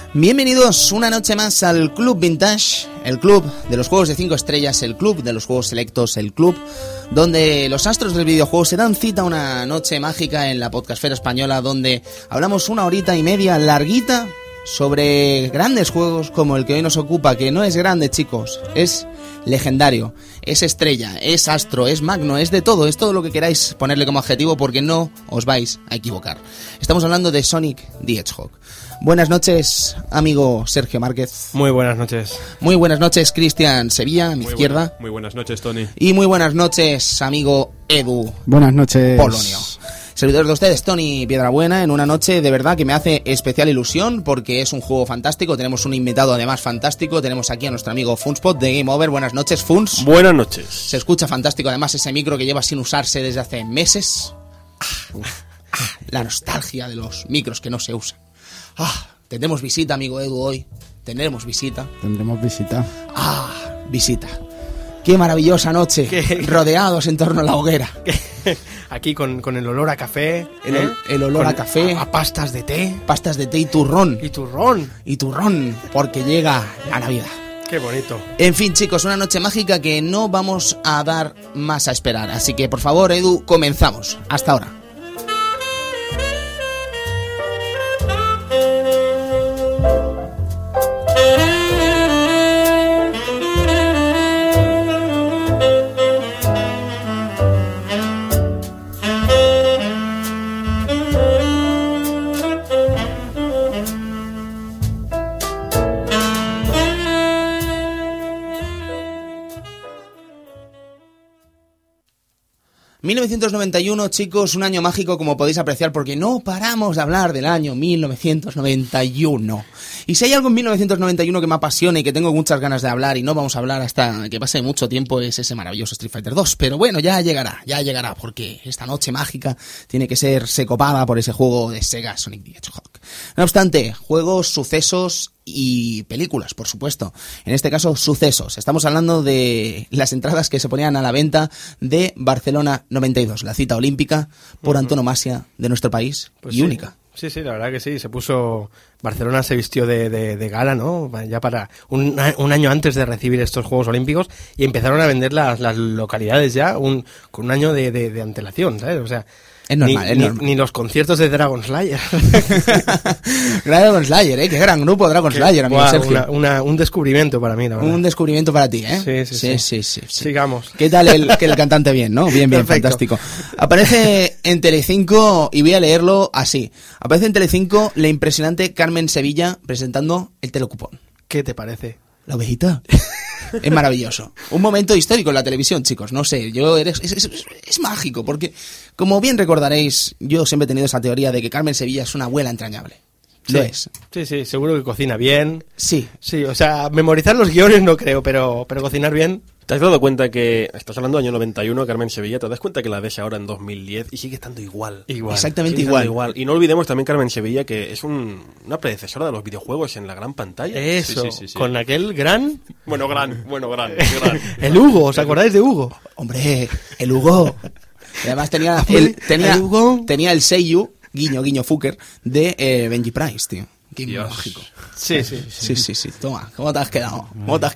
Bienvenidos una noche más al Club Vintage, el club de los juegos de 5 estrellas, el club de los juegos selectos, el club donde los astros del videojuego se dan cita una noche mágica en la podcastfera española, donde hablamos una horita y media larguita sobre grandes juegos como el que hoy nos ocupa, que no es grande, chicos, es legendario, es estrella, es astro, es magno, es de todo, es todo lo que queráis ponerle como adjetivo, porque no os vais a equivocar. Estamos hablando de Sonic the Hedgehog. Buenas noches, amigo Sergio Márquez. Muy buenas noches. Muy buenas noches, Cristian Sevilla, a mi izquierda. Muy buenas noches, Tony. Y muy buenas noches, amigo Edu. Buenas noches, Polonio. Servidores de ustedes, Tony Piedrabuena, en una noche de verdad que me hace especial ilusión porque es un juego fantástico. Tenemos un invitado además fantástico. Tenemos aquí a nuestro amigo Funspot de Game Over. Buenas noches, Funs. Buenas noches. Se escucha fantástico además ese micro que lleva sin usarse desde hace meses. La nostalgia de los micros que no se usan. Tendremos visita, amigo Edu, hoy. Tendremos visita. Tendremos visita. Visita. Qué maravillosa noche. Rodeados en torno a la hoguera. Aquí con el olor a café. El olor a café. A pastas de té. Pastas de té y turrón. Y turrón. Y turrón, porque llega la Navidad. Qué bonito. En fin, chicos, una noche mágica que no vamos a dar más a esperar. Así que, por favor, Edu, comenzamos. Hasta ahora. ...1991, chicos, un año mágico como podéis apreciar porque no paramos de hablar del año 1991. Y si hay algo en 1991 que me apasiona y que tengo muchas ganas de hablar y no vamos a hablar hasta que pase mucho tiempo es ese maravilloso Street Fighter 2. Pero bueno, ya llegará porque esta noche mágica tiene que ser copada por ese juego de Sega Sonic the Hedgehog. No obstante, juegos, sucesos y películas, por supuesto. En este caso, sucesos. Estamos hablando de las entradas que se ponían a la venta de Barcelona 92, la cita olímpica por antonomasia de nuestro país Pues y sí. única. Sí, la verdad que sí. Se puso... Barcelona se vistió de gala, ¿no? Ya para un año antes de recibir estos Juegos Olímpicos y empezaron a vender las localidades ya con un año de antelación, ¿sabes? O sea... Es normal, ni los conciertos de Dragon Slayer. Dragon Slayer, qué gran grupo Dragon Slayer, amigo Sergio. Un descubrimiento para mí, la verdad. Un descubrimiento para ti, ¿eh? Sí. Sigamos. ¿Qué tal el cantante? Bien, ¿no? Bien, Perfecto. Fantástico. Aparece en Telecinco, y voy a leerlo así. Aparece en Telecinco la impresionante Carmen Sevilla presentando el telecupón. ¿Qué te parece? La ovejita. Es maravilloso. Un momento histórico en la televisión, chicos. No sé, es mágico, porque, como bien recordaréis, yo siempre he tenido esa teoría de que Carmen Sevilla es una abuela entrañable. Lo es. Sí, seguro que cocina bien. Sí, o sea, memorizar los guiones no creo, pero cocinar bien. ¿Te has dado cuenta que estás hablando del año 91, Carmen Sevilla? ¿Te das cuenta que la ves ahora en 2010 y sigue estando igual? Exactamente Sigue igual. estando igual. Y no olvidemos también Carmen Sevilla, que es una predecesora de los videojuegos en la gran pantalla. Eso, Sí. con aquel gran... Gran. El Hugo, ¿os acordáis de Hugo? Hombre, el Hugo. Y además tenía el seiyu, guiño Fucker, de Benji Price, tío. Qué mágico. Sí. Toma, ¿cómo te has quedado?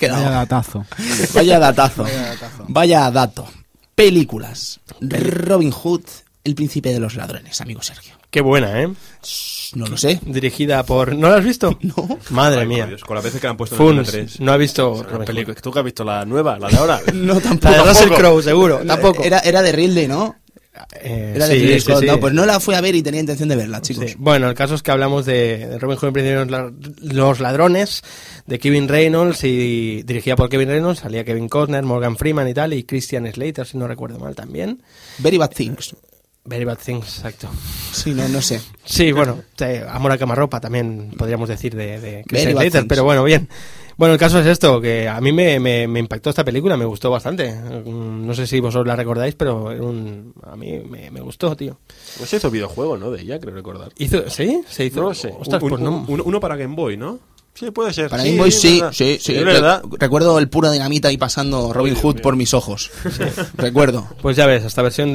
Vaya datazo. Vaya dato. Películas. Robin Hood, el príncipe de los ladrones, amigo Sergio. Qué buena, ¿eh? No lo sé. Dirigida por... ¿No la has visto? No. Madre mía. Dios, con las veces que la han puesto en Funs, 3. no ha visto... ¿Tú que has visto la nueva, la de ahora? No, tampoco. La de Russell Crowe, seguro. Tampoco. Era de Ridley, ¿no? Era de Ridley Scott. No, pues no la fui a ver y tenía intención de verla, chicos. Sí. Bueno, el caso es que hablamos de Robin Hood, el príncipe de los ladrones, de Kevin Reynolds, y dirigida por Kevin Reynolds, salía Kevin Costner, Morgan Freeman y tal, y Christian Slater, si no recuerdo mal también. Very Bad Things. Very Bad Things, exacto. Sí, no sé. Sí, bueno, Amor a Camarropa también podríamos decir de Christian Very Bad Slater, Things. pero bueno, bien. Bueno, el caso es esto, que a mí me impactó esta película, me gustó bastante. No sé si vosotros la recordáis, pero a mí me gustó, tío. No se hizo videojuego, ¿no? De ella, creo recordar. ¿Sí? ¿Se hizo? No lo sé. Ostras, pues no. Uno para Game Boy, ¿no? Sí, puede ser. Para sí, Game Boy sí, verdad. sí. Es verdad. Recuerdo el puro dinamita ahí pasando Robin Dios Hood mío. por mis ojos. Recuerdo. Pues ya ves, hasta versión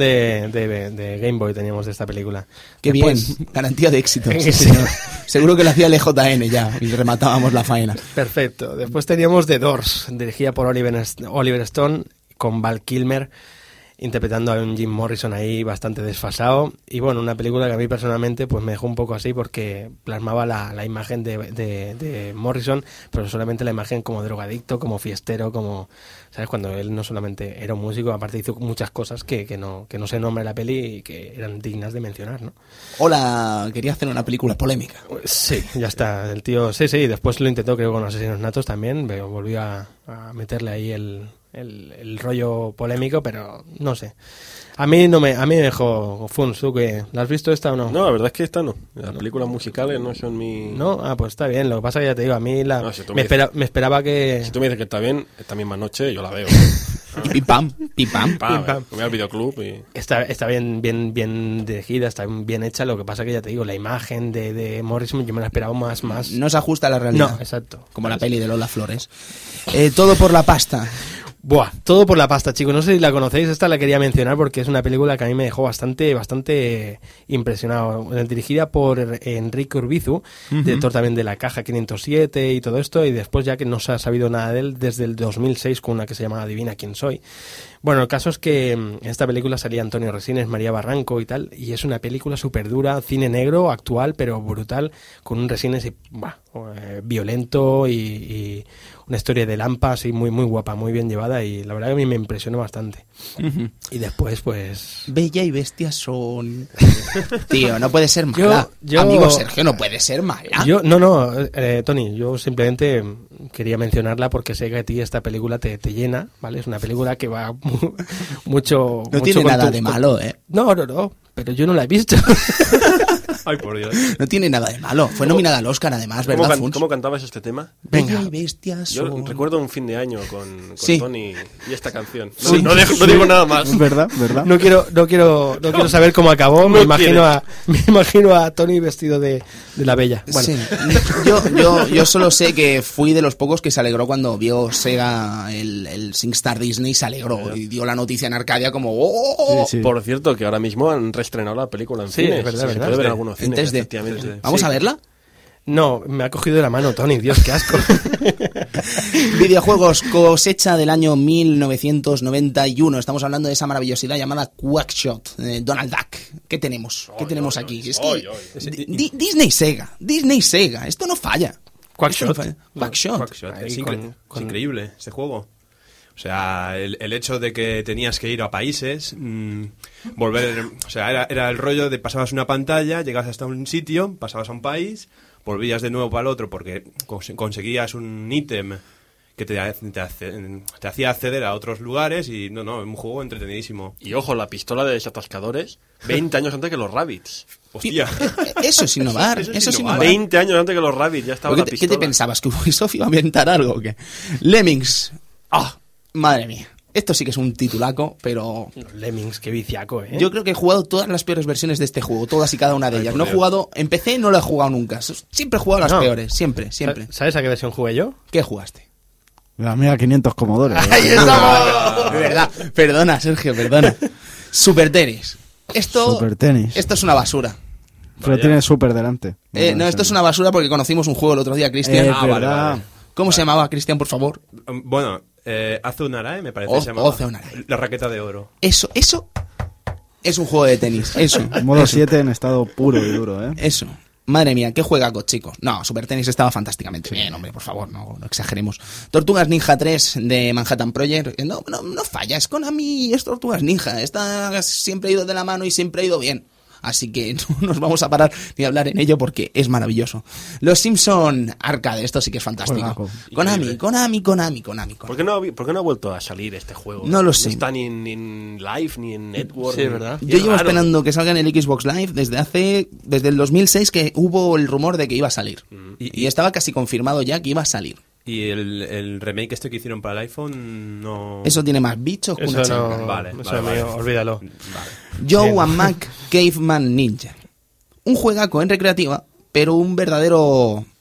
de Game Boy teníamos de esta película. Qué Después- bien, garantía de éxito. Sí, Sí, sí. señor. Seguro que lo hacía el EJN ya y rematábamos la faena. Perfecto. Después teníamos The Doors, dirigida por Oliver Stone, con Val Kilmer interpretando a un Jim Morrison ahí bastante desfasado. Y bueno, una película que a mí personalmente pues me dejó un poco así porque plasmaba la imagen de Morrison, pero solamente la imagen como drogadicto, como fiestero, como, ¿sabes? Cuando él no solamente era un músico, aparte hizo muchas cosas que no se nombra en la peli y que eran dignas de mencionar, ¿no? Hola, quería hacer una película polémica. Sí, ya está. El tío, sí, después lo intentó creo con Asesinos Natos también, pero volvió a meterle ahí el rollo polémico, pero no sé. A mí me dejó Funs, ¿tú qué? ¿La has visto esta o no? No, la verdad es que esta no. Las películas musicales no son mi... ¿No? Ah, pues está bien. Lo que pasa es que ya te digo, a mí No, si tú me me esperaba que... Si tú me dices que está bien, esta misma noche yo la veo. Y pim pam, pim pam. Pam, pam. me voy al videoclub y... Está bien dirigida, está bien hecha. Lo que pasa que ya te digo, la imagen de Morrison yo me la esperaba más... No se ajusta a la realidad. No, exacto. Como la peli de Lola Flores. Todo por la pasta. Buah, todo por la pasta, chicos. No sé si la conocéis, esta la quería mencionar porque es una película que a mí me dejó bastante impresionado. Dirigida por Enrique Urbizu, director también de La Caja 507 y todo esto, y después ya que no se ha sabido nada de él desde el 2006 con una que se llama Adivina quién soy. Bueno, el caso es que en esta película salía Antonio Resines, María Barranco y tal, y es una película súper dura, cine negro, actual, pero brutal, con un Resines violento y una historia de Lampa así muy guapa, muy bien llevada, y la verdad que a mí me impresionó bastante. Y después, pues... Bella y bestia son... Tío, no puede ser mala. Yo- Amigo Sergio, no puede ser mala. No, Tony, yo simplemente quería mencionarla porque sé que a ti esta película te llena, ¿vale? Es una película que va mucho... No mucho tiene con nada tu- de malo, ¿eh? No, pero yo no la he visto. Ay, por Dios. No tiene nada de malo. Fue nominada al Oscar, además, ¿Cómo, ¿verdad, Funs? ¿Cómo cantabas este tema? Bella y bestia Yo son... recuerdo un fin de año con Sí. Tony y esta canción. No, Sí. no digo nada más. ¿Verdad? ¿Verdad? No quiero saber cómo acabó. Me imagino a Tony vestido de la bella. Bueno, Sí. Yo solo sé que fui de los pocos que se alegró cuando vio Sega el SingStar Disney, se alegró y dio la noticia en Arcadia como ¡oh! Sí, sí. Por cierto, que ahora mismo han reestrenado la película en Sí, cines. es verdad, Se verdad. puede ver en Sí. algunos En cines, 3D. efectivamente. ¿Vamos Sí. a verla? no, me ha cogido de la mano Tony, Dios, qué asco. Videojuegos, cosecha del año 1991. Estamos hablando de esa maravillosidad llamada Quackshot, Donald Duck. ¿Qué tenemos? ¿Qué tenemos aquí? Es que Disney Sega. Esto no falla. Quackshot. Esto no falla. Quackshot. Quackshot. Ahí Es, con- es increíble este juego. O sea, el hecho de que tenías que ir a países, volver... O sea, era el rollo de pasabas una pantalla, llegabas hasta un sitio, pasabas a un país, volvías de nuevo para el otro porque conseguías un ítem que te hacía acceder a otros lugares y no, es un juego entretenidísimo. Y ojo, la pistola de desatascadores, 20 años antes que los Rabbids. Hostia. Eso es innovar. Eso es Eso es innovar. innovar. 20 años antes que los Rabbids ya estaba ¿Qué la te, pistola. qué te pensabas? ¿Que Ubisoft iba a inventar algo o qué? Lemmings. ¡Ah! Madre mía. Esto sí que es un titulaco, pero... Los Lemmings, qué viciaco, ¿eh? Yo creo que he jugado todas las peores versiones de este juego, todas y cada una de ellas. No he jugado... En PC no lo he jugado nunca. Siempre he jugado las No. peores. Siempre. ¿Sabes a qué versión jugué yo? ¿Qué jugaste? La mía 500 Commodore. ¡Ahí estamos! De verdad. Perdona, Sergio, perdona. Super Tenis. Super Tenis. Esto es una basura. Pero tiene Super delante. No, esto es una basura porque conocimos un juego el otro día, Cristian. Verdad. ¿Cómo se llamaba, Cristian, por favor? Bueno, Azunarae me parece O- que se llamaba. Azunarae. La raqueta de oro. Eso es un juego de tenis. Eso. Modo 7 en estado puro y duro, ¿eh? Eso. Madre mía, qué juegaco, chicos. No, Super Tennis estaba fantásticamente bien, hombre, por favor, no exageremos. Tortugas Ninja 3 de Manhattan Project. No falla, es Konami, es Tortugas Ninja. Esta siempre ha ido de la mano y siempre ha ido bien. Así que no nos vamos a parar ni a hablar en ello porque es maravilloso. Los Simpson Arcade, esto sí que es fantástico. Juegaco. Konami. ¿Por qué no ha vuelto a salir este juego? No lo sé. No está ni en Live, ni en Network. Sí, es verdad. Yo llevo esperando que salga en el Xbox Live desde el 2006 que hubo el rumor de que iba a salir. Y estaba casi confirmado ya que iba a salir. Y el remake este que hicieron para el iPhone no... Eso tiene más bichos que una Eso changa. no... Vale, eso vale, amigo, vale. olvídalo. Joe Sí. and Mac Caveman Ninja. Un juegaco en recreativa, pero un verdadero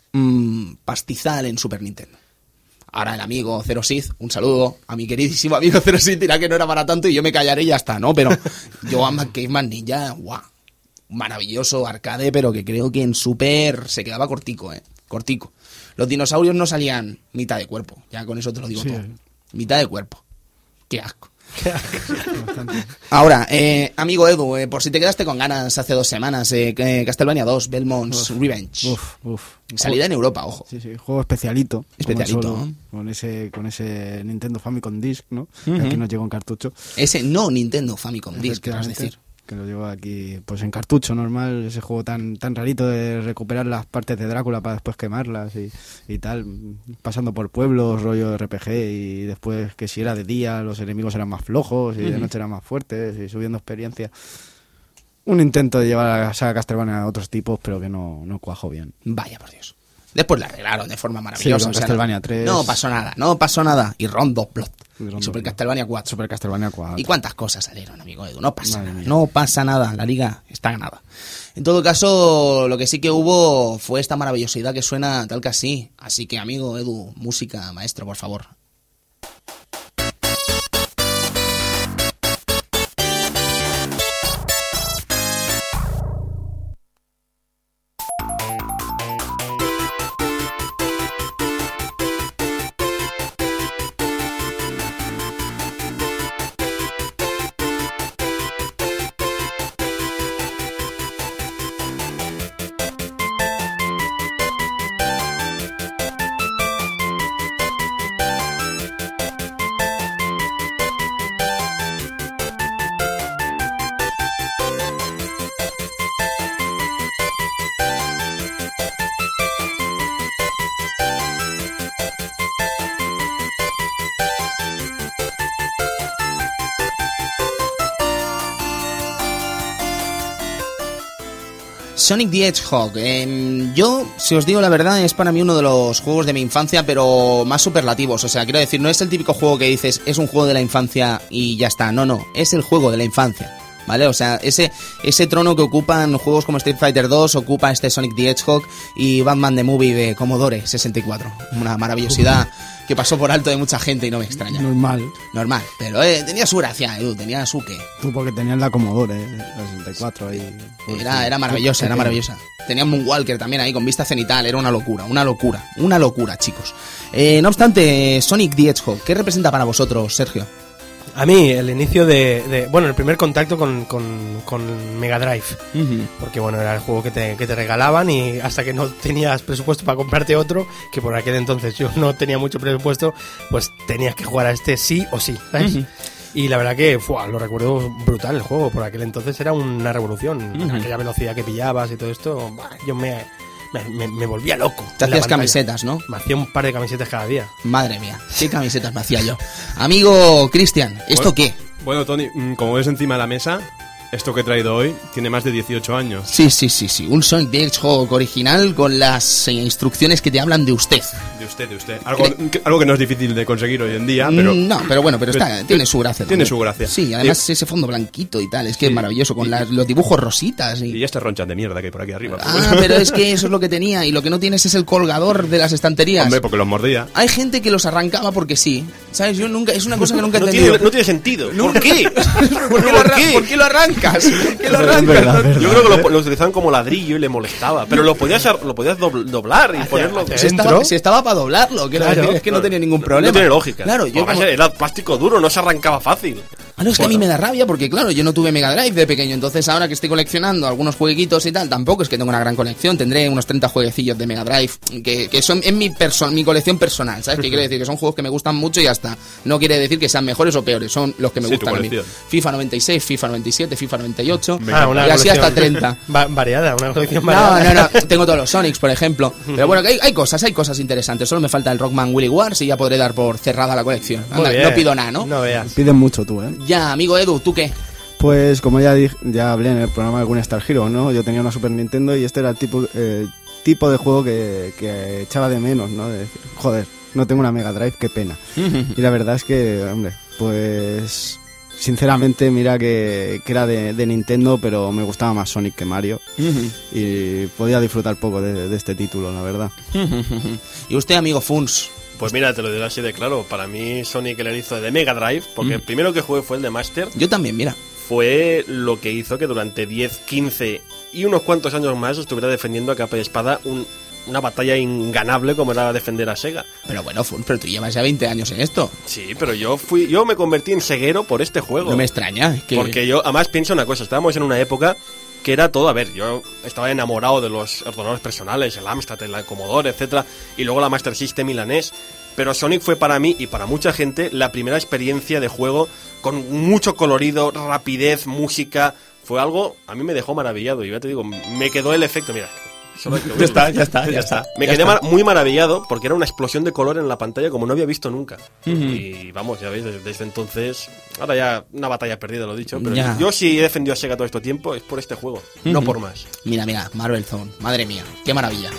pastizal en Super Nintendo. Ahora el amigo Zero Sith, un saludo a mi queridísimo amigo Zero Sith, dirá que no era para tanto y yo me callaré y ya está, ¿no? Pero yo a Caveman Ninja, guau, maravilloso arcade, pero que creo que en Super se quedaba cortico, cortico. Los dinosaurios no salían mitad de cuerpo, ya con eso te lo digo todo. Mitad de cuerpo. Qué asco. Ahora, amigo Edu, por si te quedaste con ganas hace 2 semanas, Castlevania 2, Belmont's Revenge. Salida en Europa, ojo. Sí, juego especialito. Especialito. Solo, con ese Nintendo Famicom Disc, ¿no? Que aquí nos llegó en cartucho. Ese no Nintendo Famicom Disc, ¿qué vas a decir? Que lo llevo aquí pues en cartucho normal, ese juego tan rarito de recuperar las partes de Drácula para después quemarlas y tal, pasando por pueblos, rollo RPG, y después que si era de día los enemigos eran más flojos y de noche eran más fuertes, y subiendo experiencia. Un intento de llevar a la saga Castlevania a otros tipos, pero que no cuajó bien. Vaya por Dios. Después la arreglaron de forma maravillosa. Sí, con Castlevania 3. No pasó nada. Y Rondo Blood. Y Super Castlevania 4. Super Castlevania 4. ¿Y cuántas cosas salieron, amigo Edu? No pasa nada. No pasa nada. La liga está ganada. En todo caso, lo que sí que hubo fue esta maravillosidad que suena tal que así. Así que, amigo Edu, música, maestro, por favor. Sonic the Hedgehog, yo, si os digo la verdad, es para mí uno de los juegos de mi infancia, pero más superlativos. O sea, quiero decir, no es el típico juego que dices, es un juego de la infancia y ya está. No, es el juego de la infancia, ¿vale? O sea, ese trono que ocupan juegos como Street Fighter 2, ocupa este Sonic the Hedgehog y Batman The Movie de Commodore 64. Una maravillosidad que pasó por alto de mucha gente y no me extraña. Normal, pero tenía su gracia, Edu, tenía su qué. Tú porque tenías la Commodore, la 64 ahí. Era maravillosa, era maravillosa. Tenía Moonwalker también ahí con vista cenital, era una locura, chicos. No obstante, Sonic the Hedgehog, ¿qué representa para vosotros, Sergio? A mí, el inicio bueno, el primer contacto con Mega Drive. Porque, bueno, era el juego que te regalaban y hasta que no tenías presupuesto para comprarte otro, que por aquel entonces yo no tenía mucho presupuesto, pues tenías que jugar a este sí o sí, ¿sabes? Y la verdad que, lo recuerdo brutal el juego. Por aquel entonces era una revolución. Aquella velocidad que pillabas y todo esto, yo me volvía loco. Te hacías camisetas, ¿no? Me hacía un par de camisetas cada día. Madre mía, qué camisetas me hacía yo. Amigo Cristian, ¿esto qué? Bueno, Tony, como ves encima de la mesa, esto que he traído hoy tiene más de 18 años. Sí. Un Sonic the Hedgehog original con las instrucciones que te hablan de usted. De usted. Algo que no es difícil de conseguir hoy en día, pero... No, pero bueno, tiene su gracia. Tiene su gracia. Sí, además ese fondo blanquito y tal, es que es maravilloso, con los dibujos rositas. Y estas ronchas de mierda que hay por aquí arriba. Pero es que eso es lo que tenía, y lo que no tienes es el colgador de las estanterías. Hombre, porque los mordía. Hay gente que los arrancaba porque sí, ¿sabes? Yo nunca, es una cosa que nunca he entendido. No tiene sentido. ¿Por qué? ¿Por qué lo arrancas? Yo creo que lo utilizaban como ladrillo y le molestaba, pero lo podías doblar y ponerlo si estaba para doblarlo, quiero decir, es que no tenía ningún problema. No tiene lógica. Claro, era plástico duro, no se arrancaba fácil. Es que a mí me da rabia porque, claro, yo no tuve Mega Drive de pequeño, entonces ahora que estoy coleccionando algunos jueguitos y tal, tampoco es que tengo una gran colección, tendré unos 30 jueguecillos de Mega Drive que son en mi colección personal, ¿sabes? Que quiere decir que son juegos que me gustan mucho y ya está. No quiere decir que sean mejores o peores, son los que me gustan a mí. FIFA 96, FIFA 97, FIFA 98 y así hasta 30. Variada, una colección variada. No, tengo todos los Sonics, por ejemplo. Pero bueno, que hay cosas interesantes. Solo me falta el Rockman Willy Wars y ya podré dar por cerrada la colección. Anda, no pido nada, ¿no? No veas. Piden mucho tú, ¿eh? Ya, amigo Edu, ¿tú qué? Pues como ya hablé en el programa de Gun Star Hero, ¿no? Yo tenía una Super Nintendo y este era el tipo de juego que echaba de menos, ¿no? De decir, joder, no tengo una Mega Drive, qué pena. Y la verdad es que, hombre, pues sinceramente, mira que era de Nintendo, pero me gustaba más Sonic que Mario. Y podía disfrutar poco de este título, la verdad. ¿Y usted, amigo Funs? Pues mira, te lo diré así de claro. Para mí, Sonic el erizo de Mega Drive, porque el primero que jugué fue el de Master, Yo también, mira. fue lo que hizo que durante 10, 15 y unos cuantos años más estuviera defendiendo a capa y espada una batalla inganable como era defender a Sega. Pero bueno, Funs, pero tú llevas ya 20 años en esto. Sí, pero yo me convertí en seguero por este juego. No me extraña. Es que... Porque yo, además, pienso una cosa, estábamos en una época que era todo, a ver, yo estaba enamorado de los ordenadores personales, el Amstrad, el Commodore, etcétera, y luego la Master System y la NES, pero Sonic fue para mí y para mucha gente la primera experiencia de juego con mucho colorido, rapidez, música, fue algo, a mí me dejó maravillado, y ya te digo, me quedó el efecto, mira... Solo hay que verlo. Ya está. Me quedé muy maravillado porque era una explosión de color en la pantalla como no había visto nunca. Y vamos, ya veis, desde entonces... Ahora ya una batalla perdida, lo he dicho. Pero Ya. yo sí he defendido a Sega todo este tiempo, es por este juego, no por más. Mira, Marvel Zone. Madre mía, qué maravilla.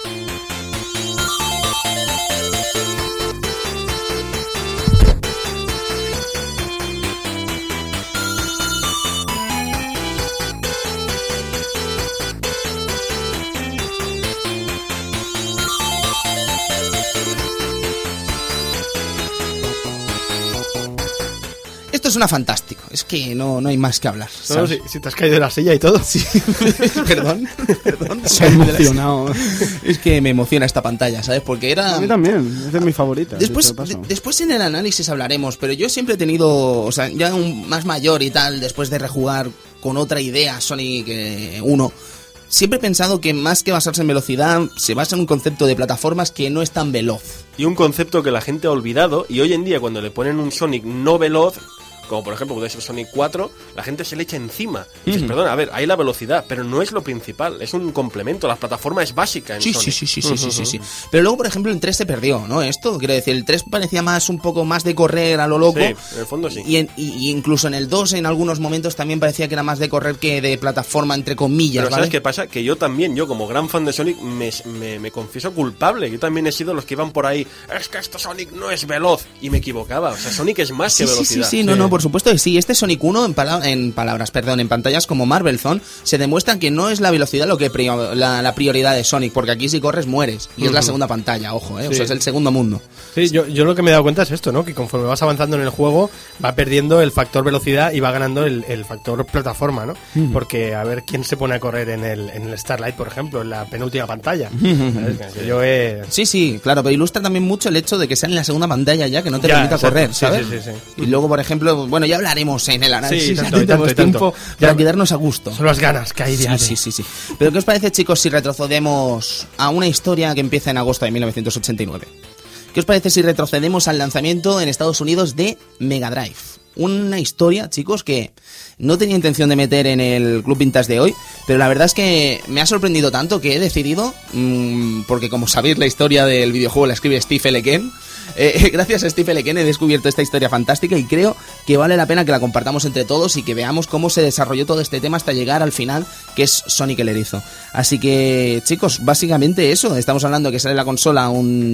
Esto suena fantástico. Es que no hay más que hablar. No, ¿sabes? si te has caído de la silla y todo. Sí. Perdón. Se ha emocionado. Es que me emociona esta pantalla, ¿sabes? Porque era... A mí también, es de mis favoritas. Después, dicho de paso. después en el análisis hablaremos, pero yo siempre he tenido, o sea, ya más mayor y tal, después de rejugar con otra idea Sonic 1, siempre he pensado que más que basarse en velocidad, se basa en un concepto de plataformas que no es tan veloz. Y un concepto que la gente ha olvidado, y hoy en día cuando le ponen un Sonic no veloz, como por ejemplo puede ser Sonic 4, la gente se le echa encima. Y dices, perdona, a ver, hay la velocidad, pero no es lo principal, es un complemento, la plataforma es básica en Sí, Sonic. sí. Pero luego, por ejemplo, el 3 se perdió, ¿no? Esto, quiero decir, el 3 parecía más un poco más de correr a lo loco. Sí, en el fondo sí. Y incluso en el 2, en algunos momentos, también parecía que era más de correr que de plataforma, entre comillas, Pero ¿vale? ¿sabes qué pasa? Que yo también, yo como gran fan de Sonic, me confieso culpable. Yo también he sido los que iban por ahí, es que esto Sonic no es veloz. Y me equivocaba. O sea, Sonic es más que velocidad. Sí, no, por supuesto que sí. Este Sonic 1, en pantallas como Marvel Zone, se demuestra que no es la velocidad lo que la prioridad de Sonic, porque aquí si corres mueres. Y es la segunda pantalla, ojo, o sea, es el segundo mundo. Sí, yo lo que me he dado cuenta es esto, ¿no? Que conforme vas avanzando en el juego, va perdiendo el factor velocidad y va ganando el factor plataforma, ¿no? Porque a ver quién se pone a correr en el Starlight, por ejemplo, en la penúltima pantalla. ¿Sabes? Que yo he... Sí, claro, pero ilustra también mucho el hecho de que sea en la segunda pantalla ya, que no te Ya, permita exacto. correr, Sí, ¿sabes? sí. Y luego, por ejemplo, bueno, ya hablaremos en el análisis, Sí, ya tanto, tendremos y tanto. tiempo Ya- para quedarnos a gusto. Son las ganas que hay de Sí. Pero ¿qué os parece, chicos, si retrocedemos a una historia que empieza en agosto de 1989? ¿Qué os parece si retrocedemos al lanzamiento en Estados Unidos de Mega Drive? Una historia, chicos, que no tenía intención de meter en el Club Vintage de hoy, pero la verdad es que me ha sorprendido tanto que he decidido, porque como sabéis la historia del videojuego la escribe Steve L. Ken, gracias a Steve L. Ken he descubierto esta historia fantástica y creo que vale la pena que la compartamos entre todos y que veamos cómo se desarrolló todo este tema hasta llegar al final, que es Sonic el Erizo. Así que, chicos, básicamente eso, estamos hablando que sale la consola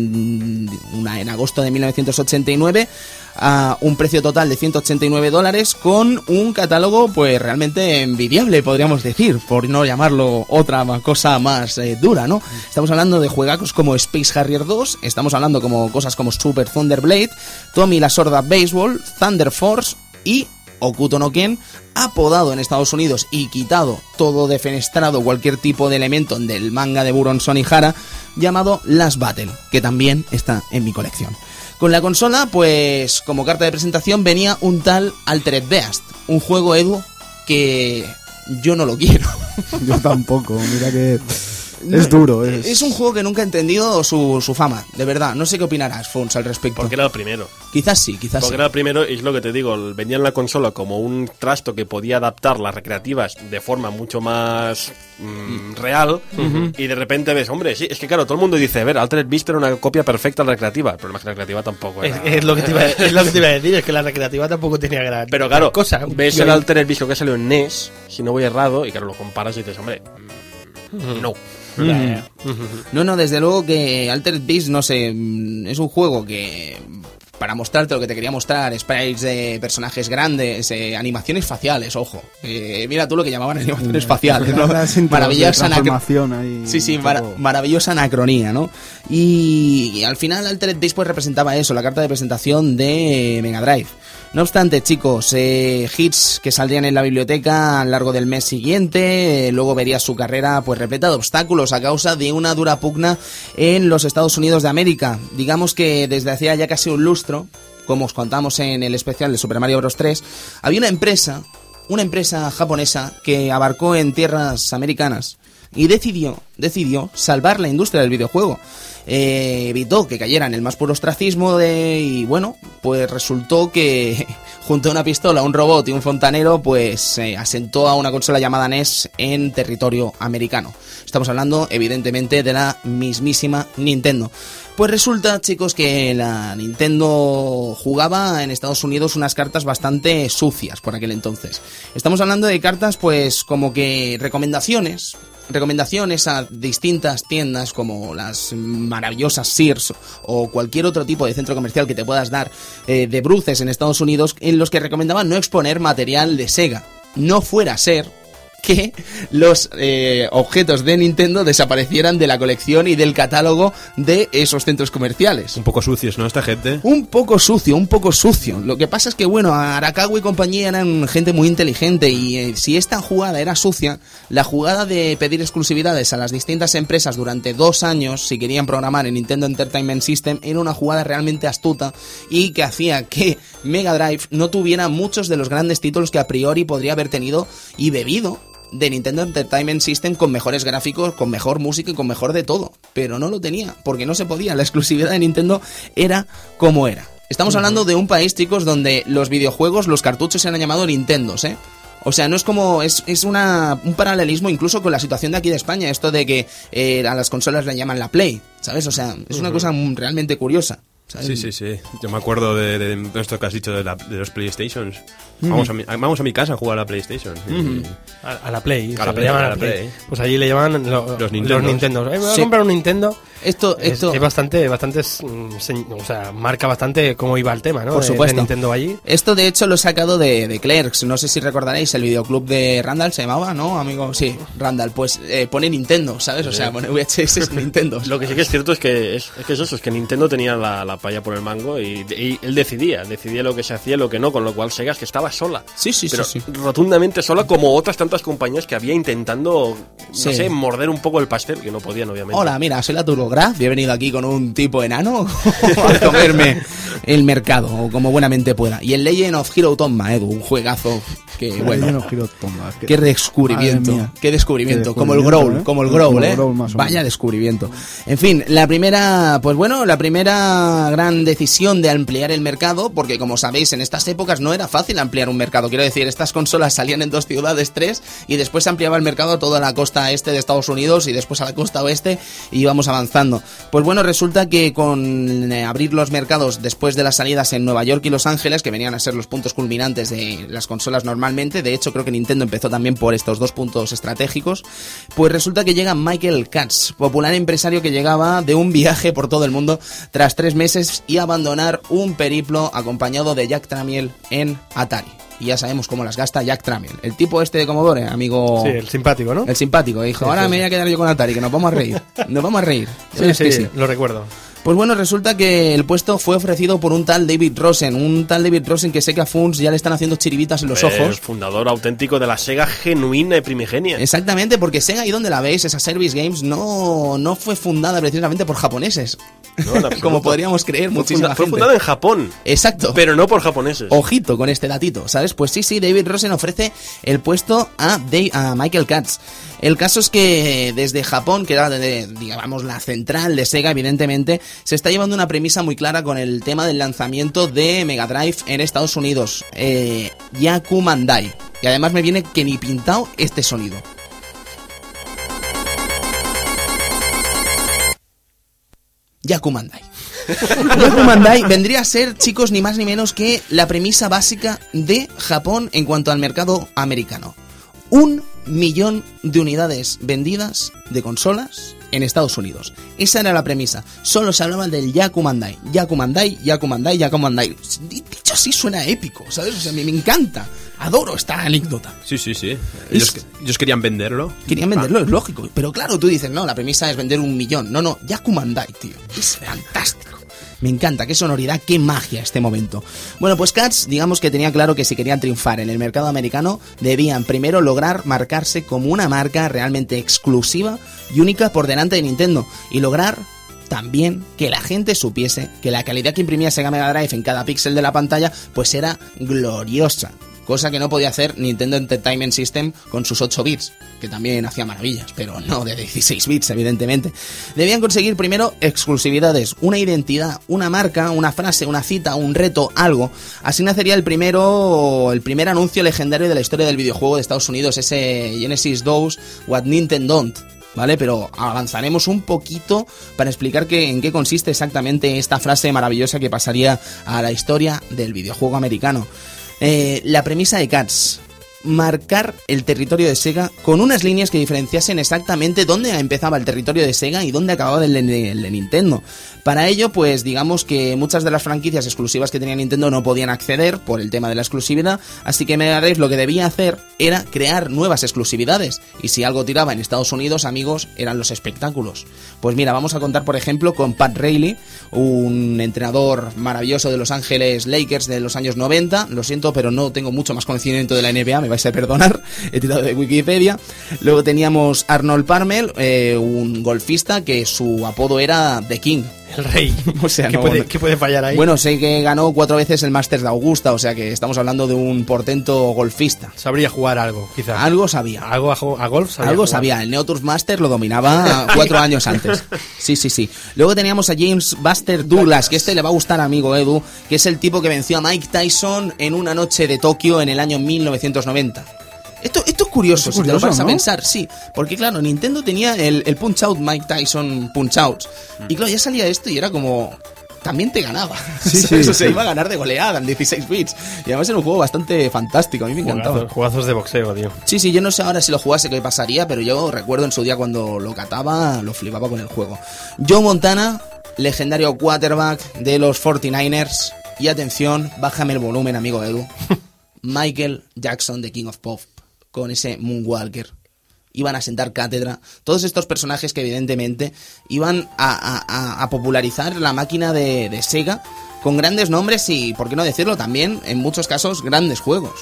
en agosto de 1989 a un precio total de $189 con un catálogo pues realmente envidiable, podríamos decir, por no llamarlo otra cosa más dura, ¿no? Estamos hablando de juegacos como Space Harrier 2, estamos hablando como cosas como Super Thunder Blade, Tommy la Sorda Baseball, Thunder Force y Okuto no Ken, apodado en Estados Unidos y quitado todo defenestrado cualquier tipo de elemento del manga de Buron Sonihara, llamado Last Battle, que también está en mi colección. Con la consola, pues como carta de presentación venía un tal Altered Beast, un juego, Edu, que yo no lo quiero. Yo tampoco, mira que es duro. Es un juego que nunca he entendido su fama, de verdad. No sé qué opinarás, Fons, al respecto. Porque era el primero. Quizás sí. Porque era el primero, y es lo que te digo, vendía en la consola como un trasto que podía adaptar las recreativas de forma mucho más real, y de repente ves, hombre, sí, es que claro, todo el mundo dice, a ver, Altered Beast era una copia perfecta de la recreativa. El problema es que la recreativa tampoco era... Es lo que te iba a decir, es que la recreativa tampoco tenía gran Pero claro, cosa. ves el Altered Beast que salió en NES, si no voy errado, y claro, lo comparas y dices, hombre, no. No, desde luego que Altered Beast, no sé, es un juego que para mostrarte lo que te quería mostrar, sprites de personajes grandes, animaciones faciales, ojo. Mira tú lo que llamaban animaciones faciales, ¿no? Maravillosa ahí, sí, maravillosa anacronía, ¿no? Y al final Altered Beast pues representaba eso, la carta de presentación de Mega Drive. No obstante, chicos, hits que saldrían en la biblioteca a lo largo del mes siguiente, luego vería su carrera pues repleta de obstáculos a causa de una dura pugna en los Estados Unidos de América. Digamos que desde hacía ya casi un lustro, como os contamos en el especial de Super Mario Bros. 3, había una empresa japonesa que abarcó en tierras americanas y decidió salvar la industria del videojuego. Evitó que cayera en el más puro ostracismo y bueno, pues resultó que junto a una pistola, un robot y un fontanero, pues asentó a una consola llamada NES en territorio americano. Estamos hablando evidentemente de la mismísima Nintendo. Pues resulta, chicos, que la Nintendo jugaba en Estados Unidos unas cartas bastante sucias por aquel entonces. Estamos hablando de cartas pues como que recomendaciones a distintas tiendas como las maravillosas Sears o cualquier otro tipo de centro comercial que te puedas dar de bruces en Estados Unidos, en los que recomendaban no exponer material de Sega. No fuera a ser que los objetos de Nintendo desaparecieran de la colección y del catálogo de esos centros comerciales. Un poco sucios, ¿no? Esta gente. Un poco sucio. Lo que pasa es que, bueno, Arakawa y compañía eran gente muy inteligente y si esta jugada era sucia, la jugada de pedir exclusividades a las distintas empresas durante 2 años, si querían programar en Nintendo Entertainment System, era una jugada realmente astuta y que hacía que Mega Drive no tuviera muchos de los grandes títulos que a priori podría haber tenido y bebido de Nintendo Entertainment System, con mejores gráficos, con mejor música y con mejor de todo. Pero no lo tenía, porque no se podía. La exclusividad de Nintendo era como era. Estamos hablando de un país, chicos, donde los videojuegos, los cartuchos se han llamado Nintendos, ¿eh? O sea, no es como... Es un paralelismo incluso con la situación de aquí de España. Esto de que a las consolas le llaman la Play, ¿sabes? O sea, es una cosa realmente curiosa, ¿sabes? Sí. Yo me acuerdo de esto que has dicho de los PlayStations. Vamos a mi casa a jugar a la PlayStation. A la Play. A la Play. Pues allí le llaman los Nintendo. Me voy a comprar un Nintendo. Esto es bastante, o sea, marca bastante cómo iba el tema, ¿no? Por supuesto. De Nintendo allí. Esto de hecho lo he sacado de Clerks. No sé si recordaréis el videoclub de Randall, se llamaba, ¿no, amigo? Sí, Randall. Pues pone Nintendo, ¿sabes? O sea, pone VHS Nintendo. Lo que sí que es cierto es que es que Nintendo tenía la palla por el mango y él decidía lo que se hacía y lo que no, con lo cual Sega es que estaba sola. Sí. Rotundamente sola, como otras tantas compañías que había intentando, no sé, morder un poco el pastel, que no podían, obviamente. Hola, mira, soy la TurboGrafx y he venido aquí con un tipo enano a comerme el mercado, o como buenamente pueda. Y el Legend of Hero Tomba, Edu, un juegazo que, bueno, Legend of Hero Tomba, qué descubrimiento, como el Growl, Vaya descubrimiento. En fin, la primera gran decisión de ampliar el mercado, porque como sabéis, en estas épocas no era fácil ampliar un mercado. Quiero decir, estas consolas salían en 2 ciudades, 3, y después se ampliaba el mercado a toda la costa este de Estados Unidos y después a la costa oeste, y íbamos avanzando. Pues bueno, resulta que con abrir los mercados después de las salidas en Nueva York y Los Ángeles, que venían a ser los puntos culminantes de las consolas normalmente, de hecho creo que Nintendo empezó también por estos 2 puntos estratégicos, pues resulta que llega Michael Katz, popular empresario que llegaba de un viaje por todo el mundo tras 3 meses y abandonar un periplo acompañado de Jack Tramiel en Atari. Y ya sabemos cómo las gasta Jack Tramiel. El tipo este de Commodore, amigo... Sí, el simpático, ¿no? El simpático. Dijo, ahora me voy a quedar yo con Atari, que nos vamos a reír. Sí, lo recuerdo. Pues bueno, resulta que el puesto fue ofrecido por un tal David Rosen. Que sé que a Funs ya le están haciendo chiribitas en los ojos. El fundador auténtico de la Sega genuina y primigenia. Exactamente, porque Sega, ¿y dónde la veis? Esa Service Games no fue fundada precisamente por japoneses. No, como podríamos creer, muchísima gente. Fue fundada en Japón. Exacto. Pero no por japoneses. Ojito con este datito, ¿sabes? Pues sí, David Rosen ofrece el puesto a Michael Katz. El caso es que desde Japón, que era, digamos, la central de Sega, evidentemente, se está llevando una premisa muy clara con el tema del lanzamiento de Mega Drive en Estados Unidos. Yaku Mandai. Y además me viene que ni pintado este sonido. Yaku Mandai. Yaku Mandai vendría a ser, chicos, ni más ni menos que la premisa básica de Japón en cuanto al mercado americano. 1 millón de unidades vendidas de consolas en Estados Unidos. Esa era la premisa. Solo se hablaba del Yakumandai. Yakumandai. Dicho así suena épico, ¿sabes? O sea, me encanta. Adoro esta anécdota. Sí. Ellos querían venderlo. Querían venderlo, es lógico. Pero claro, tú dices, no, la premisa es vender 1 millón. No, Yakumandai, tío. Es fantástico. Me encanta, qué sonoridad, qué magia este momento. Bueno, pues Cats, digamos que tenía claro que si querían triunfar en el mercado americano, debían primero lograr marcarse como una marca realmente exclusiva y única por delante de Nintendo. Y lograr también que la gente supiese que la calidad que imprimía Sega Mega Drive en cada píxel de la pantalla, pues era gloriosa. Cosa que no podía hacer Nintendo Entertainment System con sus 8 bits, que también hacía maravillas, pero no de 16 bits, evidentemente. Debían conseguir primero exclusividades, una identidad, una marca, una frase, una cita, un reto, algo. Así nacería el primer anuncio legendario de la historia del videojuego de Estados Unidos, ese Genesis 2, What Nintendo Don't. ¿Vale? Pero avanzaremos un poquito para explicar en qué consiste exactamente esta frase maravillosa que pasaría a la historia del videojuego americano. La premisa de Cats: marcar el territorio de Sega con unas líneas que diferenciasen exactamente dónde empezaba el territorio de Sega y dónde acababa el de Nintendo. Para ello, pues digamos que muchas de las franquicias exclusivas que tenía Nintendo no podían acceder por el tema de la exclusividad, así que Mega Drive lo que debía hacer era crear nuevas exclusividades, y si algo tiraba en Estados Unidos, amigos, eran los espectáculos. Pues mira, vamos a contar por ejemplo con Pat Riley, un entrenador maravilloso de Los Ángeles Lakers de los años 90, lo siento, pero no tengo mucho más conocimiento de la NBA, me vais a perdonar, he tirado de Wikipedia. Luego teníamos Arnold Palmer, un golfista que su apodo era The King. El rey. O sea, ¿Qué puede fallar ahí? Bueno, sé que ganó 4 veces el Masters de Augusta, o sea que estamos hablando de un portento golfista. Sabría jugar algo, quizás. Algo sabía. ¿Algo a golf? Algo sabía. El Neo Tour Master lo dominaba 4 años antes. Sí. Luego teníamos a James Buster Douglas, que este le va a gustar, amigo Edu, que es el tipo que venció a Mike Tyson en una noche de Tokio en el año 1990. Esto es curioso, si te lo vas a pensar, sí. Porque claro, Nintendo tenía el Punch-Out Mike Tyson Punch-Outs. Y claro, ya salía esto y era como... También te ganaba. Eso se iba a ganar de goleada en 16 bits. Y además era un juego bastante fantástico, a mí me encantaba. Jugazos de boxeo, tío. Sí, yo no sé ahora si lo jugase qué pasaría, pero yo recuerdo en su día cuando lo cataba, lo flipaba con el juego. Joe Montana, legendario quarterback de los 49ers. Y atención, bájame el volumen, amigo Edu. Michael Jackson, The King of Pop, con ese Moonwalker. Iban a sentar cátedra. Todos estos personajes que evidentemente iban a popularizar la máquina de Sega con grandes nombres y, por qué no decirlo, también en muchos casos grandes juegos.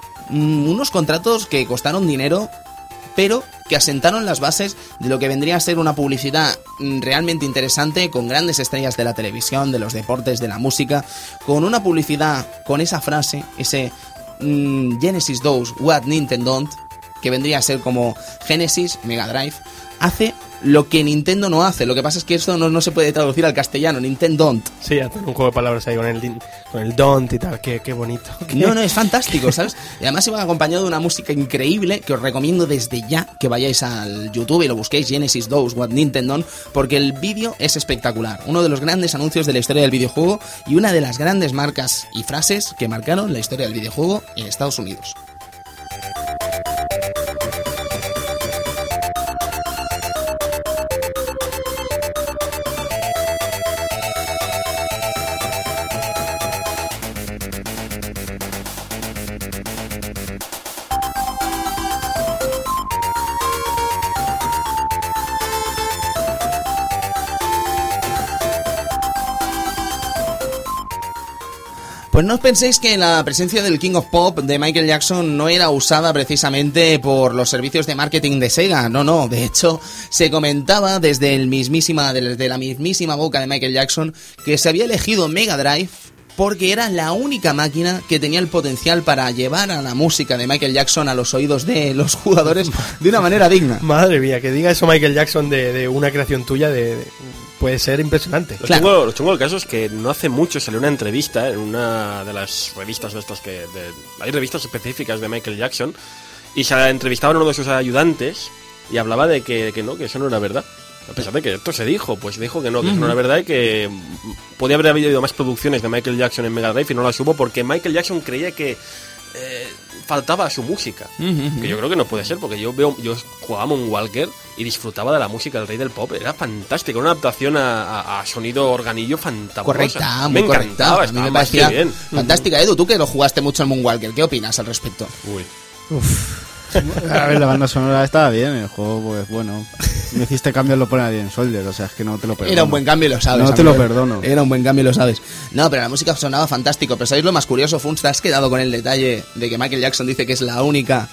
Unos contratos que costaron dinero, pero que asentaron las bases de lo que vendría a ser una publicidad realmente interesante, con grandes estrellas de la televisión, de los deportes, de la música, con una publicidad con esa frase, ese Genesis 2, What Nintendo Don't, que vendría a ser como Genesis, Mega Drive, hace lo que Nintendo no hace. Lo que pasa es que esto no se puede traducir al castellano, Nintendo Don't. Sí, hacen un juego de palabras ahí con el Don't y tal, qué bonito. No, es fantástico, ¿sabes? Y además iba acompañado de una música increíble que os recomiendo desde ya que vayáis al YouTube y lo busquéis, Genesis 2, What Nintendo Don't, porque el vídeo es espectacular. Uno de los grandes anuncios de la historia del videojuego y una de las grandes marcas y frases que marcaron la historia del videojuego en Estados Unidos. Pues no os penséis que la presencia del King of Pop de Michael Jackson no era usada precisamente por los servicios de marketing de Sega, no, de hecho se comentaba desde la mismísima boca de Michael Jackson que se había elegido Mega Drive porque era la única máquina que tenía el potencial para llevar a la música de Michael Jackson a los oídos de los jugadores de una manera digna. Madre mía, que diga eso Michael Jackson de una creación tuya puede ser impresionante. Lo chungo del caso es que no hace mucho salió una entrevista en una de las revistas de estas hay revistas específicas de Michael Jackson, y se entrevistaba a uno de sus ayudantes y hablaba de que eso no era verdad. A pesar de que esto se dijo, pues dijo que no eso no era verdad y que podía haber habido más producciones de Michael Jackson en Mega Drive y no las hubo porque Michael Jackson creía que faltaba su música. Que yo creo que no puede ser, porque yo jugaba Moonwalker y disfrutaba de la música del Rey del Pop. Era fantástico, una adaptación a sonido organillo fantabulosa. Correcta, me muy correcta. encantaba, A mí me estaba más que parecía bien. fantástica. Edu, tú que lo jugaste mucho en Moonwalker, ¿qué opinas al respecto? Uy. A ver, la banda sonora estaba bien, el juego, pues bueno. Me hiciste cambiarlo por Alien Soldier, o sea, es que no te lo perdono. Era un buen cambio y lo sabes. No te amigo. lo perdono. Era un buen cambio y lo sabes. No, pero la música sonaba fantástico. Pero ¿sabéis lo más curioso, Funs? ¿Te has quedado con el detalle de que Michael Jackson dice que es la única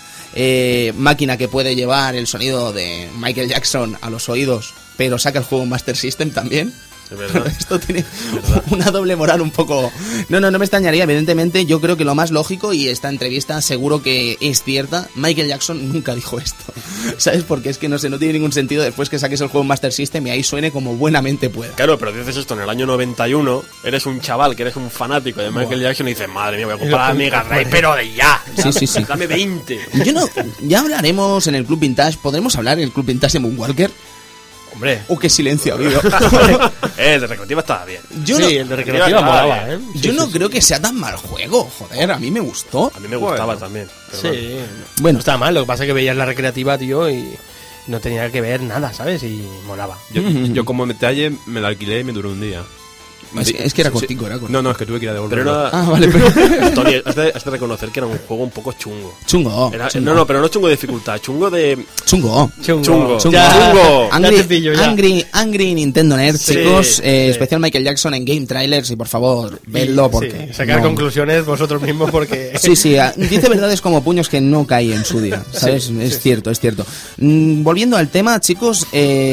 máquina que puede llevar el sonido de Michael Jackson a los oídos, pero saca el juego Master System también? Es verdad. Esto tiene una doble moral un poco... No me extrañaría, evidentemente. Yo creo que lo más lógico, y esta entrevista seguro que es cierta, Michael Jackson nunca dijo esto. ¿Sabes? Porque es que no tiene ningún sentido después que saques el juego Master System y ahí suene como buenamente pueda. Claro, pero dices esto en el año 91, eres un chaval que eres un fanático de Michael Jackson y dices, madre mía, voy a comprar la Mega Drive, pero de ya. Sí. Dame 20. Ya hablaremos en el Club Vintage, ¿podremos hablar en el Club Vintage de Moonwalker? Hombre. ¡Oh, qué silencio ha habido! El de Recreativa estaba bien. Yo sí, no, el de Recreativa molaba, ¿eh? yo no creo que sea tan mal juego, joder, a mí me gustó. A mí me gustaba también. Pero Sí, bueno. Bueno. no estaba mal, lo que pasa es que veías la Recreativa, tío, y no tenía que ver nada, ¿sabes? Y molaba. Yo como detalle me lo alquilé y me duró un día. Es que era cortico, era cortico. No, es que tuve que ir a devolverlo. Pero era... Ah, vale, pero... Tony, has de reconocer que era un juego un poco chungo. Chungo. No, pero no chungo de dificultad, chungo de... Chungo. Chungo. Ya, Chungo. ya te pillo, ya. Angry Nintendo Nerd, Sí, chicos. sí. Especial Michael Jackson en Game Trailers y por favor, vedlo porque... Sí, sacar no. conclusiones vosotros mismos porque... Sí, dice verdades como puños que no caí en su día, ¿sabes? Es cierto. Volviendo al tema, chicos,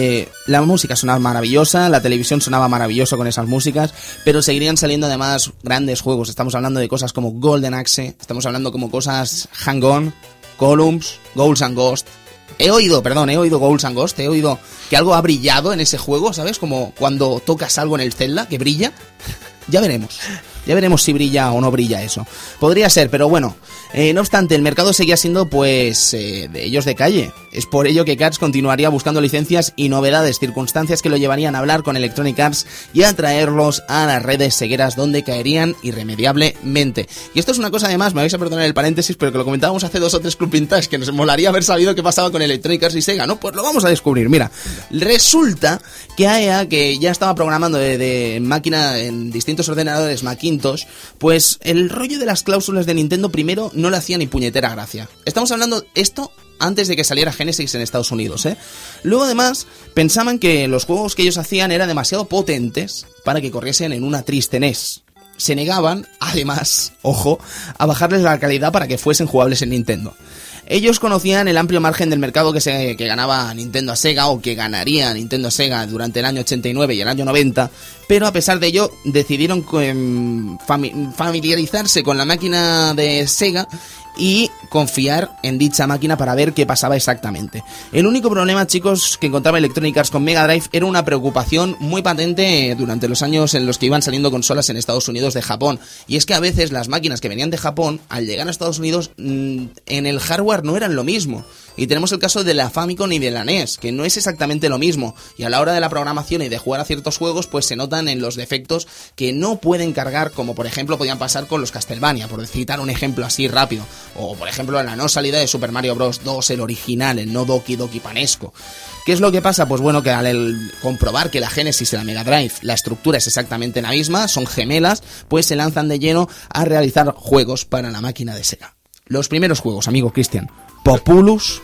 la música sonaba maravillosa, la televisión sonaba maravilloso con esas músicas, pero seguirían saliendo además grandes juegos. Estamos hablando de cosas como Golden Axe, estamos hablando como cosas Hang On, Columns, Ghouls and Ghosts. He oído Ghouls and Ghosts, he oído que algo ha brillado en ese juego, ¿sabes? Como cuando tocas algo en el Zelda, que brilla. Ya veremos si brilla o no brilla eso. Podría ser, pero bueno. No obstante, el mercado seguía siendo, pues, de ellos de calle. Es por ello que Cats continuaría buscando licencias y novedades, circunstancias que lo llevarían a hablar con Electronic Arts y a traerlos a las redes cegueras donde caerían irremediablemente. Y esto es una cosa, además, me vais a perdonar el paréntesis, pero que lo comentábamos hace 2 o 3 Club Vintage, que nos molaría haber sabido qué pasaba con Electronic Arts y Sega, ¿no? Pues lo vamos a descubrir. Mira, resulta que AEA, que ya estaba programando de máquina en distintos ordenadores Macintosh, pues el rollo de las cláusulas de Nintendo primero no le hacía ni puñetera gracia. Estamos hablando esto antes de que saliera Genesis en Estados Unidos, ¿eh? Luego, además, pensaban que los juegos que ellos hacían eran demasiado potentes para que corriesen en una triste NES. Se negaban, además, ojo, a bajarles la calidad para que fuesen jugables en Nintendo. Ellos conocían el amplio margen del mercado que ganaba Nintendo a Sega, o que ganaría Nintendo a Sega durante el año 89 y el año 90, pero a pesar de ello decidieron familiarizarse con la máquina de Sega y confiar en dicha máquina para ver qué pasaba exactamente. El único problema, chicos, que encontraba Electronic Arts con Mega Drive era una preocupación muy patente durante los años en los que iban saliendo consolas en Estados Unidos de Japón, y es que a veces las máquinas que venían de Japón, al llegar a Estados Unidos, en el hardware no eran lo mismo. Y tenemos el caso de la Famicom y de la NES, que no es exactamente lo mismo, y a la hora de la programación y de jugar a ciertos juegos, pues se notan en los defectos que no pueden cargar, como por ejemplo podían pasar con los Castlevania, por citar un ejemplo así rápido, o por ejemplo la no salida de Super Mario Bros. 2, el original, el no Doki Doki Panesco. ¿Qué es lo que pasa? Pues bueno, que al comprobar que la Genesis y la Mega Drive, la estructura es exactamente la misma, son gemelas, pues se lanzan de lleno a realizar juegos para la máquina de Sega. Los primeros juegos, amigo Cristian: Populous.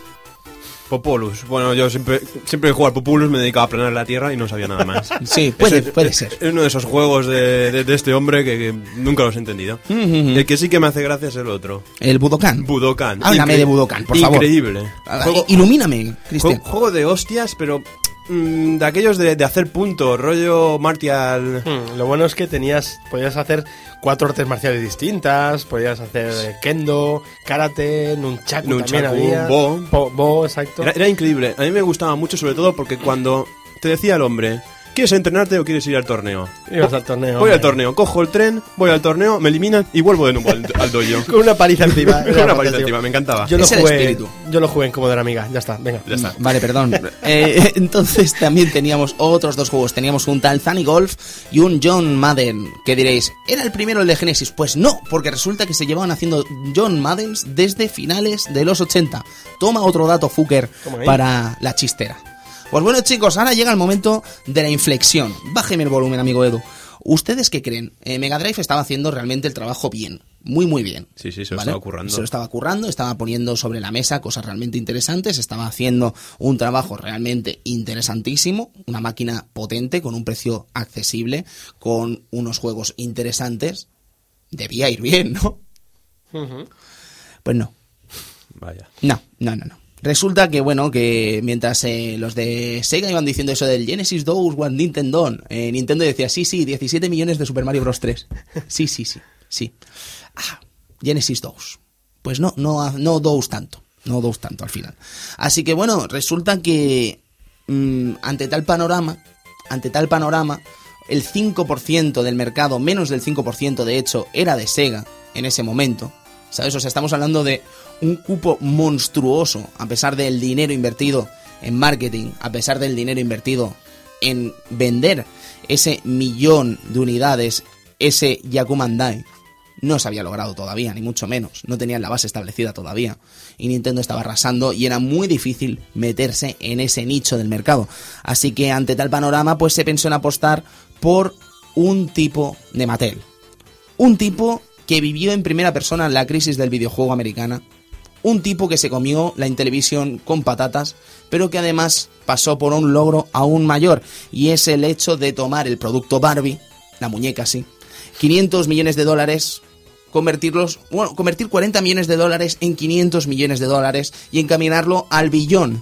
Bueno, yo siempre que jugaba al Populous me dedicaba a planear la Tierra y no sabía nada más. Sí, puede ser. Es uno de esos juegos de este hombre que nunca los he entendido. El que sí que me hace gracia es el otro. El Budokan. Háblame de Budokan, por favor. Increíble. Ilumíname, Cristian. Juego de hostias, pero de aquellos de hacer puntos, rollo martial. Lo bueno es que podías hacer 4 artes marciales distintas, podías hacer kendo, karate, nunchaku también había. Bo, bo, exacto. Era increíble. A mí me gustaba mucho, sobre todo porque cuando te decía el hombre ¿quieres entrenarte o quieres ir al torneo? Ibas al torneo. Voy al torneo, cojo el tren, voy al torneo, me eliminan y vuelvo de nuevo al dojo. Con una paliza encima. Con una paliza encima, me encantaba. Yo lo Es el jugué. espíritu. Yo lo jugué en Commodore Amiga. Ya está, venga. Ya está. Vale, perdón. Entonces también teníamos otros dos juegos. Teníamos un tal Sunny Golf y un John Madden. Que diréis, ¿era el primero el de Genesis? Pues no, porque resulta que se llevaban haciendo John Maddens desde finales de los 80. Toma otro dato, Fucker, Toma ahí. para la chistera. Pues bueno, chicos, ahora llega el momento de la inflexión. Bájeme el volumen, amigo Edu. ¿Ustedes qué creen? Mega Drive estaba haciendo realmente el trabajo bien. Muy, muy bien. Sí, se lo estaba currando. Se lo estaba currando, estaba poniendo sobre la mesa cosas realmente interesantes, estaba haciendo un trabajo realmente interesantísimo, una máquina potente, con un precio accesible, con unos juegos interesantes. Debía ir bien, ¿no? Pues no. Vaya. No. Resulta que, bueno, que mientras los de Sega iban diciendo eso del Genesis 2, One Nintendo, Nintendo decía, sí, 17 millones de Super Mario Bros. 3. Sí. Genesis 2. Pues no 2 tanto. No 2 tanto al final. Así que, bueno, resulta que ante tal panorama, el 5% del mercado, menos del 5% de hecho, era de Sega en ese momento. ¿Sabes? O sea, estamos hablando de un cupo monstruoso, a pesar del dinero invertido en marketing, a pesar del dinero invertido en vender ese 1.000.000 de unidades, ese Yakuman-Dai. No se había logrado todavía, ni mucho menos. No tenían la base establecida todavía. Y Nintendo estaba arrasando y era muy difícil meterse en ese nicho del mercado. Así que ante tal panorama, pues se pensó en apostar por un tipo de Mattel. Un tipo que vivió en primera persona la crisis del videojuego americana. Un tipo que se comió la Intellivision con patatas, pero que además pasó por un logro aún mayor. Y es el hecho de tomar el producto Barbie, la muñeca sí, $500 millones, convertir 40 millones de dólares en $500 millones y encaminarlo al $1 billón.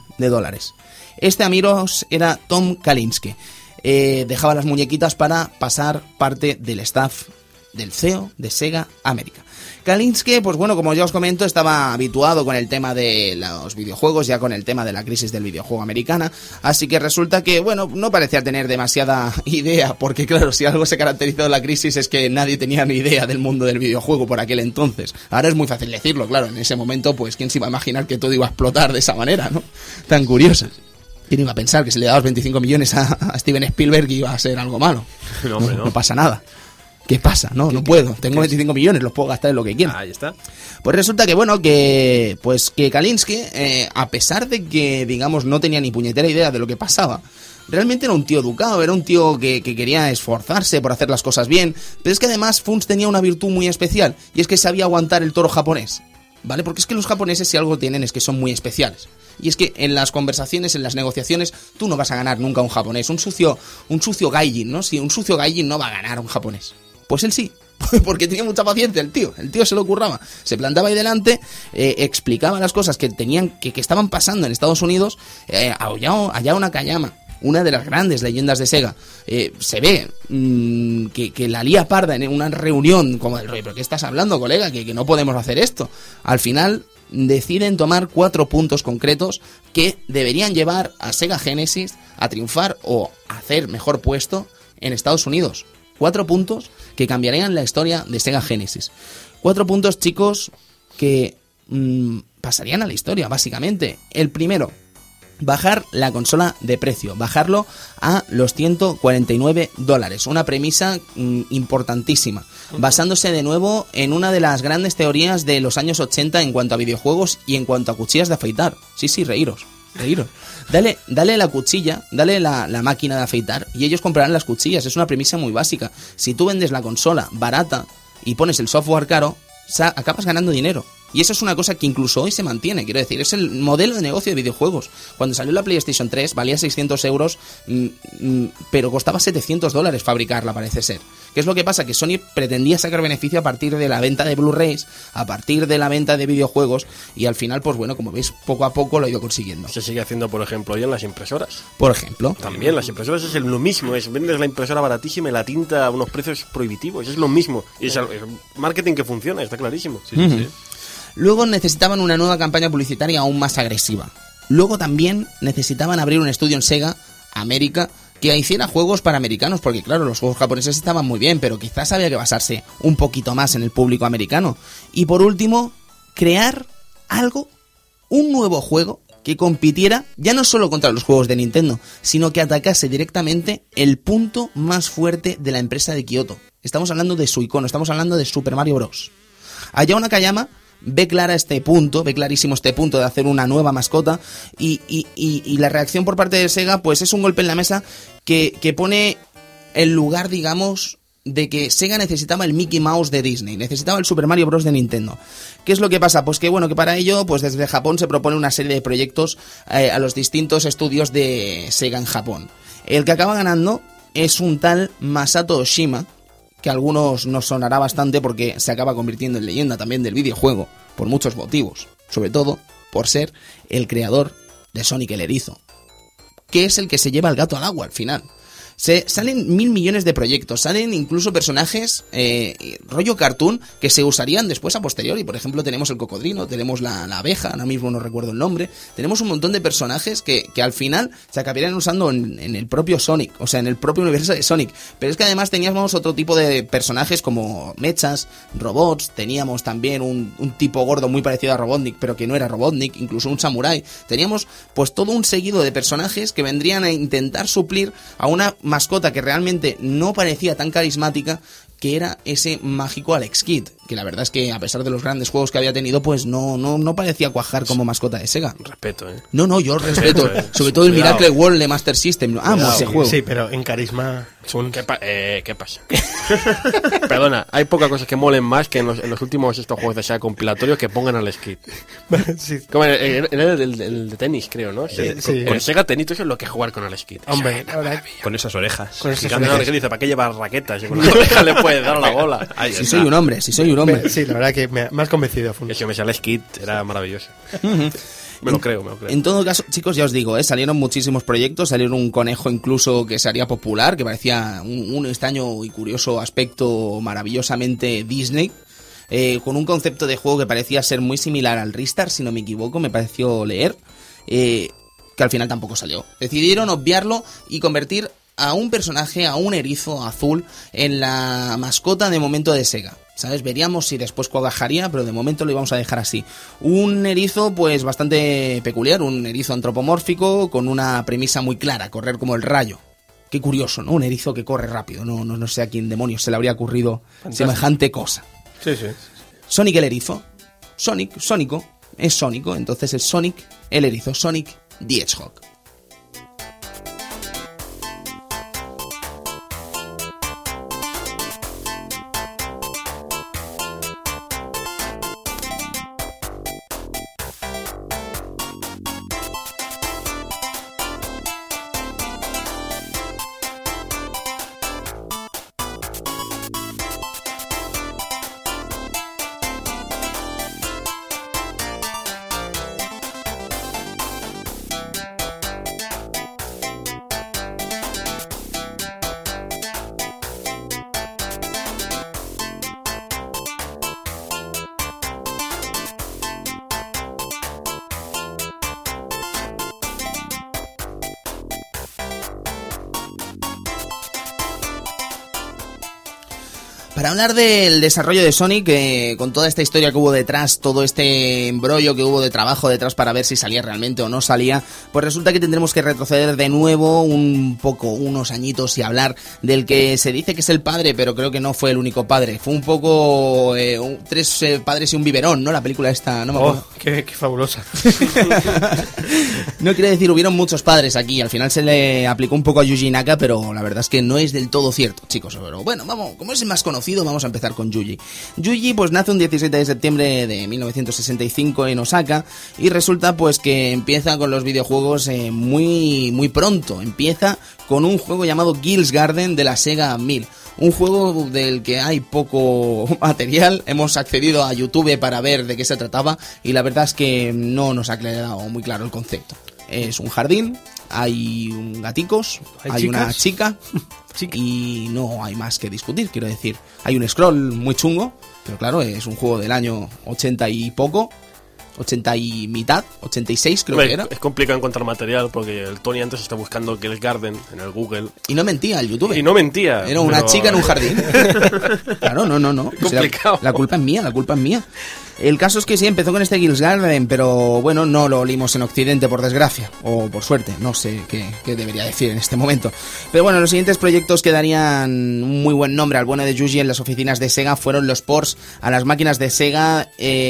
Este amiros era Tom Kalinske. Dejaba las muñequitas para pasar parte del staff del CEO de Sega América. Kalinske, pues bueno, como ya os comento, estaba habituado con el tema de los videojuegos, ya con el tema de la crisis del videojuego americana, así que resulta que, bueno, no parecía tener demasiada idea, porque claro, si algo se caracterizó de la crisis es que nadie tenía ni idea del mundo del videojuego por aquel entonces. Ahora es muy fácil decirlo, claro, en ese momento, pues, ¿quién se iba a imaginar que todo iba a explotar de esa manera, no? Tan curiosa. ¿Quién iba a pensar que si le dabas 25 millones a Steven Spielberg iba a ser algo malo? No, hombre, no. No pasa nada. ¿Qué pasa? No puedo. Tengo 25 millones, los puedo gastar en lo que quiera. Ahí está. Pues resulta que, bueno, que Kalinske, a pesar de que, digamos, no tenía ni puñetera idea de lo que pasaba, realmente era un tío educado, era un tío que quería esforzarse por hacer las cosas bien, pero es que además Funs tenía una virtud muy especial, y es que sabía aguantar el toro japonés, ¿vale? Porque es que los japoneses, si algo tienen, es que son muy especiales. Y es que en las conversaciones, en las negociaciones, tú no vas a ganar nunca a un japonés. Un sucio gaijin, ¿no? Si un sucio gaijin no va a ganar a un japonés. Pues él sí, porque tenía mucha paciencia el tío se lo curraba, se plantaba ahí delante, explicaba las cosas que tenían, que estaban pasando en Estados Unidos, Hayao Nakayama, una de las grandes leyendas de Sega, se ve que la lía parda en una reunión como del rollo, ¿pero qué estás hablando, colega? Que no podemos hacer esto. Al final deciden tomar 4 puntos concretos que deberían llevar a Sega Genesis a triunfar o a hacer mejor puesto en Estados Unidos. 4 puntos que cambiarían la historia de Sega Genesis. 4 puntos, chicos, que pasarían a la historia, básicamente. El primero, bajar la consola de precio, bajarlo a los $149. Una premisa importantísima, basándose de nuevo en una de las grandes teorías de los años 80 en cuanto a videojuegos y en cuanto a cuchillas de afeitar. Sí, reíros. Dale la cuchilla, dale la máquina de afeitar y ellos comprarán las cuchillas. Es una premisa muy básica. Si tú vendes la consola barata y pones el software caro, acabas ganando dinero. Y eso es una cosa que incluso hoy se mantiene, quiero decir, es el modelo de negocio de videojuegos. Cuando salió la PlayStation 3 valía 600 euros, pero costaba $700 fabricarla, parece ser. ¿Qué es lo que pasa? Que Sony pretendía sacar beneficio a partir de la venta de Blu-rays, a partir de la venta de videojuegos, y al final, pues bueno, como veis, poco a poco lo ha ido consiguiendo. Se sigue haciendo, por ejemplo, hoy en las impresoras. Por ejemplo. También, las impresoras es lo mismo, vendes la impresora baratísima y la tinta a unos precios prohibitivos, es lo mismo. Y es marketing que funciona, está clarísimo. Sí. Luego necesitaban una nueva campaña publicitaria aún más agresiva. Luego también necesitaban abrir un estudio en Sega América que hiciera juegos para americanos, porque claro, los juegos japoneses estaban muy bien, pero quizás había que basarse un poquito más en el público americano. Y por último, crear algo, un nuevo juego que compitiera ya no solo contra los juegos de Nintendo, sino que atacase directamente el punto más fuerte de la empresa de Kyoto. Estamos hablando de Suikono, estamos hablando de Super Mario Bros. Hayao Nakayama ve clarísimo este punto de hacer una nueva mascota y la reacción por parte de Sega pues es un golpe en la mesa que pone el lugar, digamos, de que Sega necesitaba el Mickey Mouse de Disney, necesitaba el Super Mario Bros. De Nintendo. ¿Qué es lo que pasa? Pues que bueno, que para ello, pues desde Japón se propone una serie de proyectos a los distintos estudios de Sega en Japón. El que acaba ganando es un tal Masato Oshima, que a algunos nos sonará bastante porque se acaba convirtiendo en leyenda también del videojuego, por muchos motivos, sobre todo por ser el creador de Sonic el Erizo, que es el que se lleva el gato al agua al final. Salen 1000 millones de proyectos, salen incluso personajes rollo cartoon que se usarían después a posteriori. Por ejemplo, tenemos el cocodrilo, tenemos la abeja, ahora mismo no recuerdo el nombre. Tenemos un montón de personajes que al final se acabarían usando en el propio Sonic, o sea, en el propio universo de Sonic. Pero es que además teníamos otro tipo de personajes como mechas, robots, teníamos también un tipo gordo muy parecido a Robotnik, pero que no era Robotnik, incluso un samurái. Teníamos pues todo un seguido de personajes que vendrían a intentar suplir a una mascota que realmente no parecía tan carismática, que era ese mágico Alex Kidd, que la verdad es que a pesar de los grandes juegos que había tenido, pues no parecía cuajar como mascota de Sega. Respeto, No, yo respeto, sobre todo el Cuidado. Miracle World de Master System, amo Cuidado. ese juego. Sí, pero en carisma... ¿Qué pasa? Perdona, hay pocas cosas que molen más que en los últimos estos juegos de Sega compilatorios que pongan al skit. Sí. Como era el de tenis, creo, ¿no? Sí. Con Sega Tennis eso es lo que es jugar con el skit. Hombre, la verdad Con esas orejas. Con esas Gigante, orejas. que dice, ¿para qué llevar raquetas? Y con la oreja le puedes dar a la bola. Ahí Si está. soy un hombre. Sí, la verdad que me has convencido. Fun. Ese me sale skit, era maravilloso. Me lo creo. En todo caso, chicos, ya os digo, salieron muchísimos proyectos, salieron un conejo incluso que se haría popular, que parecía un extraño y curioso aspecto maravillosamente Disney, con un concepto de juego que parecía ser muy similar al Ristar, si no me equivoco, me pareció leer, que al final tampoco salió. Decidieron obviarlo y convertir a un personaje, a un erizo azul, en la mascota de momento de Sega. ¿Sabes? Veríamos si después cuajaría, pero de momento lo íbamos a dejar así. Un erizo, pues, bastante peculiar, un erizo antropomórfico con una premisa muy clara, correr como el rayo. Qué curioso, ¿no? Un erizo que corre rápido, no sé a quién demonios se le habría ocurrido semejante cosa. Sí. Sonic el erizo. Sónico, es Sónico, entonces es Sonic el erizo, Sonic the Hedgehog. Para hablar del desarrollo de Sonic, con toda esta historia que hubo detrás, todo este embrollo que hubo de trabajo detrás para ver si salía realmente o no salía, pues resulta que tendremos que retroceder de nuevo unos añitos y hablar del que se dice que es el padre, pero creo que no fue el único padre. Fue un poco tres padres y un biberón, ¿no? La película esta, no me acuerdo. Qué fabulosa. No quiero decir, hubieron muchos padres aquí, al final se le aplicó un poco a Yuji Naka, pero la verdad es que no es del todo cierto, chicos. Pero bueno, vamos, como es el más conocido, vamos a empezar con Yuji. Yuji pues nace un 17 de septiembre de 1965 en Osaka y resulta pues que empieza con los videojuegos muy pronto. Empieza con un juego llamado Guil's Garden de la Sega 1000. Un juego del que hay poco material, hemos accedido a YouTube para ver de qué se trataba y la verdad es que no nos ha quedado muy claro el concepto. Es un jardín, hay gaticos, hay una chica y no hay más que discutir, quiero decir. Hay un scroll muy chungo, pero claro, es un juego del año 80 y poco 80 y mitad, 86 creo que era. Es complicado encontrar material porque el Tony antes está buscando Girls Garden en el Google. Y no mentía el youtuber. Y no mentía. Era una chica en un jardín. Claro, no. Complicado. La culpa es mía. El caso es que sí, empezó con este Girls Garden, pero bueno, no lo olimos en Occidente, por desgracia, o por suerte, no sé qué debería decir en este momento. Pero bueno, los siguientes proyectos que darían un muy buen nombre al bueno de Yuji en las oficinas de Sega fueron los ports a las máquinas de Sega,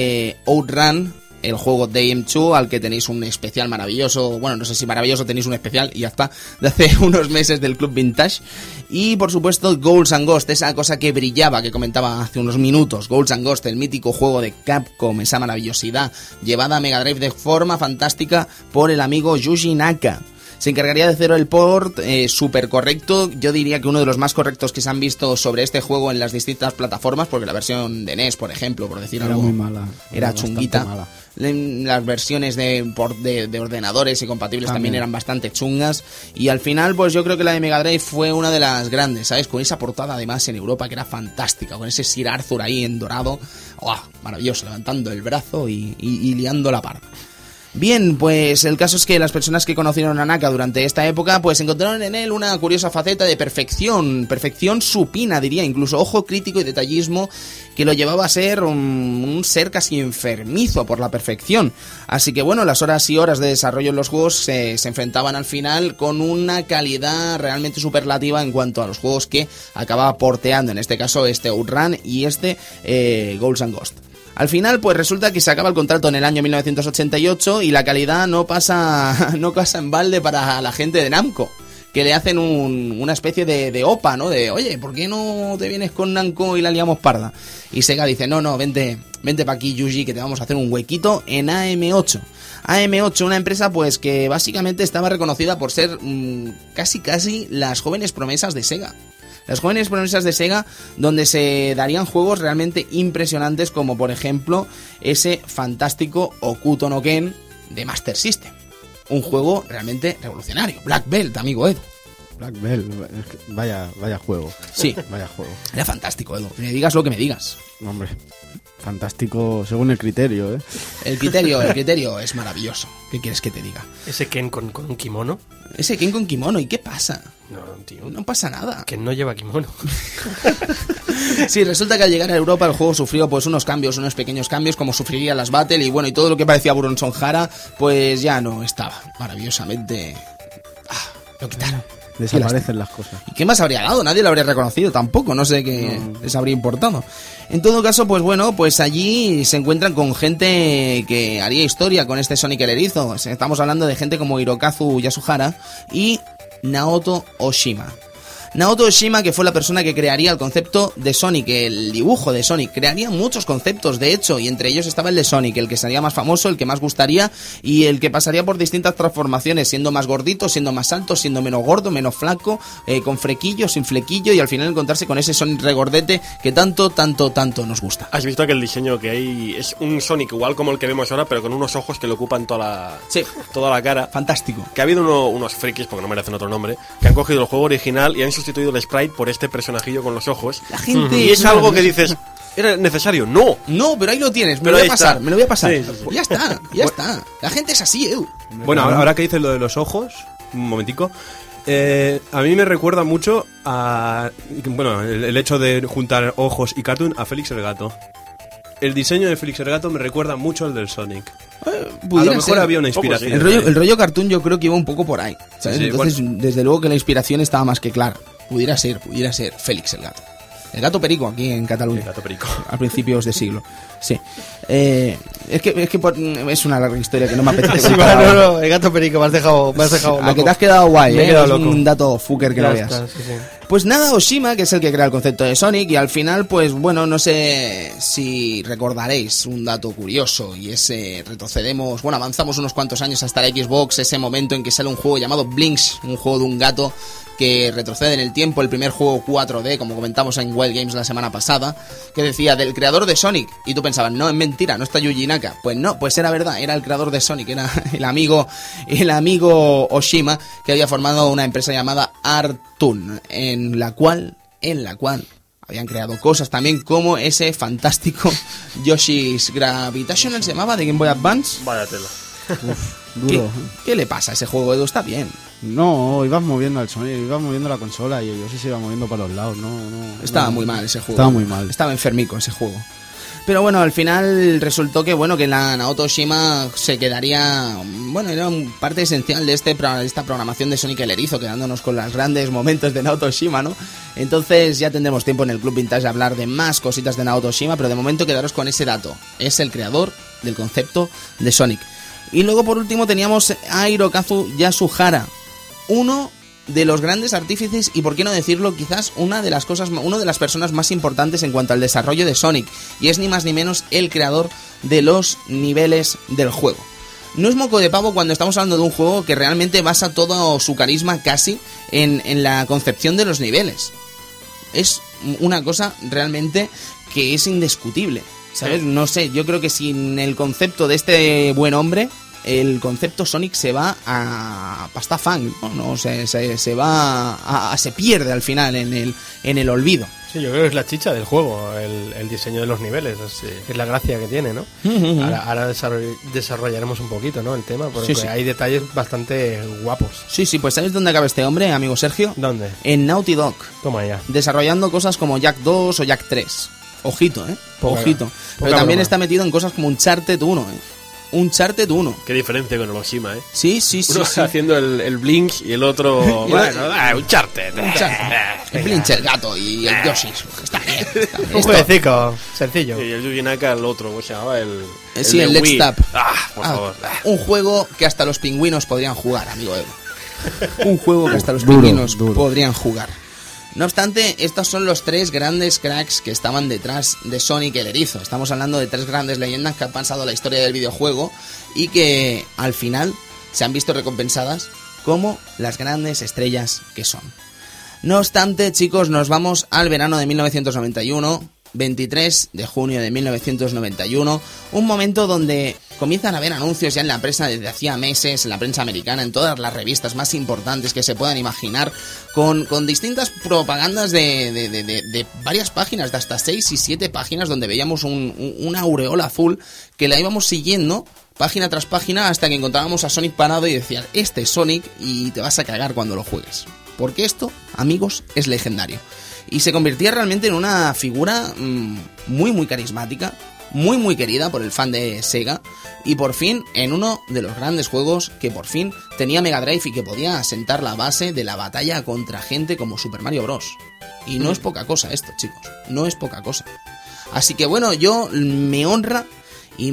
Outrun, el juego de AM2, al que tenéis un especial maravilloso, bueno, no sé si maravilloso, tenéis un especial y ya está, de hace unos meses del Club Vintage. Y por supuesto Ghouls and Ghosts, esa cosa que brillaba, que comentaba hace unos minutos, Ghouls and Ghosts, el mítico juego de Capcom, esa maravillosidad llevada a Mega Drive de forma fantástica por el amigo Yuji Naka. Se encargaría de hacer el port súper correcto, yo diría que uno de los más correctos que se han visto sobre este juego en las distintas plataformas, porque la versión de NES, por ejemplo, por decir Era algo, muy mala. era bastante chunguita. mala. Las versiones de ordenadores y compatibles también eran bastante chungas. Y al final, pues yo creo que la de Mega Drive fue una de las grandes, ¿sabes? Con esa portada además en Europa que era fantástica, con ese Sir Arthur ahí en dorado. ¡Oh! Maravilloso, levantando el brazo y liando la parda. Bien, pues el caso es que las personas que conocieron a Naka durante esta época pues encontraron en él una curiosa faceta de perfección supina, diría, incluso ojo crítico y detallismo que lo llevaba a ser un ser casi enfermizo por la perfección. Así que bueno, las horas y horas de desarrollo en los juegos se enfrentaban al final con una calidad realmente superlativa en cuanto a los juegos que acababa porteando, en este caso este Outrun y este Ghouls and Ghosts. Al final, pues resulta que se acaba el contrato en el año 1988 y la calidad no pasa en balde para la gente de Namco, que le hacen una especie de OPA, ¿no? De, oye, ¿por qué no te vienes con Namco y la liamos parda? Y Sega dice, no, vente pa' aquí, Yuji, que te vamos a hacer un huequito en AM8. AM8, una empresa pues que básicamente estaba reconocida por ser casi las jóvenes promesas de Sega. Las jóvenes promesas de Sega, donde se darían juegos realmente impresionantes, como por ejemplo ese fantástico Hokuto no Ken de Master System. Un juego realmente revolucionario. Black Belt, amigo Edu. Black Belt, vaya juego. Sí. Vaya juego. Era fantástico, Edu. Me digas lo que me digas. Hombre, fantástico según el criterio, ¿eh? El criterio es maravilloso. ¿Qué quieres que te diga? ¿Ese Ken con un kimono? Ese Ken con kimono, ¿y qué pasa? No, tío. No pasa nada. Ken no lleva kimono. Sí, resulta que al llegar a Europa el juego sufrió pues unos pequeños cambios, como sufriría las Battle, y bueno, y todo lo que parecía Bronson Hara, pues ya no estaba. Maravillosamente... lo quitaron. Desaparecen las cosas. ¿Y qué más habría dado? Nadie lo habría reconocido tampoco, no sé qué les habría importado. En todo caso, pues bueno, pues allí se encuentran con gente que haría historia con este Sonic el Erizo. Estamos hablando de gente como Hirokazu Yasuhara y Naoto Oshima. Naoto Oshima, que fue la persona que crearía el concepto de Sonic, el dibujo de Sonic. Crearía muchos conceptos, de hecho, y entre ellos estaba el de Sonic, el que sería más famoso, el que más gustaría y el que pasaría por distintas transformaciones, siendo más gordito, siendo más alto, siendo menos gordo, menos flaco, con flequillo, sin flequillo, y al final encontrarse con ese Sonic regordete que tanto nos gusta. ¿Has visto que el diseño que hay es un Sonic igual como el que vemos ahora, pero con unos ojos que le ocupan toda la cara? Fantástico. Que ha habido unos frikis, porque no merecen otro nombre, que han cogido el juego original y han sustituido el sprite por este personajillo con los ojos. La gente... Y es algo que dices, ¿era necesario? No. No, pero ahí lo tienes, me lo voy a pasar. Sí. Ya está. La gente es así, Edu. Bueno, ahora que dices lo de los ojos, un momentico. A mí me recuerda mucho a... Bueno, el hecho de juntar ojos y cartoon a Félix el Gato. El diseño de Félix el Gato me recuerda mucho al del Sonic. A lo mejor había una inspiración. El rollo cartoon yo creo que iba un poco por ahí, ¿sabes? Sí, entonces, desde luego que la inspiración estaba más que clara. Pudiera ser Félix el Gato. El gato perico aquí en Cataluña. El gato perico. A principios de siglo. Sí. Es que es una larga historia que no me apetece. Sí, no, el gato perico, me has dejado a que te has quedado guay, es loco. Un dato fucker que ya no veas. Está, sí. Pues nada, Oshima, que es el que crea el concepto de Sonic, y al final, pues bueno, no sé si recordaréis un dato curioso, y avanzamos unos cuantos años hasta la Xbox, ese momento en que sale un juego llamado Blinks, un juego de un gato que retrocede en el tiempo, el primer juego 4D, como comentamos en Wild Games la semana pasada, que decía del creador de Sonic, y tú pensabas, no, es mentira, no está Yuji Naka. Pues no, pues era verdad, era el creador de Sonic, era el amigo Oshima, que había formado una empresa llamada Artoon, en la cual Habían creado cosas también como ese fantástico Yoshi's Gravitational, se llamaba, de Game Boy Advance. Vaya tela. Duro. ¿Qué le pasa a ese juego, Edu? Está bien. No, ibas moviendo al Sonic, ibas moviendo la consola y yo sí se iba moviendo para los lados, no. Estaba no. muy mal ese juego. Estaba muy mal. Estaba enfermico ese juego. Pero bueno, al final resultó que que la Naoto Shima se quedaría, era parte esencial de esta programación de Sonic el Erizo, quedándonos con los grandes momentos de Naoto Shima, ¿no? Entonces ya tendremos tiempo en el Club Vintage de hablar de más cositas de Naoto Shima, pero de momento quedaros con ese dato. Es el creador del concepto de Sonic. Y luego por último teníamos a Hirokazu Yasuhara, uno de los grandes artífices y, por qué no decirlo, quizás una de las personas más importantes en cuanto al desarrollo de Sonic, y es ni más ni menos el creador de los niveles del juego. No es moco de pavo cuando estamos hablando de un juego que realmente basa todo su carisma casi en la concepción de los niveles. Es una cosa realmente que es indiscutible, ¿sabes? No sé, yo creo que sin el concepto de este buen hombre, el concepto Sonic se va a pasta fan, ¿no? Se va se pierde al final en el olvido. Sí, yo creo que es la chicha del juego, el diseño de los niveles, es la gracia que tiene, ¿no? Ahora desarrollaremos un poquito, ¿no? El tema, porque Sí. hay detalles bastante guapos. Sí, pues ¿sabes dónde acaba este hombre, amigo Sergio? ¿Dónde? En Naughty Dog, Toma ya. desarrollando cosas como Jack 2 o Jack 3. Ojito, ojito. Pero poca también broma. está metido en cosas como Uncharted 1, Uncharted 1. Qué diferencia con Oroshima, ¿eh? Sí. Uno haciendo el Blink y el otro... un charter. El Blinch, el gato y el Yoshi. Está bien. Un jueguecito sencillo. Y el Yuji Naka, el otro, ¿cómo se llamaba? El El de Let's Wii. Tap. Por favor. Un juego que hasta los pingüinos podrían jugar, amigo Edu. Un juego que hasta los Duro, pingüinos duro. podrían jugar. No obstante, estos son los tres grandes cracks que estaban detrás de Sonic el Erizo. Estamos hablando de tres grandes leyendas que han pasado la historia del videojuego y que al final se han visto recompensadas como las grandes estrellas que son. No obstante, chicos, nos vamos al verano de 1991, 23 de junio de 1991, un momento donde comienzan a haber anuncios ya en la prensa desde hacía meses, en la prensa americana, en todas las revistas más importantes que se puedan imaginar, con distintas propagandas de varias páginas, de hasta 6 y 7 páginas, donde veíamos una aureola azul que la íbamos siguiendo página tras página hasta que encontrábamos a Sonic parado y decías, este es Sonic y te vas a cagar cuando lo juegues. Porque esto, amigos, es legendario. Y se convertía realmente en una figura muy carismática, muy querida por el fan de Sega, y por fin en uno de los grandes juegos que por fin tenía Mega Drive y que podía asentar la base de la batalla contra gente como Super Mario Bros. Y no es poca cosa esto, chicos, no es poca cosa. Así que bueno, yo me honra y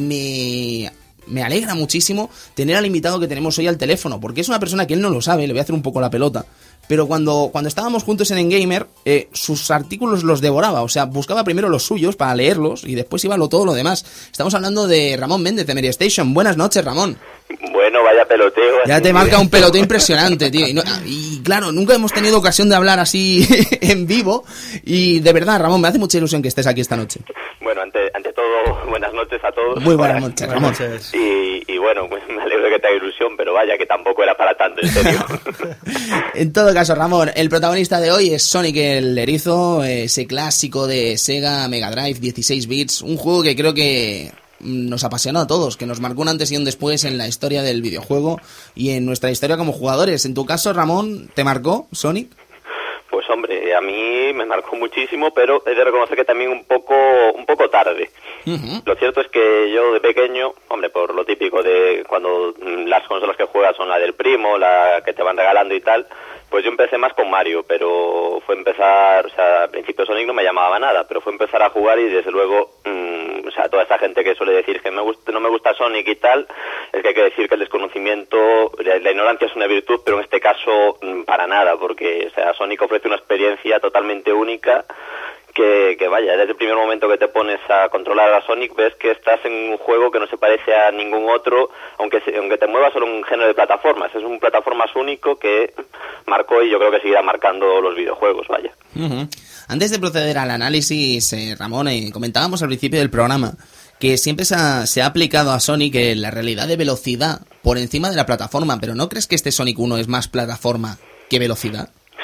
me alegra muchísimo tener al invitado que tenemos hoy al teléfono, porque es una persona que él no lo sabe, le voy a hacer un poco la pelota, pero cuando estábamos juntos en Engamer, sus artículos los devoraba, o sea, buscaba primero los suyos para leerlos y después iba todo lo demás. Estamos hablando de Ramón Méndez de Media Station. Buenas noches, Ramón. Bueno, vaya peloteo. Ya te marca un peloteo impresionante, tío. Y claro, nunca hemos tenido ocasión de hablar así en vivo. Y de verdad, Ramón, me hace mucha ilusión que estés aquí esta noche. Bueno, ante todo, buenas noches a todos. Muy buenas noches, Ramón. Y bueno, pues me alegro de que te haga ilusión, pero vaya que tampoco era para tanto, en serio. En todo caso, Ramón, el protagonista de hoy es Sonic el Erizo, ese clásico de Sega Mega Drive 16 bits, un juego que creo que nos apasionó a todos, que nos marcó un antes y un después en la historia del videojuego y en nuestra historia como jugadores. En tu caso, Ramón, ¿te marcó Sonic? Pues hombre, a mí me marcó muchísimo, pero he de reconocer que también un poco tarde. Uh-huh. Lo cierto es que yo de pequeño, hombre, por lo típico de cuando las consolas que juegas son la del primo, la que te van regalando y tal, pues yo empecé más con Mario, pero fue empezar, o sea, al principio Sonic no me llamaba nada, pero fue empezar a jugar y desde luego, o sea, toda esa gente que suele decir que no me gusta Sonic y tal, es que hay que decir que el desconocimiento, la ignorancia es una virtud, pero en este caso para nada, porque, o sea, Sonic ofrece una experiencia totalmente única que vaya, desde el primer momento que te pones a controlar a Sonic ves que estás en un juego que no se parece a ningún otro, aunque te muevas solo en un género de plataformas. Es un plataformas único que marcó y yo creo que seguirá marcando los videojuegos, vaya. Uh-huh. Antes de proceder al análisis, Ramón, comentábamos al principio del programa que siempre se ha aplicado a Sonic la realidad de velocidad por encima de la plataforma, pero ¿no crees que este Sonic 1 es más plataforma que velocidad?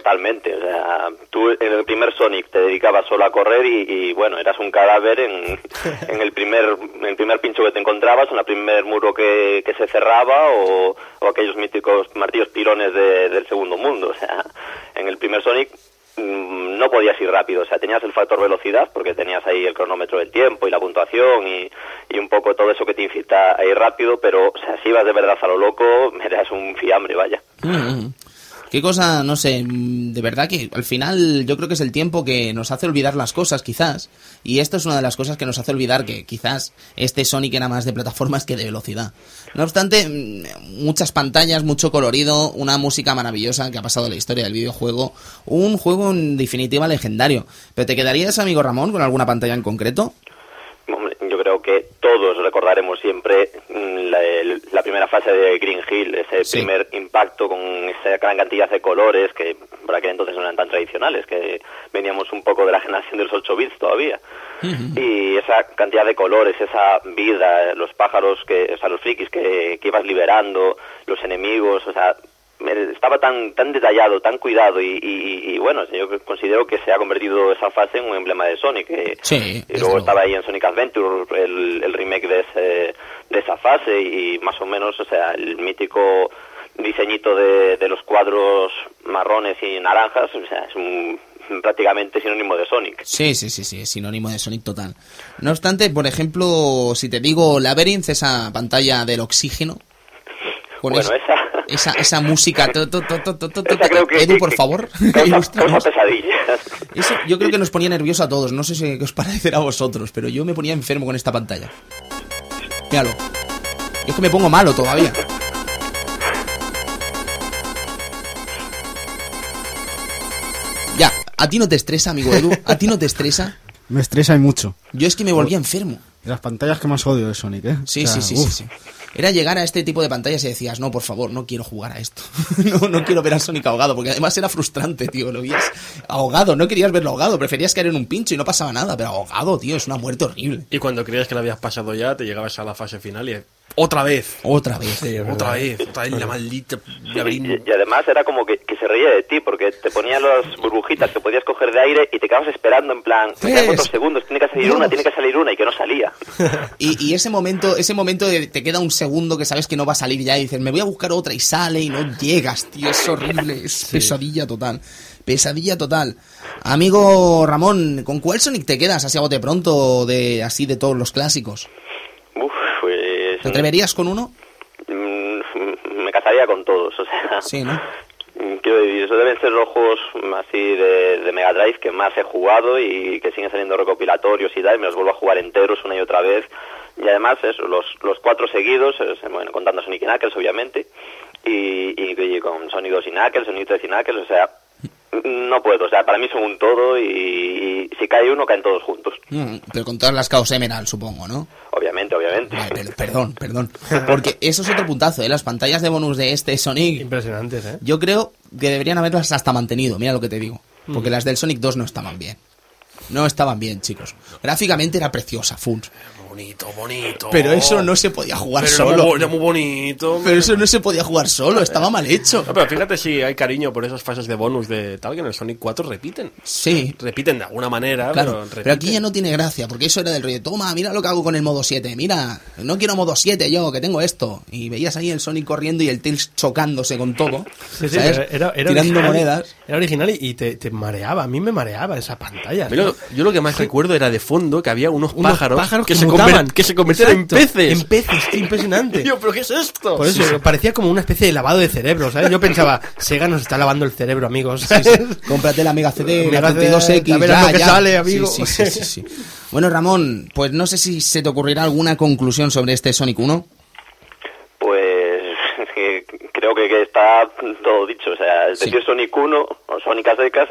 Totalmente, o sea, tú en el primer Sonic te dedicabas solo a correr y bueno, eras un cadáver en el primer pincho que te encontrabas, en el primer muro que se cerraba o aquellos míticos martillos pilones del segundo mundo. O sea, en el primer Sonic no podías ir rápido, o sea, tenías el factor velocidad porque tenías ahí el cronómetro del tiempo y la puntuación y un poco todo eso que te incita a ir rápido, pero o sea, si ibas de verdad a lo loco, eras un fiambre, vaya. Qué cosa, no sé, de verdad que al final yo creo que es el tiempo que nos hace olvidar las cosas, quizás, y esto es una de las cosas que nos hace olvidar que quizás este Sonic era más de plataformas que de velocidad. No obstante, muchas pantallas, mucho colorido, una música maravillosa que ha pasado en la historia del videojuego, un juego en definitiva legendario. ¿Pero te quedarías, amigo Ramón, con alguna pantalla en concreto? Yo creo que todos recordaremos siempre la primera fase de Green Hill, ese primer impacto con esa gran cantidad de colores que por aquel entonces no eran tan tradicionales, que veníamos un poco de la generación de los 8 bits todavía. Y esa cantidad de colores, esa vida, los pájaros, los frikis que ibas liberando, los enemigos, o sea, estaba tan detallado, tan cuidado y bueno, yo considero que se ha convertido esa fase en un emblema de Sonic. Sí, y luego estaba ahí en Sonic Adventure el remake de esa fase y más o menos, o sea, el mítico diseñito de los cuadros marrones y naranjas, o sea, es prácticamente sinónimo de Sonic. Sí, es sinónimo de Sonic total. No obstante, por ejemplo, si te digo Labyrinth, esa pantalla del oxígeno, con bueno, esa música, creo que, Edu, por favor, causa pesadillas. Eso yo creo que nos ponía nerviosos a todos. No sé qué os parecerá a vosotros, pero yo me ponía enfermo con esta pantalla. Míralo. Es que me pongo malo todavía. Ya, ¿a ti no te estresa, amigo Edu? ¿A ti no te estresa? Me estresa y mucho. Yo es que me volvía enfermo. De las pantallas que más odio de Sonic, ¿eh? Sí, o sea, sí. Era llegar a este tipo de pantallas y decías, no, por favor, no quiero jugar a esto. no quiero ver a Sonic ahogado, porque además era frustrante, tío. Lo veías ahogado, no querías verlo ahogado, preferías caer en un pincho y no pasaba nada, pero ahogado, tío, es una muerte horrible. Y cuando creías que lo habías pasado ya, te llegabas a la fase final y otra vez. Sí, otra vez, la maldita laberinto. Y además era como que se reía de ti, porque te ponía las burbujitas que podías coger de aire y te quedabas esperando en plan, otros segundos, tiene que salir una y que no salía. Y ese momento te queda un segundo que sabes que no va a salir ya y dices, me voy a buscar otra y sale y no llegas, tío, es horrible, es pesadilla total. Pesadilla total. Amigo Ramón, ¿con cuál Sonic te quedas así a bote pronto así de todos los clásicos? ¿Te atreverías con uno? Me casaría con todos, o sea... Sí, ¿no? Quiero decir, eso deben ser los juegos así de Mega Drive que más he jugado y que siguen saliendo recopilatorios y tal, y me los vuelvo a jugar enteros una y otra vez. Y además, eso, los 4 seguidos, bueno, contando Sonic y Knuckles, obviamente, y con Sonic 2 y Knuckles, Sonic 3 y Knuckles, o sea... No puedo, o sea, para mí son un todo y si cae uno, caen todos juntos. Pero con todas las Chaos Emerald, supongo, ¿no? Obviamente. Vale, perdón. Porque eso es otro puntazo, ¿eh? Las pantallas de bonus de este Sonic... Impresionantes, ¿eh? Yo creo que deberían haberlas hasta mantenido, mira lo que te digo. Porque las del Sonic 2 no estaban bien. No estaban bien, chicos. Gráficamente era preciosa, Funs. Bonito. Pero eso no se podía jugar solo. Era muy bonito. Pero eso no se podía jugar solo, estaba mal hecho. No, pero fíjate si hay cariño por esas fases de bonus de tal que en el Sonic 4 repiten. Sí. Repiten de alguna manera, claro, pero aquí ya no tiene gracia, porque eso era del rollo, toma, mira lo que hago con el modo 7, mira, no quiero modo 7 yo, que tengo esto. Y veías ahí el Sonic corriendo y el Tails chocándose con todo, ¿sabes? Era tirando original, monedas. Era original y te mareaba, a mí me mareaba esa pantalla. Pero yo lo que más recuerdo era de fondo que había unos pájaros que se convertían en peces. En peces, qué impresionante. Yo, ¿pero qué es esto? Por eso, parecía como una especie de lavado de cerebro, ¿sabes? Yo pensaba, Sega nos está lavando el cerebro, amigos. Sí. Cómprate la Mega CD, la 32X, a ver lo que sale, amigo. Sí. Bueno, Ramón, pues no sé si se te ocurrirá alguna conclusión sobre este Sonic 1. Pues creo que está todo dicho, o sea, es decir, Sonic 1 o Sonic a secas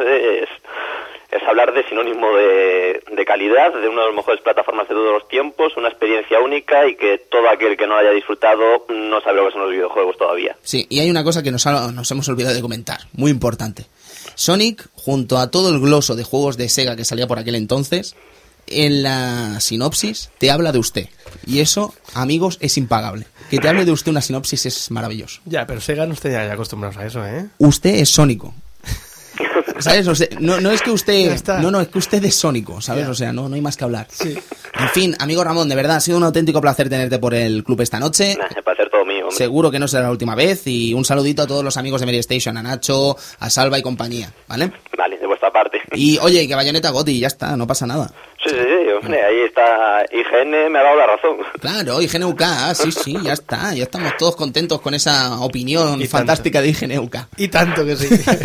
es hablar de sinónimo de calidad, de una de las mejores plataformas de todos los tiempos, una experiencia única y que todo aquel que no la haya disfrutado no sabe lo que son los videojuegos todavía. Sí, y hay una cosa que nos hemos olvidado de comentar, muy importante. Sonic, junto a todo el gloso de juegos de Sega que salía por aquel entonces, en la sinopsis te habla de usted. Y eso, amigos, es impagable. Que te hable de usted una sinopsis es maravilloso. Ya, pero Sega no está ya acostumbrados a eso, ¿eh? Usted es Sónico. ¿sabes? O sea, no es que Ya usted... está. No, es que usted es sónico, ¿sabes? Ya. O sea, no hay más que hablar. Sí. En fin, amigo Ramón, de verdad, ha sido un auténtico placer tenerte por el club esta noche. El placer todo mío, hombre. Seguro que no será la última vez. Y un saludito a todos los amigos de Mary Station, a Nacho, a Salva y compañía, ¿vale? Vale, de vuestra parte. Y oye, que Bayonetta Goti, ya está, no pasa nada. Sí, hombre, ahí está. IGN me ha dado la razón. Claro, IGNUK, sí, ya está. Ya estamos todos contentos con esa opinión Y fantástica de IGNUK. Y tanto que sí.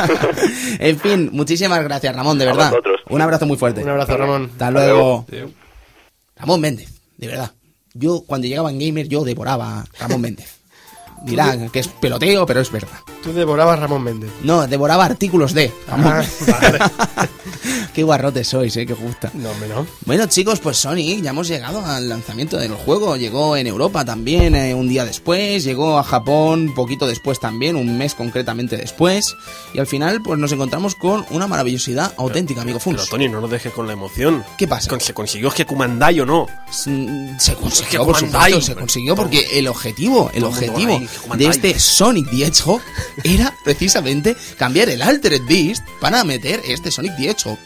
En fin, muchísimas gracias, Ramón, de A verdad. vosotros. Un abrazo muy fuerte. Un abrazo, Ramón. Hasta luego. Tío. Ramón Méndez, de verdad. Yo, cuando llegaba en Gamer, yo devoraba a Ramón Méndez. Dirá que es peloteo, pero es verdad. Tú devorabas Ramón Méndez. No, devoraba artículos de Ramón. Ah, vale. Qué guarrotes sois, que gusta. No, hombre, no. Bueno, chicos, pues Sonic, ya hemos llegado al lanzamiento del juego. Llegó en Europa también un día después, llegó a Japón un poquito después también, un mes concretamente después. Y al final, pues nos encontramos con una maravillosidad auténtica, amigo Pero Funs. Tony, no nos dejes con la emoción. ¿Qué pasa? ¿Se consiguió que Kumandai o no? Se consiguió, que por Bandai. supuesto, se consiguió porque el objetivo Todo el mundo ahí, que de Bandai. este Sonic the Hedgehog era precisamente cambiar el Altered Beast para meter este Sonic the Hedgehog.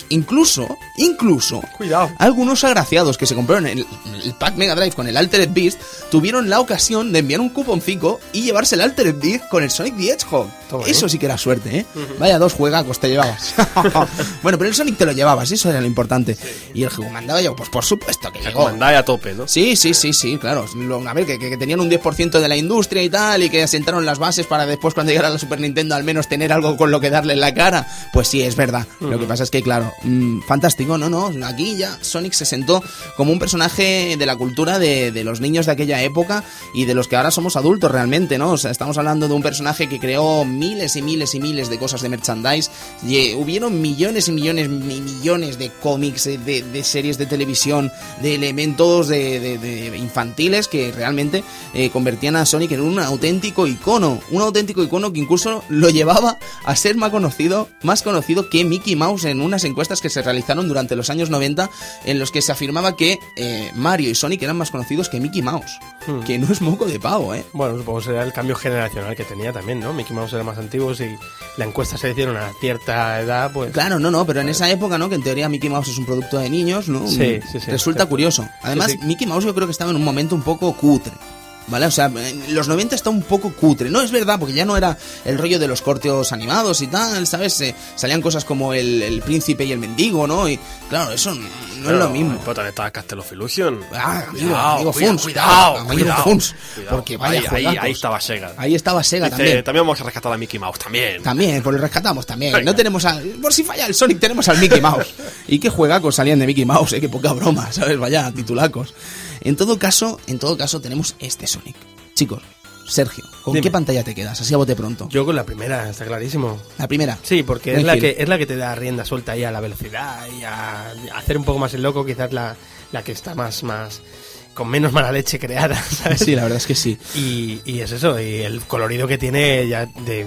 Incluso, Cuidado. algunos agraciados que se compraron el pack Mega Drive con el Altered Beast tuvieron la ocasión de enviar un cuponcico y llevarse el Altered Beast con el Sonic the Hedgehog. Toma, Eso sí que era suerte, ¿eh? Vaya dos juegacos te llevabas. Bueno, pero el Sonic te lo llevabas, eso era lo importante. Y el que mandaba yo, pues por supuesto que llegó. Kumandai a tope, ¿no? Sí, claro. A ver, que tenían un 10% de la industria y tal, y que asentaron las bases para después, cuando llegara la Super Nintendo, al menos tener algo con lo que darle en la cara. Pues sí, es verdad. Lo que pasa es que, claro, fantástico, no. Aquí ya Sonic se sentó como un personaje de la cultura de los niños de aquella época y de los que ahora somos adultos realmente, ¿no? O sea, estamos hablando de un personaje que creó miles y miles y miles de cosas de merchandise. Y hubieron millones y millones de cómics, de series de televisión, de elementos de infantiles que realmente convertían a Sonic en un auténtico icono que incluso lo llevaba a ser más conocido que Mickey Mouse en unas encuestas que se realizaron durante los años 90 en los que se afirmaba que Mario y Sonic eran más conocidos que Mickey Mouse, que no es moco de pavo, ¿eh? Bueno, supongo que será el cambio generacional que tenía también, ¿no? Mickey Mouse era más antiguo, si la encuesta se hicieron a cierta edad, pues... Claro, no, pero en esa época, ¿no? Que en teoría Mickey Mouse es un producto de niños, ¿no? Sí, Resulta sí. curioso. Además, Sí. Mickey Mouse yo creo que estaba en un momento un poco cutre. ¿Vale? O sea, en los 90 está un poco cutre. No es verdad, porque ya no era el rollo de los cortos animados y tal, ¿sabes? Salían cosas como el príncipe y el mendigo, ¿no? Y claro, eso no es lo mismo. Pero también estaba Castle of Illusion. Ah, Cuidado, amigo cuidado, Funs, cuidado, amigo cuidado, Funs, cuidado. porque vaya juegacos. ahí estaba Sega. Ahí estaba Sega Dice, también. vamos a rescatar a Mickey Mouse también. También, pues lo rescatamos también. Venga. No tenemos por si falla el Sonic, tenemos al Mickey Mouse. Y qué juegacos salían de Mickey Mouse, qué poca broma, ¿sabes? Vaya, titulacos. En todo caso, tenemos este Sonic. Chicos, Sergio, ¿con Dime. qué pantalla te quedas? Así a bote pronto. Yo con la primera, está clarísimo. La primera. Sí, porque Ven, es Gil. la que te da rienda suelta ahí a la velocidad y a hacer un poco más el loco, quizás la que está más con menos mala leche creada, ¿sabes? Sí, la verdad es que sí. Y es eso, y el colorido que tiene ya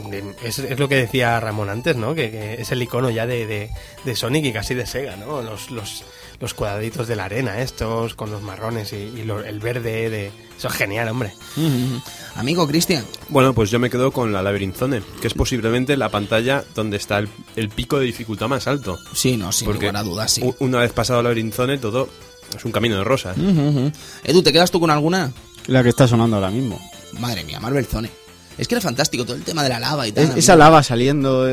es lo que decía Ramón antes, ¿no? Que es el icono ya de Sonic y casi de Sega, ¿no? Los cuadraditos de la arena estos, con los marrones y el verde, eso es genial, hombre. Amigo Cristian. Bueno, pues yo me quedo con la Labyrinth Zone, que es posiblemente la pantalla donde está el pico de dificultad más alto. Sí, no, sin Porque lugar a dudas, sí. Una vez pasado la Labyrinth Zone, todo es un camino de rosas. Edu, ¿te quedas tú con alguna? La que está sonando ahora mismo. Madre mía, Marvel Zone. Es que era fantástico todo el tema de la lava y tal. Esa amigo. lava saliendo,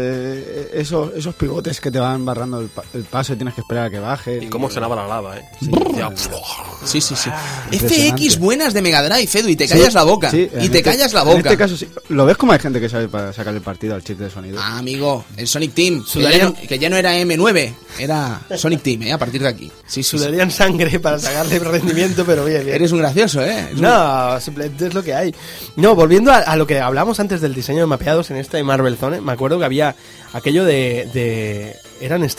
esos pivotes que te van barrando el paso y tienes que esperar a que baje. Y cómo sonaba la lava, ¿eh? Decía, Sí. Impresionante. FX buenas de Mega Drive, Edu, y te callas la boca. Sí, y te callas la En boca. este caso sí. ¿Lo ves como hay gente que sabe para sacar el partido al chip de sonido? Ah, amigo, el Sonic Team, Sudarían- que ya no era M9, era Sonic Team, a partir de aquí. Sí. Sudarían sangre para sacarle rendimiento, pero bien. Eres un gracioso, ¿eh? No, simplemente es lo que hay. No, volviendo a lo que hablamos antes del diseño de mapeados en esta Marvel Zone, me acuerdo que había aquello era en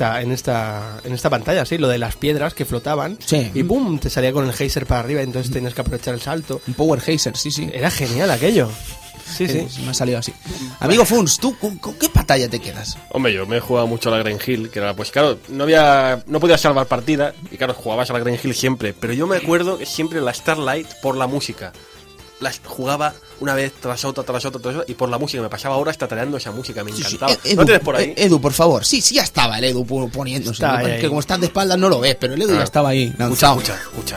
esta pantalla, sí, lo de las piedras que flotaban. Sí. Y boom, te salía con el geyser para arriba, entonces tenías que aprovechar el salto. Un Power Hazer, sí. Era genial aquello. Sí. Me ha salido así. Amigo Funs, ¿tú con qué pantalla te quedas? Hombre, yo me he jugado mucho a la Green Hill, que era, pues claro, no podía salvar partida, y claro, jugabas a la Green Hill siempre, pero yo me acuerdo que siempre la Starlight por la música. las jugaba una vez tras otra, y por la música me pasaba horas tatareando esa música, me Sí, sí. encantaba. Edu, ¿No tienes por ahí? Edu, por favor. Sí, ya estaba el Edu poniéndose. Está Lo que pasa es ahí. que como estás de espaldas no lo ves, pero el Edu ya estaba ahí. lanzado. Escucha.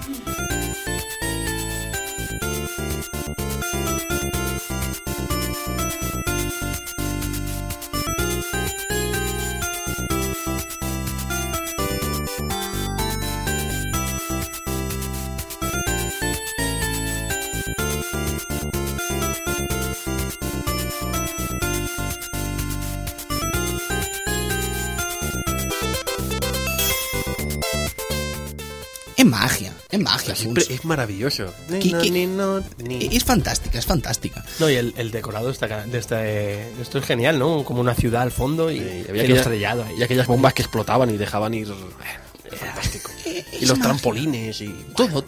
Es magia. Siempre Funs. es maravilloso. Es fantástica, es fantástica. No, y el decorado de esto es genial, ¿no? Como una ciudad al fondo y Había cielo aquella- estrellado ahí. y aquellas bombas que explotaban y dejaban ir... fantástico. Y es los magia. trampolines y...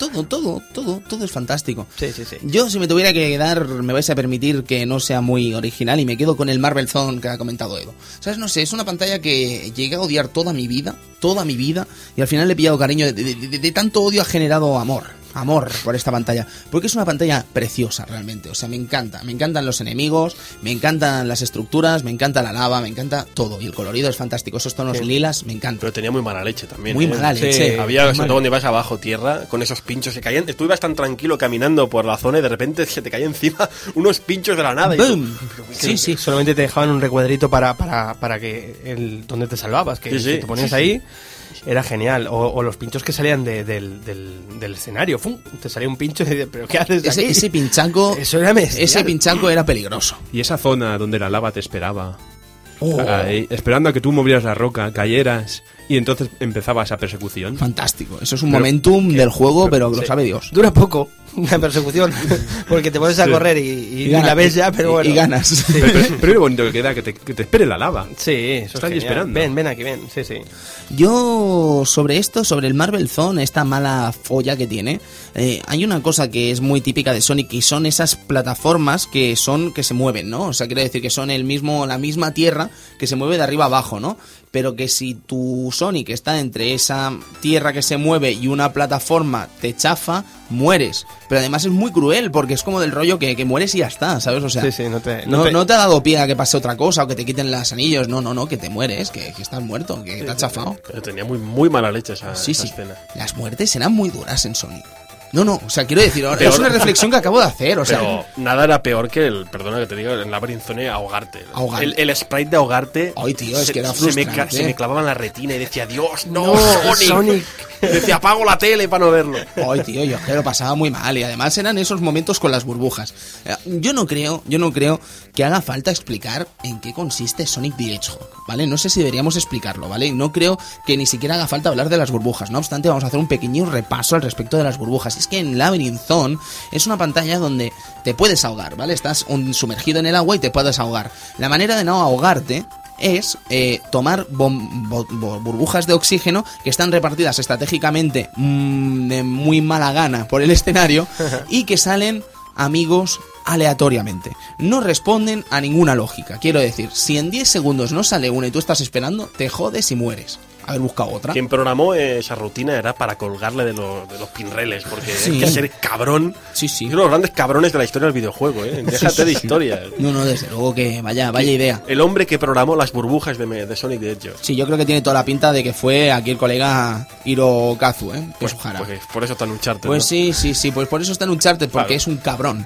Todo es fantástico. Sí. Yo, si me tuviera que quedar, me vais a permitir que no sea muy original y me quedo con el Marvel Zone que ha comentado Edo. ¿Sabes? No sé, es una pantalla que llegué a odiar toda mi vida, y al final le he pillado cariño. De tanto odio ha generado amor por esta pantalla, porque es una pantalla preciosa realmente, o sea, me encantan los enemigos, me encantan las estructuras, me encanta la lava, me encanta todo, y el colorido es fantástico, esos tonos Sí. lilas me encantan. Pero tenía muy mala leche también. Muy mala leche. Había, Muy sobre mala. todo donde ibas abajo tierra, con esos pinchos que caían. Tú ibas tan tranquilo caminando por la zona y de repente se te caía encima unos pinchos de la nada. Y tú, ¡Boom! Sí. Solamente te dejaban un recuadrito para que donde te salvabas, que, Sí, sí. que te ponías ahí. Era genial. O los pinchos que salían del escenario. ¡Fum! Te salía un pincho y dices, ¿pero qué haces aquí? Ese pinchanco, Eso era bestial. ese pinchanco era peligroso. Y esa zona donde la lava te esperaba. Oh. Ahí, esperando a que tú movieras la roca, cayeras, y entonces empezaba esa persecución. Fantástico, eso es un Pero, momentum del juego, pero lo Sí. sabe Dios. Dura poco la persecución, porque te pones a correr y la ves ya, pero bueno. Y ganas. Pero lo bonito que queda que te espere la lava. Sí, eso Están es genial. esperando. Ven aquí, ven. Sí. Yo, sobre el Marvel Zone, esta mala folla que tiene, hay una cosa que es muy típica de Sonic y son esas plataformas que se mueven, ¿no? O sea, quiero decir que son la misma tierra que se mueve de arriba abajo, ¿no? Pero que si tu Sonic está entre esa tierra que se mueve y una plataforma te chafa, mueres. Pero además es muy cruel porque es como del rollo que mueres y ya está, ¿sabes? O sea, Sí, no te no te ha dado pie a que pase otra cosa o que te quiten los anillos. No, que te mueres, que estás muerto, que te has chafado. Pero tenía muy mala leche esa Sí. escena. Las muertes eran muy duras en Sonic. No, o sea, quiero decir, ahora Peor. es una reflexión que acabo de hacer, o sea, Pero nada era peor que perdona que te diga, en Labyrinth Zone ahogarte. Ahogarte. El sprite de ahogarte. Ay, tío, es que era se me, frustrante. se me clavaba en la retina y decía, Dios, no, No, Sonic. Decía, apago la tele para no verlo. ay, tío, yo es que lo pasaba muy mal y además eran esos momentos con las burbujas. Yo no creo que haga falta explicar en qué consiste Sonic the Hedgehog, ¿vale? No sé si deberíamos explicarlo, ¿vale? No creo que ni siquiera haga falta hablar de las burbujas. No obstante, vamos a hacer un pequeño repaso al respecto de las burbujas. Es que en Labyrinth Zone es una pantalla donde te puedes ahogar, ¿vale? Estás sumergido en el agua y te puedes ahogar. La manera de no ahogarte es tomar burbujas de oxígeno que están repartidas estratégicamente de muy mala gana por el escenario y que salen amigos aleatoriamente. No responden a ninguna lógica. Quiero decir, si en 10 segundos no sale una y tú estás esperando, te jodes y mueres. Haber buscado otra. Quien programó esa rutina era para colgarle de los pinreles, porque Sí. hay que ser cabrón. Sí. Es uno de los grandes cabrones de la historia del videojuego, ¿eh? Déjate de historia. No, desde luego que vaya idea. El hombre que programó las burbujas de Sonic the Hedgehog. Sí, yo creo que tiene toda la pinta de que fue aquí el colega Hirokazu, ¿eh? Pues por eso está en Uncharted. Pues ¿no? sí, pues por eso está en Uncharted, porque Claro. es un cabrón.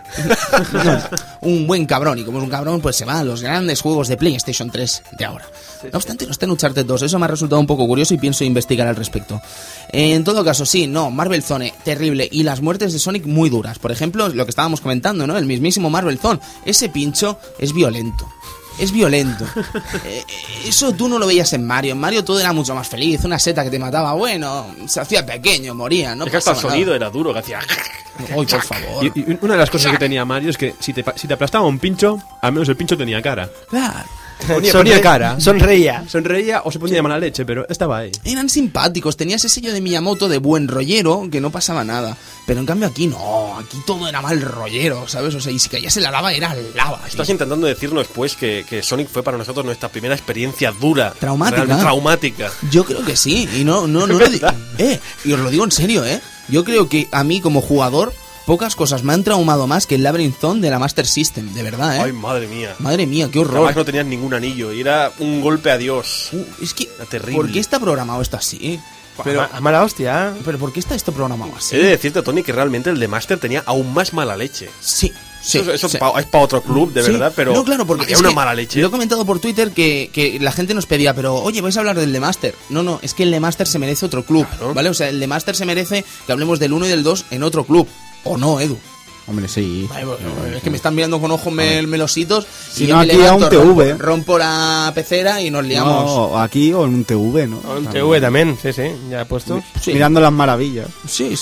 Un buen cabrón, y como es un cabrón, pues se va a los grandes juegos de PlayStation 3 de ahora. No obstante, no está en Uncharted 2, eso me ha resultado un poco curioso y pienso investigar al respecto. En todo caso, sí, no, Marvel Zone, terrible, y las muertes de Sonic muy duras. Por ejemplo, lo que estábamos comentando, ¿no? El mismísimo Marvel Zone, ese pincho es violento. Es violento. Eso tú no lo veías en Mario. En Mario todo era mucho más feliz. Una seta que te mataba, bueno, se hacía pequeño, moría, no Es que hasta el pasaba sonido nada. era duro, que hacía... Ay, por favor. Y una de las cosas que tenía Mario es que si te aplastaba un pincho, al menos el pincho tenía cara. Claro. Ponía cara. Sonreía. Sonreía o se ponía de mala leche, pero estaba ahí. Eran simpáticos, tenías ese sello de Miyamoto de buen rollero, que no pasaba nada. Pero en cambio aquí no, aquí todo era mal rollero, ¿sabes? O sea, y si caías en la lava, era lava. tío. Estás intentando decirnos, pues, que Sonic fue para nosotros nuestra primera experiencia dura. Traumática. Realmente traumática. Yo creo que sí, y no lo digo. Y os lo digo en serio, ¿eh? Yo creo que a mí como jugador pocas cosas me han traumado más que el Labyrinth Zone de la Master System, de verdad, Ay, madre mía. Madre mía, qué Además horror. no tenías ningún anillo y era un golpe a Dios. Es que, Era terrible. ¿por qué está programado esto así? A mala hostia. Pero ¿por qué está esto programado así? He de decirte, Tony, que realmente el de Master tenía aún más mala leche. Sí, sí. Eso sí. es para otro club, de Sí. verdad, pero no, claro, porque había es una que mala leche. Lo he comentado por Twitter que la gente nos pedía, pero oye, vais a hablar del de Master. No, es que el de Master se merece otro club, Claro. ¿vale? O sea, el de Master se merece que hablemos del 1 y del 2 en otro club. ¿O no, Edu? Hombre, sí. Es que me están mirando con ojos melositos. Si y no, yo me aquí a un levanto, TV. rompo la pecera y nos liamos. No, aquí o en un TV, ¿no? Un TV también, sí, ya he puesto. Sí. Mirando las maravillas. Sí.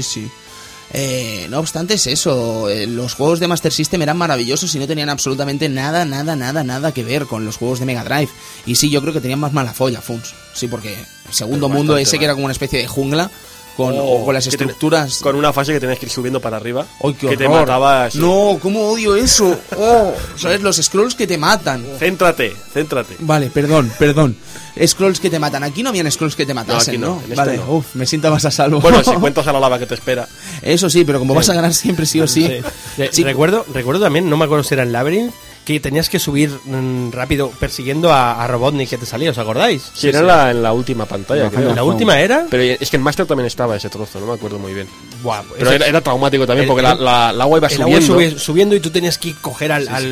No obstante es eso, los juegos de Master System eran maravillosos y no tenían absolutamente nada que ver con los juegos de Mega Drive. Y sí, yo creo que tenían más mala folla, Funs. Sí, porque el segundo Pero mundo bastante ese que mal. era como una especie de jungla con, Oh, o con las que te- estructuras... Con una fase que tenías que ir subiendo para arriba. ¡Ay, qué que te horror! mataba así. No, cómo odio eso. Oh, ¿sabes? Los scrolls que te matan. Céntrate. Vale, perdón. Scrolls que te matan. Aquí no habían scrolls que te matasen, No, ¿no? aquí no, en este Vale, no. uf, me siento más a salvo. Bueno, si cuentas a la lava que te espera. Eso sí, pero como vas a ganar siempre sí o sí. Sí. Recuerdo también, no me acuerdo si era en Labyrinth, que tenías que subir rápido persiguiendo a Robotnik que te salía, ¿os acordáis? Sí, era en la última pantalla, creo. ¿La última era? Pero es que en Master también estaba ese trozo, no me acuerdo muy bien. Buah, Pero era traumático también, porque el agua iba el agua subiendo. subiendo y tú tenías que coger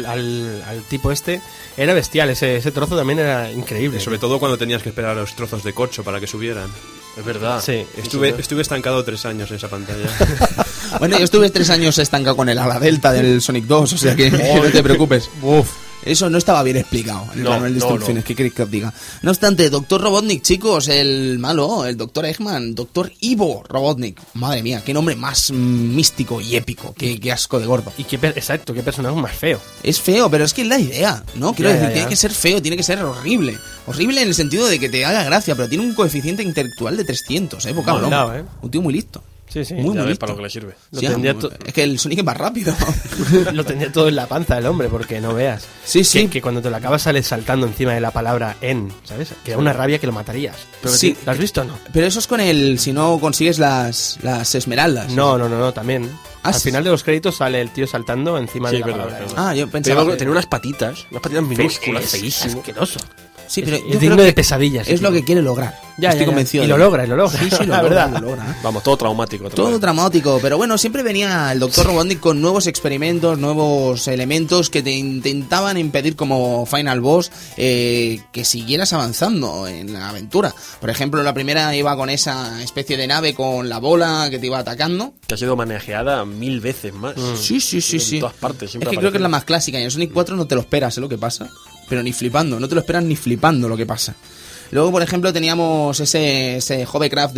al tipo este. Era bestial, ese trozo también era increíble. Sobre todo cuando tenías que esperar a los trozos de corcho para que subieran. Es verdad. Sí. Estuve estancado 3 años en esa pantalla. Bueno, yo estuve 3 años estancado con el ala delta del Sonic 2, o sea que no te preocupes. Eso no estaba bien explicado en el No, manual de no, instrucciones, ¿qué queréis que os diga? No obstante, Dr. Robotnik, chicos, el malo, el Dr. Eggman, Dr. Ivo Robotnik. Madre mía, qué nombre más místico y épico, qué asco de gordo. Y exacto, qué personaje más feo. Es feo, pero es que es la idea, ¿no? Quiero Ya, decir, ya. tiene que ser feo, tiene que ser horrible. Horrible en el sentido de que te haga gracia, pero tiene un coeficiente intelectual de 300, poca broma. Mandado, ¿eh? Un tío muy listo. Sí, sí. Muy Ya ves listo. para lo que le sirve. Lo Sí, tendría es que el Sonic es más rápido. Lo tenía todo en la panza el hombre, porque no veas. Sí, sí. Que cuando te lo acabas sales saltando encima de la palabra en, ¿sabes? Que da una rabia que lo matarías. Pero Sí. ¿lo has visto o no? Pero eso es con el si no consigues las esmeraldas. No, también. Ah, Al sí. final de los créditos sale el tío saltando encima Sí, de la es verdad, palabra. es verdad. Ah, yo Pero pensaba que... tenía unas patitas minúsculas, Es feísimo. asqueroso. Sí, pero Es yo digno creo de que pesadillas. es lo que quiere lograr. Estoy convencido. Y de lo ello. logra. Sí, sí, la lo verdad. logra. Vamos, todo traumático. otra Todo vez. dramático, pero bueno, siempre venía el Dr. Robotnik con nuevos experimentos, nuevos elementos que te intentaban impedir como Final Boss que siguieras avanzando en la aventura. Por ejemplo, la primera iba con esa especie de nave con la bola que te iba atacando. Que ha sido manejeada 1000 veces más. Sí. En todas partes. Es Siempre que creo que es la más clásica y en Sonic 4 no te lo esperas, lo que pasa. Pero ni flipando, no te lo esperas ni flipando lo que pasa. Luego, por ejemplo, teníamos ese hovercraft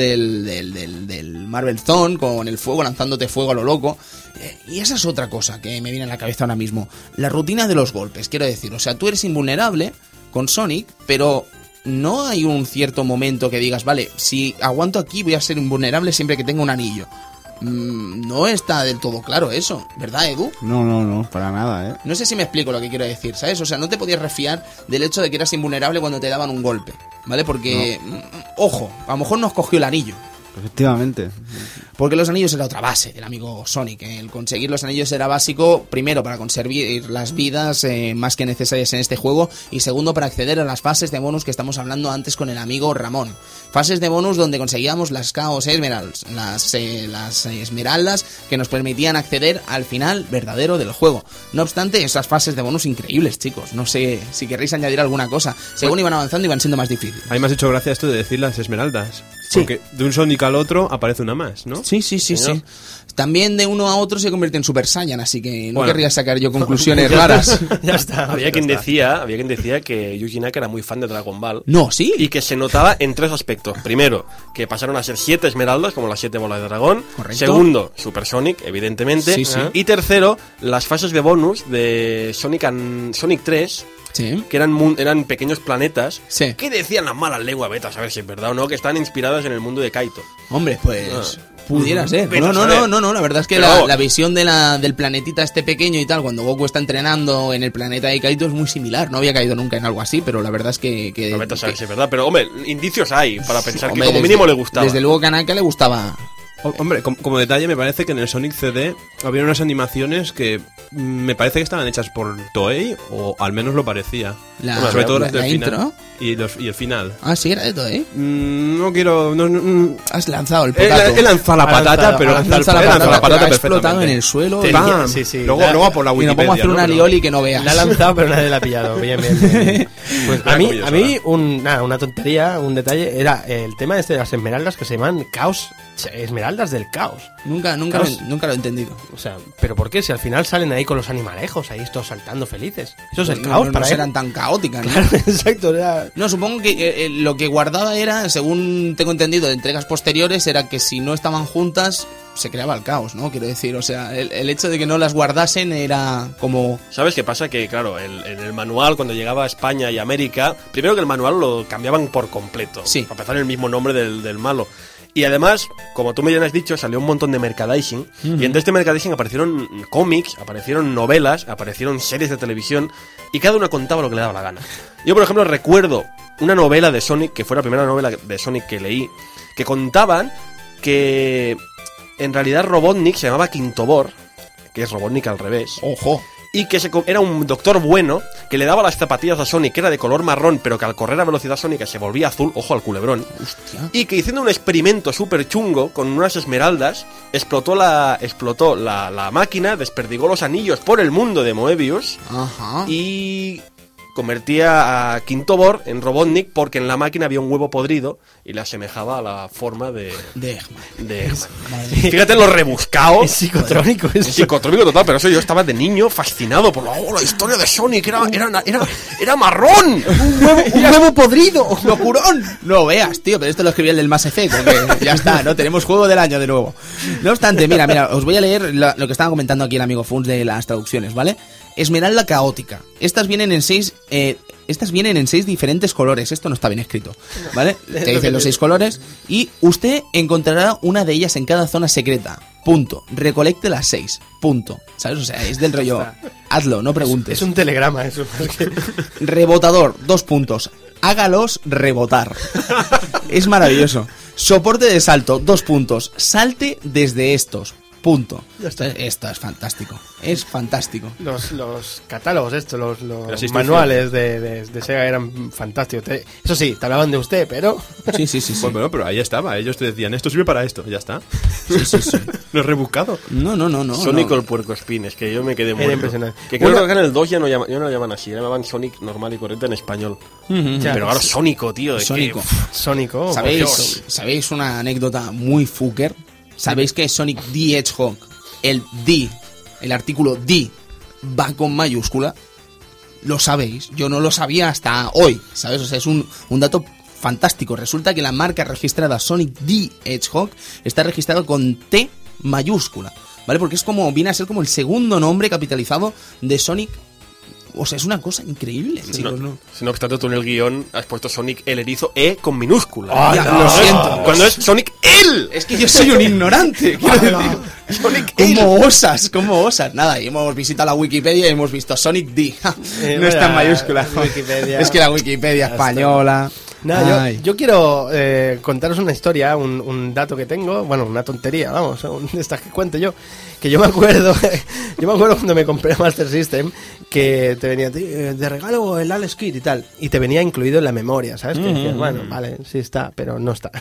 del Marvel Zone con el fuego, lanzándote fuego a lo loco. Y esa es otra cosa que me viene a la cabeza ahora mismo. La rutina de los golpes, quiero decir. O sea, tú eres invulnerable con Sonic, pero no hay un cierto momento que digas, vale, si aguanto aquí voy a ser invulnerable siempre que tenga un anillo. No está del todo claro eso, ¿verdad, Edu? No, para nada, ¿eh? No sé si me explico lo que quiero decir, ¿sabes? O sea, no te podías refiar del hecho de que eras invulnerable cuando te daban un golpe, ¿vale? Porque, ojo, a lo mejor nos cogió el anillo. Efectivamente. Porque los anillos era otra base del amigo Sonic. El conseguir los anillos era básico, primero, para conseguir las vidas más que necesarias en este juego, y segundo, para acceder a las fases de bonus que estamos hablando antes con el amigo Ramón. Fases de bonus donde conseguíamos las Chaos Emeralds, las esmeraldas que nos permitían acceder al final verdadero del juego. No obstante, esas fases de bonus increíbles, chicos. No sé si querréis añadir alguna cosa. Según iban avanzando, iban siendo más difíciles. A mí me has hecho gracia esto de decir las esmeraldas. Sí. Porque de un Sonic al otro aparece una más, ¿no? Sí. También de uno a otro se convierte en Super Saiyan, así que no Bueno. querría sacar yo conclusiones raras. Ya está. Había quien decía que Yuji Naka era muy fan de Dragon Ball. No, sí. Y que se notaba en 3 aspectos. Primero, que pasaron a ser 7 esmeraldas, como las 7 bolas de dragón. Correcto. Segundo, Super Sonic, evidentemente. Sí, sí. Y tercero, las fases de bonus de Sonic 3, Sí. que eran pequeños planetas, Sí. que decían las malas lenguas, vete a saber si es verdad o no, que están inspiradas en el mundo de Kaito. Hombre, pues pudiera ser. Vete a No, saber. la verdad es que Pero vamos. la visión del planetita este pequeño y tal, cuando Goku está entrenando en el planeta de Kaito, es muy similar. No había caído nunca en algo así, pero la verdad es que No, vete a saber si es verdad, pero hombre, indicios hay para pensar hombre, que como desde- mínimo le gustaba. Desde luego que a Naka le gustaba Hombre, como detalle, me parece que en el Sonic CD había unas animaciones que me parece que estaban hechas por Toei, o al menos lo parecía. Sobre todo las del final. Intro. Y el final. Ah, sí, era de todo, ¿eh? No quiero... Has lanzado el potato. He lanzado la patata, pero Has lanzado la patata, patata ha explotado en el suelo. ¡Pam! Sí, sí. Luego por la Y Wikipedia. nos vamos a hacer una ¿no? lioli que no veas. La ha lanzado, pero nadie la ha pillado. Bien, bien, bien. Pues a mí una tontería, un detalle, era el tema este de las esmeraldas que se llaman caos, esmeraldas del caos. Nunca lo he entendido. O sea, ¿pero por qué? Si al final salen ahí con los animalejos, ahí todos saltando felices. Eso es el No, caos no para serán él. tan caóticas, ¿no? Claro, exacto. Era... No, supongo que lo que guardaba era, según tengo entendido de entregas posteriores, era que si no estaban juntas se creaba el caos, ¿no? Quiero decir, o sea, el hecho de que no las guardasen era como... ¿Sabes qué pasa? Que, claro, en el manual, cuando llegaba a España y América, primero que el manual lo cambiaban por completo. Sí. Para empezar, el mismo nombre del malo. Y además, como tú me ya has dicho, salió un montón de merchandising. Y entre este merchandising aparecieron cómics, aparecieron novelas, aparecieron series de televisión. Y cada una contaba lo que le daba la gana. Yo, por ejemplo, recuerdo una novela de Sonic, que fue la primera novela de Sonic que leí, que contaban que en realidad Robotnik se llamaba Quintobor, que es Robotnik al revés. ¡Ojo! Y que era un doctor bueno que le daba las zapatillas a Sonic, que era de color marrón, pero que al correr a velocidad sónica se volvía azul, ojo al culebrón. Hostia. Y que haciendo un experimento súper chungo con unas esmeraldas, explotó la máquina, desperdigó los anillos por el mundo de Moebius Ajá. y convertía a Quintobor en Robotnik porque en la máquina había un huevo podrido y le asemejaba a la forma de Eggman. Madre. Fíjate lo rebuscado. Es psicotrónico. Es psicotrópico total, pero eso yo estaba de niño fascinado por la historia de Sonic, era marrón. ¡Un huevo podrido! ¡Locurón! No veas, tío, pero esto lo escribí el del Mass Effect, porque ya está, ¿no? Tenemos juego del año de nuevo. No obstante, mira, os voy a leer lo que estaba comentando aquí el amigo Funs de las traducciones, ¿vale? Esmeralda caótica. Estas vienen en 6 diferentes colores. Esto no está bien escrito, ¿vale? Te dicen los 6 colores y usted encontrará una de ellas en cada zona secreta. Punto. Recolecte las 6. Punto. ¿Sabes? O sea, es del rollo. Hazlo, no preguntes. Es un telegrama eso. Rebotador, 2 puntos. Hágalos rebotar. Es maravilloso. Soporte de salto, 2 puntos. Salte desde estos. Punto. Ya está. Esto es fantástico. Es fantástico. Los catálogos estos, los instrucciones. manuales de Sega eran fantásticos. Eso sí, te hablaban de usted, pero... Sí. Bueno, pero ahí estaba. Ellos te decían, esto sirve para esto. Ya está. Sí. No es rebuscado. No. Sonic no. o el puercoespín, es que yo me quedé Era muerto. impresionante. Que creo que en el 2 ya no lo llaman así, ya llamaban Sonic normal y corriente en español. Ya, Pero claro, Sónico, tío. Sónico. Sónico. ¿Sabéis una anécdota muy fucker? ¿Sabéis que Sonic the Hedgehog, el D, el artículo D, va con mayúscula? Lo sabéis, yo no lo sabía hasta hoy, ¿sabes? O sea, es un dato fantástico. Resulta que la marca registrada Sonic the Hedgehog está registrada con T mayúscula, ¿vale? Porque viene a ser como el segundo nombre capitalizado de Sonic. O sea, es una cosa increíble, chicos, ¿no? No obstante, tú en el guión has puesto Sonic el erizo E con minúscula. Ah, ya, lo siento. Cuando es Sonic el. Es que yo soy un ignorante. Quiero decir, Sonic ¿Cómo osas? Nada, y hemos visitado la Wikipedia y hemos visto Sonic D. No está en vaya, mayúscula. Wikipedia. Es que la Wikipedia española. Nada, Ay. yo quiero contaros una historia, un dato que tengo, bueno, una tontería, vamos, de estas que cuento yo, que yo me acuerdo cuando me compré Master System, que te venía de regalo el Alex Kidd y tal, y te venía incluido en la memoria, ¿sabes? Que decías, bueno, vale, sí está, pero no está.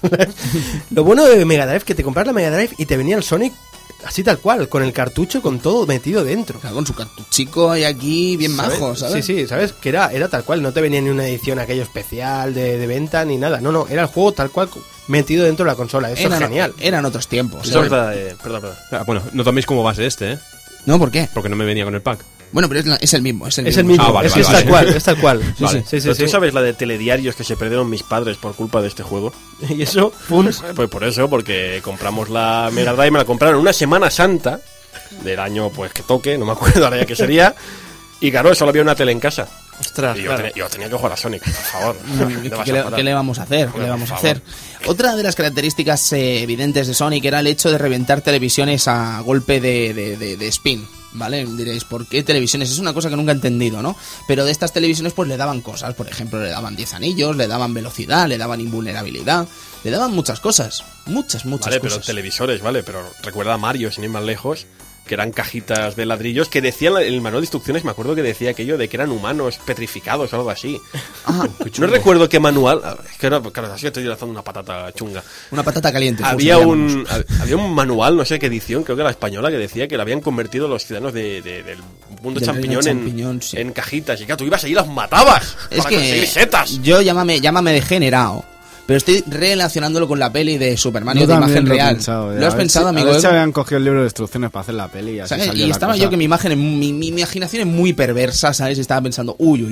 Lo bueno de Mega Drive, que te compras la Mega Drive y te venía el Sonic así tal cual, con el cartucho, con todo metido dentro. Claro, con su cartuchico y aquí bien majo, ¿sabes? Sí, ¿sabes? Que era tal cual, no te venía ni una edición aquello especial de venta ni nada. No, era el juego tal cual metido dentro de la consola. Eso es genial. Eran otros tiempos. Eso ¿sabes? es perdón. Bueno, no toméis como base este, ¿eh? No, ¿por qué? Porque no me venía con el pack. Bueno, pero es el mismo. Es el mismo, Ah, vale, es que vale, es tal cual, es tal cual. Sí, Vale. sí. ¿Pero tú sabes la de telediarios que se perdieron mis padres por culpa de este juego? Y eso, Pues por eso, porque compramos la Mega Drive, me la compraron una Semana Santa del año pues que toque, no me acuerdo ahora ya qué sería. Y claro, solo había una tele en casa. ostras, Y claro. yo tenía que jugar a Sonic, por favor. ¿Qué le vamos a hacer? ¿Qué le vamos a hacer? Otra de las características evidentes de Sonic era el hecho de reventar televisiones a golpe de spin, ¿vale? Diréis, ¿por qué televisiones? Es una cosa que nunca he entendido, ¿no? Pero de estas televisiones pues le daban cosas, por ejemplo, le daban 10 anillos, le daban velocidad, le daban invulnerabilidad, le daban muchas cosas. Muchas Vale, pero cosas. televisores, vale, pero recuerda a Mario, sin ir más lejos, que eran cajitas de ladrillos que decían el manual de instrucciones, me acuerdo que decía aquello de que eran humanos petrificados o algo así. Ah, No recuerdo qué manual, es que claro, así estoy lanzando una patata chunga. una patata caliente. Había como se un manual, no sé qué edición, creo que era española, que decía que lo habían convertido los ciudadanos del mundo Del reino champiñón, champiñón, sí. en cajitas. Y claro, tú ibas ahí y las matabas Es para conseguir que setas. yo llámame degenerado, pero estoy relacionándolo con la peli de Super Mario Yo de también imagen lo he real. pensado, ¿Lo has pensado, amigo? A ver si habían cogido el libro de instrucciones para hacer la peli y así ¿Sabes? salió Y la estaba cosa. yo que mi imaginación es muy perversa, ¿sabes? Y estaba pensando, uy.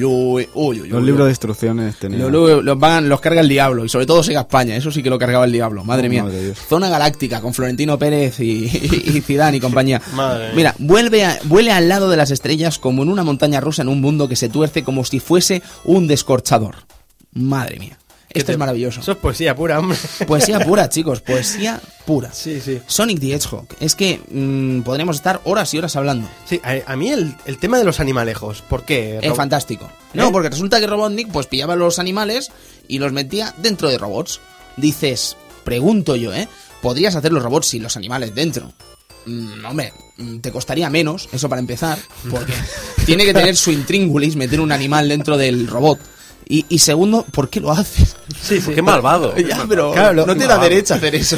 Los libros de instrucciones tenían... Los carga el diablo, y sobre todo Sega España, eso sí que lo cargaba el diablo, madre mía. Madre de Dios. Zona Galáctica con Florentino Pérez y Zidane y compañía. Madre Mira, vuele al lado de las estrellas como en una montaña rusa en un mundo que se tuerce como si fuese un descorchador. Madre mía. Esto es maravilloso. Eso es poesía pura, hombre. Poesía pura, chicos, poesía pura. Sí, sí. Sonic the Hedgehog. Es que podríamos estar horas y horas hablando. Sí, a mí el tema de los animalejos, ¿por qué? Es fantástico. No, porque resulta que Robotnik pues pillaba los animales y los metía dentro de robots. Dices, pregunto yo, ¿podrías hacer los robots sin los animales dentro? Hombre, te costaría menos, eso para empezar, porque tiene que tener su intríngulis meter un animal dentro del robot. Y segundo, ¿por qué lo haces? Sí, sí. Qué malvado. Ya, pero Claro, no te da derecho a hacer eso.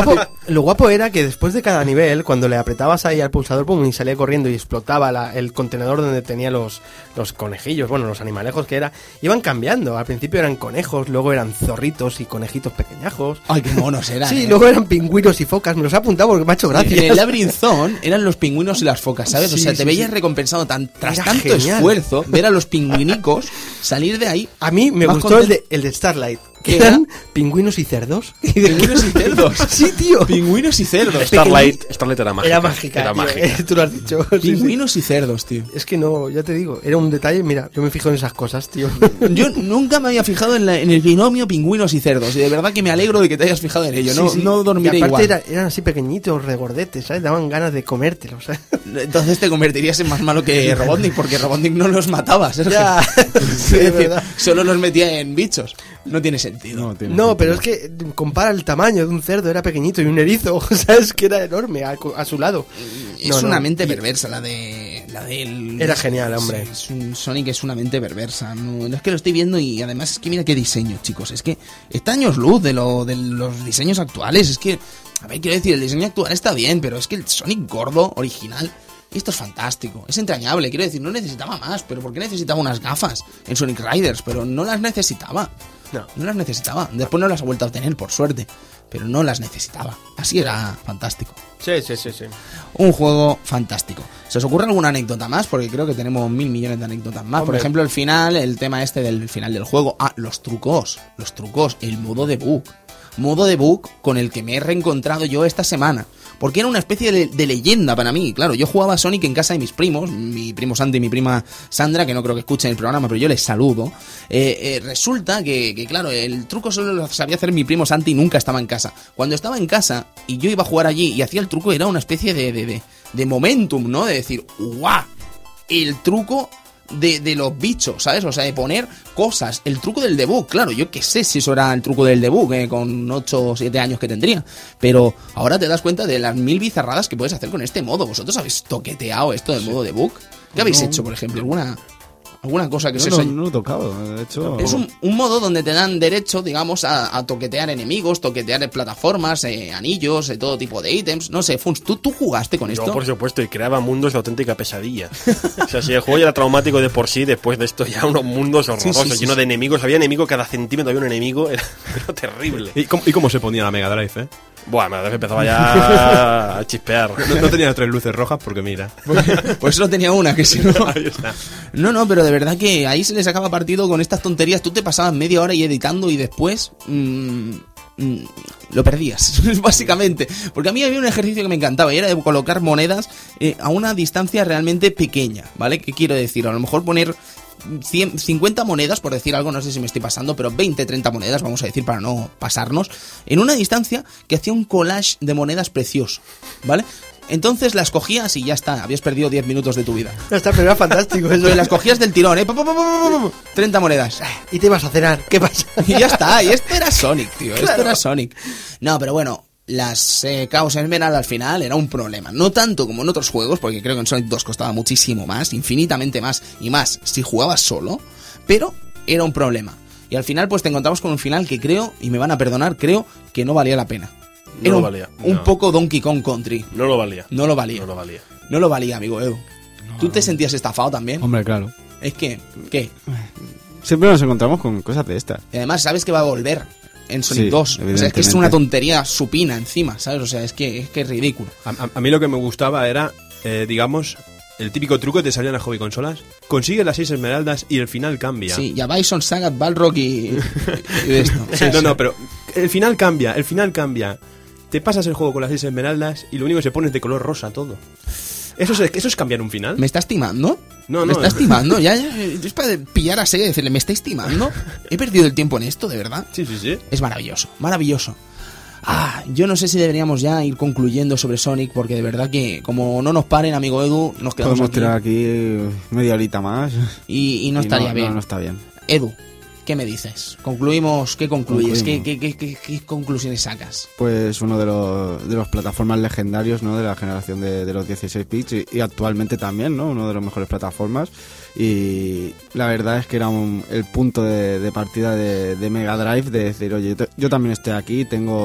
Lo guapo era que después de cada nivel, cuando le apretabas ahí al pulsador, pum, y salía corriendo y explotaba el contenedor donde tenía los conejillos, bueno, los animalejos que era, iban cambiando. Al principio eran conejos, luego eran zorritos y conejitos pequeñajos. Ay, qué monos eran. Sí, luego eran pingüinos y focas. Me los he apuntado porque me ha hecho gracia. En el Labyrinth Zone eran los pingüinos y las focas, ¿sabes? O Sí, sea, te sí, veías sí. recompensado tras Era tanto genial. esfuerzo ver a los pingüinicos salir de ahí. A mí me Más gustó contento. el de Starlight, que ¿Qué era? eran pingüinos y cerdos. Pingüinos y cerdos. Sí, tío. Pingüinos y cerdos. Starlight era mágica. Era mágica. Era tío, mágica. Tú lo has dicho. Sí, sí. Pingüinos y cerdos, tío. Es que no, ya te digo, era un detalle, mira, yo me fijo en esas cosas, tío. Yo nunca me había fijado en el binomio pingüinos y cerdos. Y de verdad que me alegro de que te hayas fijado en ello. Sí, No, sí. no dormiré y aparte igual. eran así pequeñitos, regordetes, ¿sabes? Daban ganas de comértelos, ¿sabes? Entonces te convertirías en más malo que Robotnik, porque Robotnik no los mataba, Sergio. Ya. Es Sí, es decir, verdad. solo los metía en bichos. No tiene sentido. No, tiene No, sentido. pero es que compara el tamaño de un cerdo, era pequeñito, y un erizo, ¿sabes? Que era enorme a su lado. Es No, no. una mente perversa la de él. Era genial, hombre. Sí, Sonic es una mente perversa. No es que lo estoy viendo y además es que mira qué diseño, chicos. Es que está años luz de los diseños actuales. Es que, a ver, quiero decir, el diseño actual está bien, pero es que el Sonic gordo, original, esto es fantástico. Es entrañable, quiero decir, no necesitaba más. Pero ¿por qué necesitaba unas gafas en Sonic Riders? Pero no las necesitaba. No las necesitaba. Después no las ha vuelto a obtener, por suerte. Pero no las necesitaba. Así era fantástico. Sí, sí, sí, sí. Un juego fantástico. ¿Se os ocurre alguna anécdota más? Porque creo que tenemos 1000 millones de anécdotas más. Por Hombre. ejemplo, el final, el tema este del final del juego. Ah, los trucos, el modo debug. Modo debug con el que me he reencontrado yo esta semana. Porque era una especie de leyenda para mí. Claro, yo jugaba a Sonic en casa de mis primos, mi primo Santi y mi prima Sandra, que no creo que escuchen el programa, pero yo les saludo. Resulta que, claro, el truco solo lo sabía hacer mi primo Santi y nunca estaba en casa. Cuando estaba en casa y yo iba a jugar allí y hacía el truco, era una especie de momentum, ¿no? De decir, ¡guau! El truco de los bichos, ¿sabes? O sea, de poner cosas. El truco del debug, claro, yo qué sé si eso era el truco del debug, con 8 o 7 años que tendría. Pero ahora te das cuenta de las 1000 bizarradas que puedes hacer con este modo. ¿Vosotros habéis toqueteado esto del modo debug? ¿Qué habéis hecho, por ejemplo? ¿Alguna cosa que se os haya- No lo he tocado, de hecho... Es un modo donde te dan derecho, digamos, a toquetear enemigos, toquetear plataformas, anillos, todo tipo de ítems. No sé, Funs, ¿tú jugaste con esto? Yo, por supuesto, y creaba mundos de auténtica pesadilla. O sea, si el juego ya era traumático de por sí, después de esto ya unos mundos horrorosos, sí, llenos sí. de enemigos. Había enemigos, cada centímetro había un enemigo, era terrible. ¿Y cómo se ponía la Mega Drive, Buah, me empezaba ya a chispear. No tenía 3 luces rojas porque mira. Pues solo tenía una, que si no... Ahí está. No, pero de verdad que ahí se le sacaba partido con estas tonterías. Tú te pasabas media hora y editando y después lo perdías, básicamente. Porque a mí había un ejercicio que me encantaba y era de colocar monedas a una distancia realmente pequeña, ¿vale? ¿Qué quiero decir? A lo mejor poner 50 monedas, por decir algo, no sé si me estoy pasando, pero 20, 30 monedas, vamos a decir, para no pasarnos, en una distancia que hacía un collage de monedas precioso, ¿vale? Entonces las cogías y ya está, habías perdido 10 minutos de tu vida. Ya está, pero era fantástico eso. Entonces las cogías del tirón, 30 monedas. Y te ibas a cenar, ¿qué pasa? Y ya está, y esto era Sonic, tío, esto era Sonic. No, pero bueno, las Chaos Emerald al final era un problema. No tanto como en otros juegos, porque creo que en Sonic 2 costaba muchísimo más, infinitamente más, y más si jugabas solo, pero era un problema. Y al final pues te encontramos con un final que creo, y me van a perdonar, creo que no valía la pena. No lo valía. Un poco Donkey Kong Country. No lo valía. No lo valía. No lo valía. No lo valía, amigo Edu. ¿Tú te sentías estafado también? Hombre, claro. Es que, ¿qué? Siempre nos encontramos con cosas de estas. Y además sabes que va a volver en Sonic Sí, 2. O sea, es que es evidentemente. una tontería supina encima, ¿sabes? O sea, es que es ridículo. A mí lo que me gustaba era, digamos, el típico truco que te salían las hobby consolas. Consigues las 6 esmeraldas y el final cambia. Sí, ya Bison, Sagat, Balrog y de esto. No, pero el final cambia. Te pasas el juego con las 6 esmeraldas y lo único que se pone es de color rosa todo. ¿Eso es cambiar un final? ¿Me estás timando? No, ¿Me estás timando? Ya, es para pillar a Sega y decirle, ¿me estáis timando? He perdido el tiempo en esto, de verdad. Sí. Es maravilloso, maravilloso. Yo no sé si deberíamos ya ir concluyendo sobre Sonic, porque de verdad que como no nos paren, amigo Edu, nos quedamos Podemos aquí. tirar aquí media horita más. Y no estaría bien. No está bien. Edu, ¿qué me dices? ¿Concluimos? ¿Qué concluyes? Concluimos. ¿Qué conclusiones sacas? Pues uno de los plataformas legendarios, ¿no? De la generación de los 16 bits y actualmente también, ¿no? Uno de los mejores plataformas. Y la verdad es que era el punto de partida de Mega Drive, de decir, oye, yo también estoy aquí,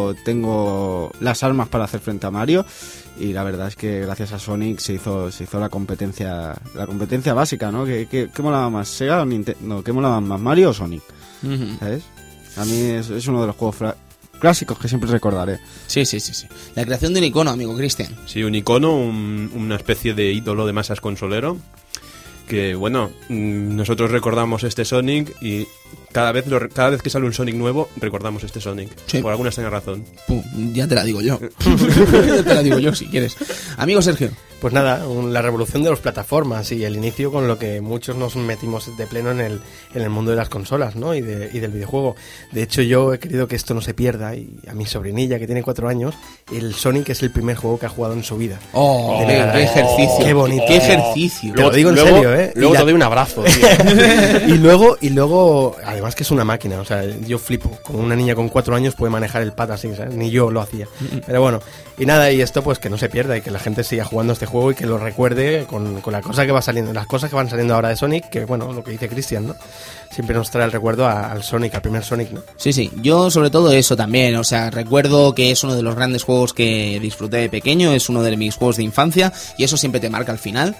tengo las armas para hacer frente a Mario. Y la verdad es que gracias a Sonic se hizo la competencia básica, ¿no? ¿Qué molaba más, Sega o Nintendo? ¿Qué molaba más, Mario o Sonic? ¿Sabes? A mí es uno de los juegos clásicos que siempre recordaré. Sí. La creación de un icono, amigo Cristian. Sí, un icono, una especie de ídolo de masas consolero. Que bueno, nosotros recordamos este Sonic y cada vez que sale un Sonic nuevo, recordamos este Sonic. Sí. Por alguna extraña razón. Pum, ya te la digo yo. Ya te la digo yo si quieres. Amigo Sergio. Pues nada, la revolución de las plataformas y el inicio con lo que muchos nos metimos de pleno en el mundo de las consolas, ¿no? y del videojuego. De hecho, yo he querido que esto no se pierda, y a mi sobrinilla, que tiene 4 años, el Sonic es el primer juego que ha jugado en su vida. Oh, De qué verdad. ejercicio. Qué bonito. Qué ejercicio. Te lo digo en serio, ¿eh? Luego Y te la- doy un abrazo, tío. y luego, además que es una máquina, o sea, yo flipo. Como una niña con 4 años puede manejar el pad así, ¿sabes? Ni yo lo hacía. Pero bueno, y nada, y esto pues que no se pierda y que la gente siga jugando este juego y que lo recuerde con la cosa que va saliendo, las cosas que van saliendo ahora de Sonic, que bueno, lo que dice Cristian, ¿no? Siempre nos trae el recuerdo al Sonic, al primer Sonic, ¿no? Sí, yo sobre todo eso también, o sea, recuerdo que es uno de los grandes juegos que disfruté de pequeño, es uno de mis juegos de infancia y eso siempre te marca al final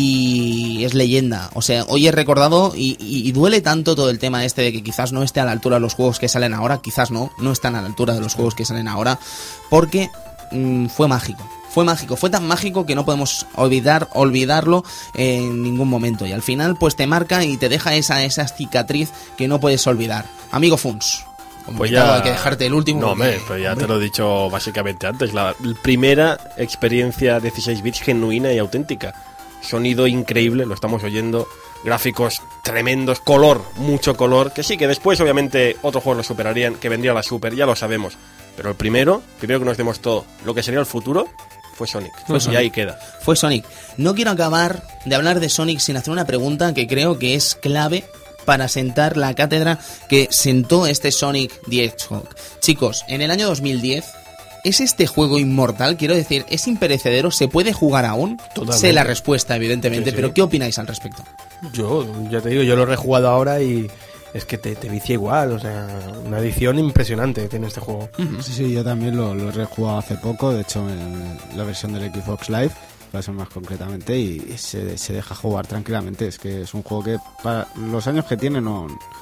y es leyenda, o sea, hoy he recordado y duele tanto todo el tema este de que quizás no esté a la altura de los juegos que salen ahora, quizás no están a la altura de los juegos que salen ahora, porque fue mágico. Fue tan mágico que no podemos olvidarlo en ningún momento. Y al final, pues te marca y te deja esa cicatriz que no puedes olvidar. Amigo Funs, como Pues invitado, ya- hay que dejarte el último. No, porque- hombre, pues ya te lo he dicho básicamente antes. La primera experiencia 16 bits genuina y auténtica. Sonido increíble, lo estamos oyendo. Gráficos tremendos, color, mucho color. Que sí, que después obviamente otros juegos lo superarían, que vendría la Super, ya lo sabemos. Pero el primero que nos demostró lo que sería el futuro, fue Sonic. Fue Y Sonic. ahí queda. Fue Sonic. No quiero acabar de hablar de Sonic sin hacer una pregunta que creo que es clave para sentar la cátedra que sentó este Sonic the Hedgehog. Chicos, en el año 2010, ¿es este juego inmortal? Quiero decir, ¿es imperecedero? ¿Se puede jugar aún? Totalmente. Sé la respuesta, evidentemente, Sí, sí. pero ¿qué opináis al respecto? Yo, ya te digo, yo lo he rejugado ahora y es que te vicia igual, o sea, una edición impresionante tiene este juego. Sí, yo también lo he rejugado hace poco, de hecho en la versión del Xbox Live, para ser más concretamente, y se deja jugar tranquilamente. Es que es un juego que para los años que tiene no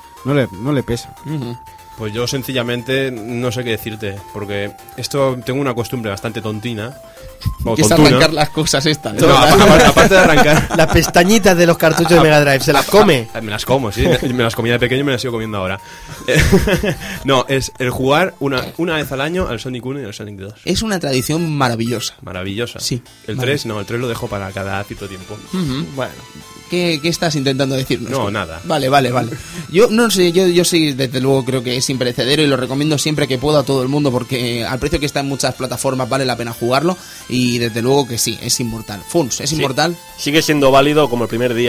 le pesa. Pues yo sencillamente no sé qué decirte, porque esto tengo una costumbre bastante tontina. O Que es tontuna. arrancar las cosas estas. ¿no? No, aparte de arrancar, Las pestañitas de los cartuchos de Mega Drive, se las come. me las como, sí, me las comía de pequeño y me las sigo comiendo ahora. No, es el jugar una vez al año al Sonic 1 y al Sonic 2. Es una tradición maravillosa. Maravillosa. Sí, El vale. 3 no, el 3 lo dejo para cada cierto tiempo. Bueno, ¿Qué estás intentando decirnos? No, nada. Vale. Yo no sé, yo sí, desde luego creo que es imperecedero y lo recomiendo siempre que puedo a todo el mundo porque al precio que está en muchas plataformas vale la pena jugarlo y desde luego que sí, es inmortal. Funs, ¿es Sí. inmortal? Sigue siendo válido como el primer día.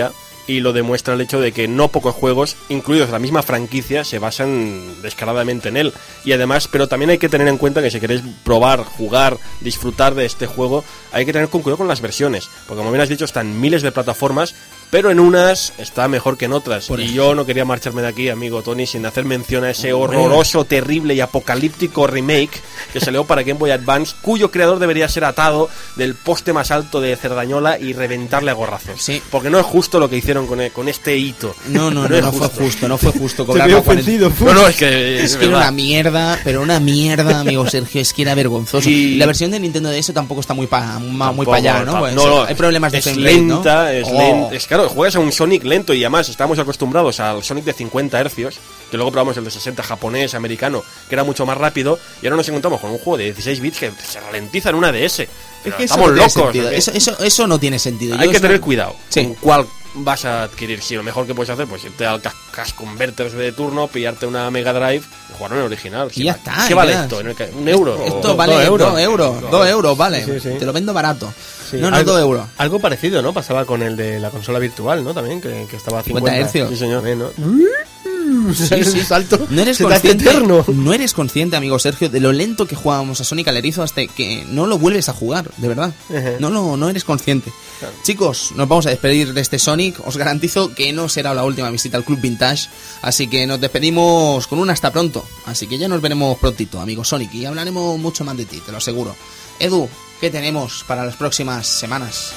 y lo demuestra el hecho de que no pocos juegos, incluidos la misma franquicia, se basan descaradamente en él. Y además, pero también hay que tener en cuenta que si queréis probar, jugar, disfrutar de este juego, hay que tener cuidado con las versiones, porque como bien has dicho, están miles de plataformas, pero en unas está mejor que en otras. Y yo no quería marcharme de aquí, amigo Tony, sin hacer mención a ese horroroso, terrible y apocalíptico remake que salió para Game Boy Advance, cuyo creador debería ser atado del poste más alto de Cerdañola y reventarle a gorrazos. Sí. Porque no es justo lo que hicieron con este hito. No fue justo cobrar Se me la 40. No, es que Es que era una mierda, pero una mierda, amigo Sergio, es que era vergonzoso. Y la versión de Nintendo DS tampoco está muy para allá, ¿no? Pues, hay problemas de es frame rate, ¿no? lenta, es lenta. Es claro, juegas a un Sonic lento y además estamos acostumbrados al Sonic de 50 Hz, que luego probamos el de 60 japonés, americano, que era mucho más rápido, y ahora nos encontramos con un juego de 16 bits que se ralentiza en una DS. Es que estamos locos. Eso no tiene sentido. Hay que tener cuidado Sí. con cuál vas a adquirir. Si lo mejor que puedes hacer, pues irte al Cash Converters de turno, pillarte una Mega Drive y jugar en el original. Y ya está. ¿Qué vale ya. esto? ¿1 euro? Esto ¿O vale 2 euros? 2 euros, vale. Sí, sí. Te lo vendo barato. Sí, No, algo, 2 euros. Algo parecido, ¿no? Pasaba con el de la consola virtual, ¿no? También, que estaba a 50 hercios. Sí, señor. ¿no? Sí, sí. Salto. No eres Se te hace consciente, eterno. no eres consciente, amigo Sergio, de lo lento que jugábamos a Sonic al erizo hasta que no lo vuelves a jugar, de verdad. No eres consciente. Claro. Chicos, nos vamos a despedir de este Sonic. Os garantizo que no será la última visita al Club Vintage, así que nos despedimos con un hasta pronto. Así que ya nos veremos prontito, amigo Sonic, y hablaremos mucho más de ti, te lo aseguro. Edu, ¿qué tenemos para las próximas semanas?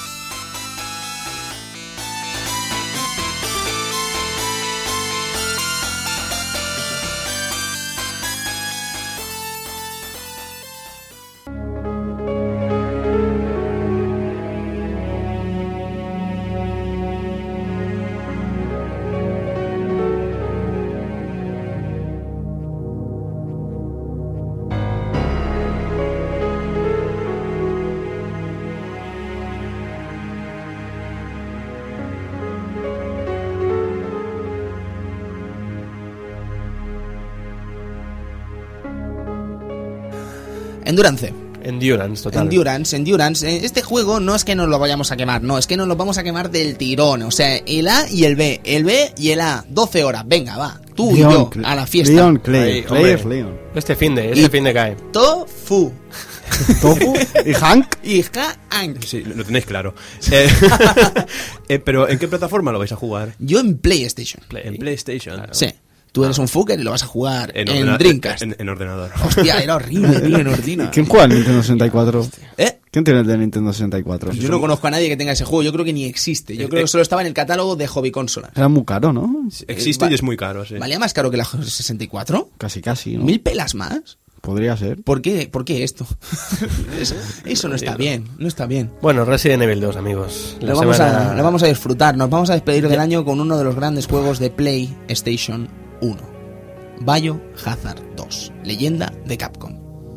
Endurance, total. Endurance. Este juego no es que nos lo vayamos a quemar, no, es que nos lo vamos a quemar del tirón. O sea, el A y el B y el A, 12 horas, venga, va, tú Leon, y yo, a la fiesta. Leon, Clay, Ahí, Clay es hombre. Leon. Este fin de cae. Tofu Tofu y Hank. y Hank. Sí, lo tenéis claro. Pero ¿en qué plataforma lo vais a jugar? Yo en PlayStation. En PlayStation. Sí. Tú eres un fucker y lo vas a jugar en ordena- Dreamcast. En ordenador. Hostia, era horrible, tío, en ordina. ¿Quién juega al Nintendo 64? ¿Eh? ¿Quién tiene el de Nintendo 64? Yo no conozco a nadie que tenga ese juego, yo creo que ni existe. Yo creo que solo estaba en el catálogo de Hobby Consolas. Era muy caro, ¿no? Existe y es muy caro, sí. ¿Valía más caro que la 64? Casi, ¿no? ¿1000 pelas más? Podría ser. ¿Por qué esto? Eso no está bien, no está bien. Bueno, Resident Evil 2, amigos. Lo vamos a disfrutar, nos vamos a despedir del año con uno de los grandes juegos de PlayStation 1. Biohazard 2, leyenda de Capcom.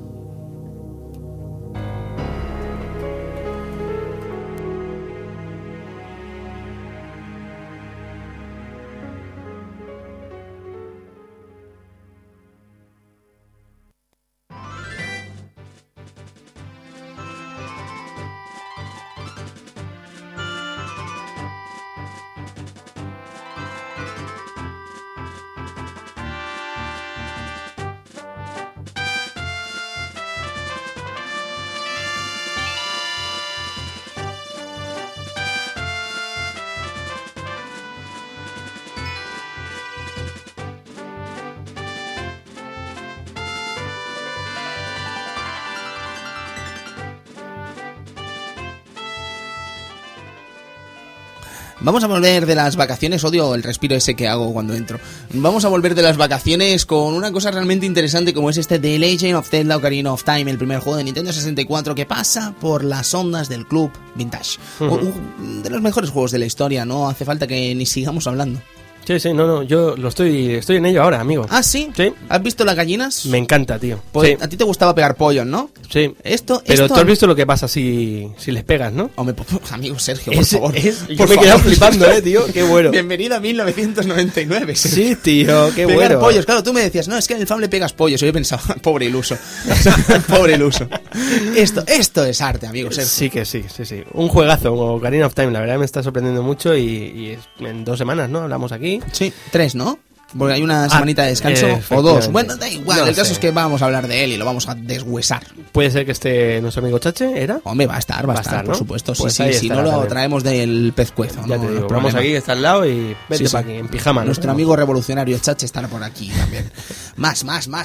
Vamos a volver de las vacaciones, odio el respiro ese que hago cuando entro. Vamos a volver de las vacaciones con una cosa realmente interesante como es este The Legend of Zelda Ocarina of Time, el primer juego de Nintendo 64 que pasa por las ondas del Club Vintage. De los mejores juegos de la historia, no hace falta que ni sigamos hablando. Sí, no, yo estoy en ello ahora, amigo. ¿Ah, sí? Sí. ¿Has visto las gallinas? Me encanta, tío. Pues Sí. a ti te gustaba pegar pollos, ¿no? Sí. Esto, Pero tú has visto lo que pasa si les pegas, ¿no? Hombre, amigo Sergio, por favor. Yo Por me he quedado favor. flipando, tío. Qué bueno. Bienvenido a 1999. Sí, tío, qué Pegar bueno. pollos, claro, tú me decías, no, es que en el FAM le pegas pollos. Y yo he pensado, pobre iluso. Pobre iluso. Esto es arte, amigo Sergio. Sí que sí. Un juegazo, como Ocarina of Time, la verdad me está sorprendiendo mucho y en 2 semanas, ¿no? Hablamos aquí. Sí, 3, ¿no? Porque hay una semanita de descanso o efectivamente. 2. Bueno, da igual, No el caso sé. es que vamos a hablar de él y lo vamos a deshuesar. Puede ser que esté nuestro amigo Chache, ¿era? Hombre, va a estar, por ¿no? supuesto. Pues sí, ahí si no estará lo también. traemos del pescuezo. Ya no, te digo, no vamos problema. aquí, está al lado y vete Sí, sí. para aquí, en pijama. ¿no? Nuestro amigo revolucionario Chache estará por aquí también. Más.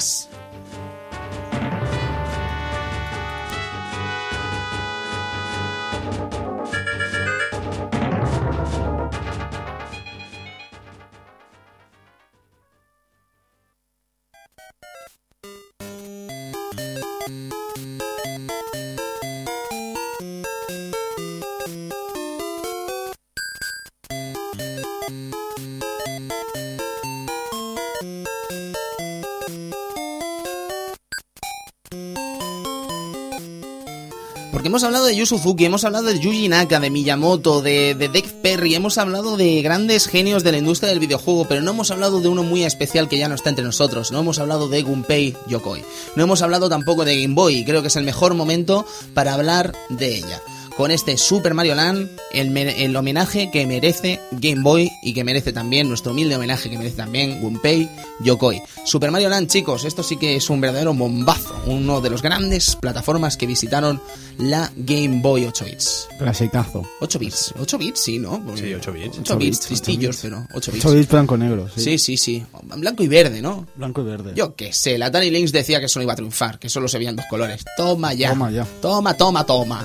Porque hemos hablado de Yu Suzuki, hemos hablado de Yuji Naka, de Miyamoto, de Dave Perry, hemos hablado de grandes genios de la industria del videojuego, pero no hemos hablado de uno muy especial que ya no está entre nosotros, no hemos hablado de Gunpei Yokoi, no hemos hablado tampoco de Game Boy, y creo que es el mejor momento para hablar de ella. Con este Super Mario Land, el homenaje que merece Game Boy y que merece también, nuestro humilde homenaje que merece también Gunpei Yokoi. Super Mario Land, chicos, esto sí que es un verdadero bombazo, uno de los grandes plataformas que visitaron la Game Boy 8 bits. Clasicazo. 8 bits, sí, ¿no? Porque Sí, 8 bits. 8 bits, tristillos, pero 8 bits. 8 bits blanco-negro, sí. Sí. Blanco y verde, ¿no? Blanco y verde. Yo qué sé, la Atari Lynx decía que eso no iba a triunfar, que solo se veían dos colores. Toma ya. Toma ya. Toma.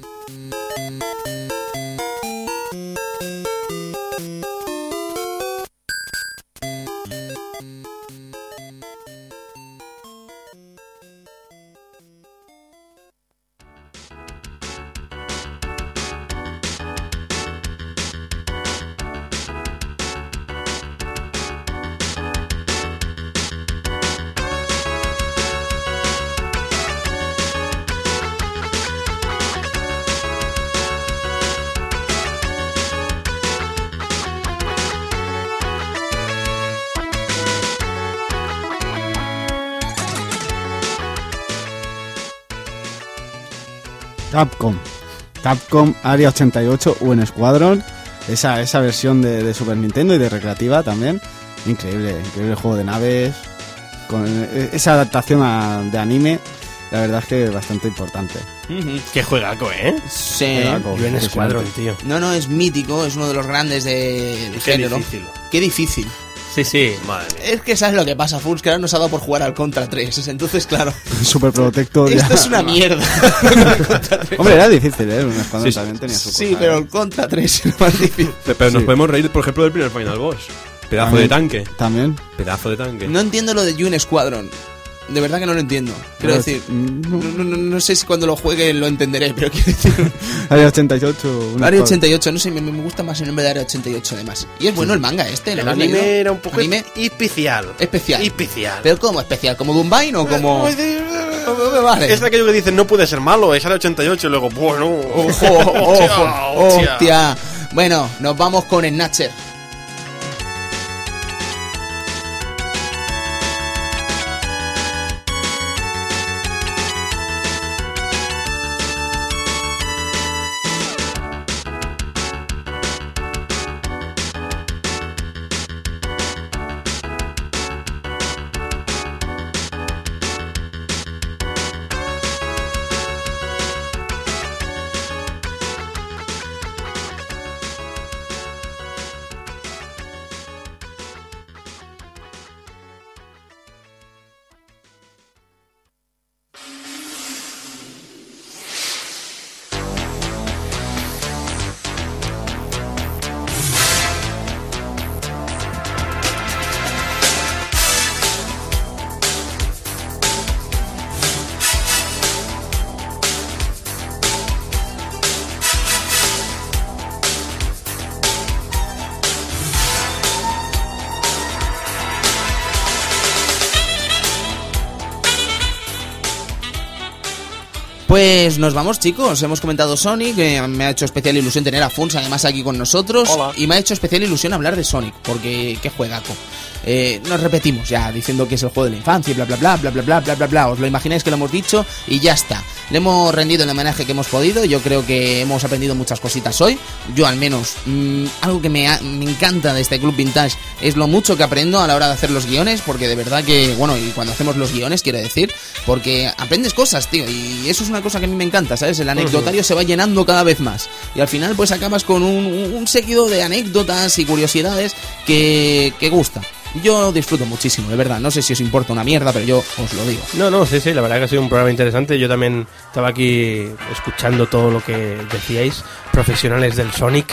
Capcom Area 88 UN Squadron, esa versión de Super Nintendo y de recreativa también, increíble juego de naves, con esa adaptación de anime, la verdad es que es bastante importante. Qué juegaco, ¿eh? Sí. Juegaco. UN Squadron, tío. No, es mítico, es uno de los grandes del Qué género. difícil. Qué difícil. Sí. Madre mía. Es que sabes lo que pasa, Fulls, que ahora nos ha dado por jugar al Contra 3. Entonces, claro, Super Protector. esto es una mierda. El Contra 3. Hombre, era difícil, Un Squadron Sí, también tenía su Sí, cosa, pero el Contra 3 es más difícil. Pero nos Sí. podemos reír, por ejemplo, del primer Final Boss. Pedazo También. de tanque. También. Pedazo de tanque. No entiendo lo de UN Squadron. De verdad que no lo entiendo. Quiero Pero, decir, no sé si cuando lo juegue lo entenderé, pero quiero decir... Área 88. un Área Squadron. 88, no sé, me gusta más el nombre de Área 88 además. Y es bueno el manga este, ¿lo El habéis leído? anime era un poco Anime especial. especial. Especial. ¿Pero cómo especial? ¿Como Dumbain o como...? Vale. Es aquello que dicen no puede ser malo, es Área 88 y luego, bueno... Hostia. Bueno, nos vamos con Snatcher. Pues nos vamos, chicos. Hemos comentado Sonic, me ha hecho especial ilusión tener a Funs además aquí con nosotros. Hola. Y me ha hecho especial ilusión hablar de Sonic, porque qué juegaco. Nos repetimos ya diciendo que es el juego de la infancia y bla bla bla bla bla bla bla bla bla. Os lo imagináis que lo hemos dicho y ya está. Le hemos rendido el homenaje que hemos podido. Yo creo que hemos aprendido muchas cositas hoy. Yo al menos, algo que me encanta de este Club Vintage es lo mucho que aprendo a la hora de hacer los guiones, porque de verdad que, bueno, y cuando hacemos los guiones, quiero decir, porque aprendes cosas, tío, y eso es una cosa que a mí me encanta, ¿sabes? El anecdotario se va llenando cada vez más y al final pues acabas con un seguido de anécdotas y curiosidades que gusta. Yo disfruto muchísimo, de verdad. No sé si os importa una mierda, pero yo os lo digo. No, sí, la verdad que ha sido un programa interesante. Yo también estaba aquí escuchando todo lo que decíais, profesionales del Sonic.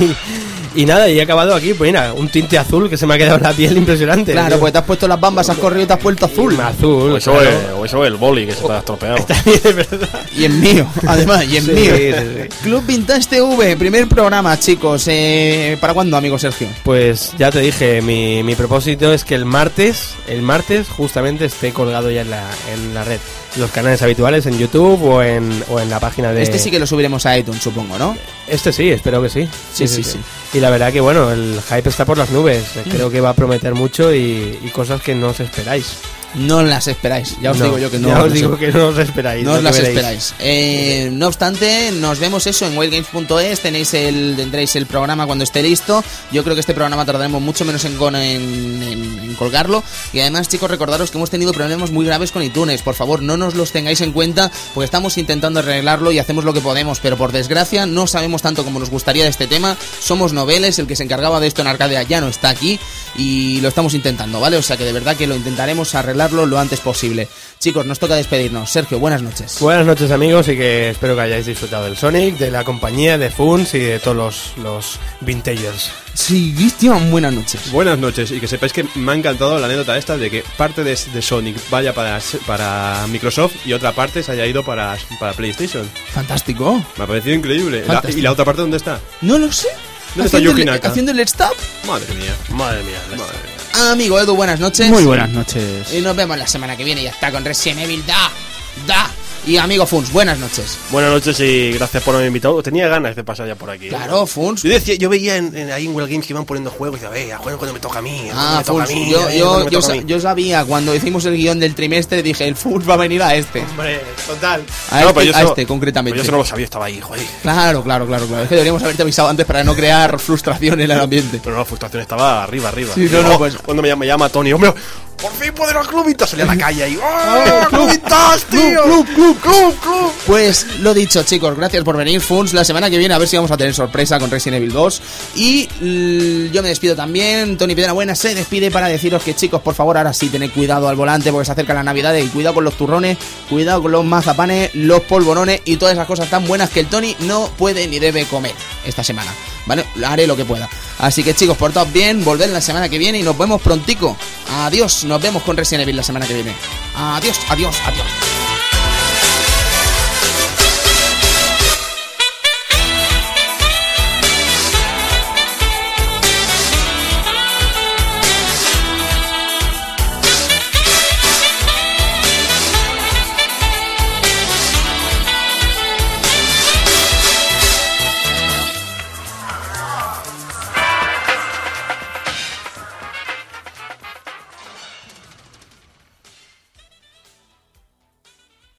Y nada, y he acabado aquí, pues mira, un tinte azul que se me ha quedado en la piel impresionante. Claro, pues te has puesto las bambas, has corrido y te has vuelto azul. Azul, O eso, claro. o eso es el boli que se te ha estropeado. También es verdad. Y en mío, además, y en Sí, mío. sí. Club Vintage TV, primer programa, chicos. ¿Para cuándo, amigo Sergio? Pues ya te dije, mi propósito es que el martes justamente esté colgado ya en la red. Los canales habituales en YouTube o en la página de... Este sí que lo subiremos a iTunes, supongo, ¿no? Este sí, espero que sí. Sí. Y la verdad que bueno, el hype está por las nubes. Creo que va a prometer mucho y cosas que no os esperáis. No las esperáis, ya os digo yo que no. Ya lo os sé. digo que no os esperáis. No os lo las que veréis. esperáis. No obstante, nos vemos eso en wildgames.es. Tendréis el programa cuando esté listo. Yo creo que este programa tardaremos mucho menos en colgarlo. Y además, chicos, recordaros que hemos tenido problemas muy graves con iTunes. Por favor, no nos los tengáis en cuenta, porque estamos intentando arreglarlo y hacemos lo que podemos. Pero por desgracia, no sabemos tanto como nos gustaría de este tema. Somos Noveles, el que se encargaba de esto en Arcadia ya no está aquí. Y lo estamos intentando, ¿vale? O sea que de verdad que lo intentaremos arreglarlo lo antes posible. Chicos, nos toca despedirnos. Sergio, buenas noches. Buenas noches, amigos, y que espero que hayáis disfrutado del Sonic, de la compañía, de Funs y de todos los vintagers. Sí, Cristian, buenas noches. Buenas noches, y que sepáis que me ha encantado la anécdota esta de que parte de Sonic vaya para Microsoft y otra parte se haya ido para PlayStation. Fantástico. Me ha parecido increíble. Fantástico. ¿Y la otra parte dónde está? No lo sé. ¿Dónde está Haciendo Yuji el- Naka? Haciendo el stop. Madre mía. Madre mía. Madre mía. Amigo Edu, buenas noches. Muy buenas noches. Y nos vemos la semana que viene. Ya está con Resident Evil. Da. Y amigo Funs, buenas noches. Buenas noches y gracias por haberme invitado. Tenía ganas de pasar ya por aquí. Claro, Funs. Yo veía ahí en World Games que iban poniendo juegos y decía, a juego cuando me toca a mí. Ah, cuando me Funs. toca a mí, Yo, cuando yo, me yo, toca a sa- mí. yo sabía cuando hicimos el guión del trimestre, dije, el Funs va a venir a este. Hombre, total. A No, este, pero yo a eso- este, concretamente. Pero yo eso no lo sabía, estaba ahí, joder. Claro. Es que deberíamos haberte avisado antes para no crear frustración en el ambiente. Pero no, la frustración estaba arriba. Sí, no, pues- Cuando me llama Tony, hombre, por fin puedo ir al Club Vintage. Salí a la calle ahí. ¡Oh, Club Vintage, tío! Club. Pues lo dicho, chicos, gracias por venir, Funs. La semana que viene a ver si vamos a tener sorpresa con Resident Evil 2. Y yo me despido también. Tony Piedra Buena se despide para deciros que, chicos, por favor, ahora sí tened cuidado al volante porque se acerca la Navidad. Y cuidado con los turrones, cuidado con los mazapanes, los polvorones y todas esas cosas tan buenas que el Tony no puede ni debe comer esta semana, ¿vale? Haré lo que pueda. Así que, chicos, portaos bien, volved la semana que viene y nos vemos prontico. Adiós, nos vemos con Resident Evil la semana que viene. Adiós.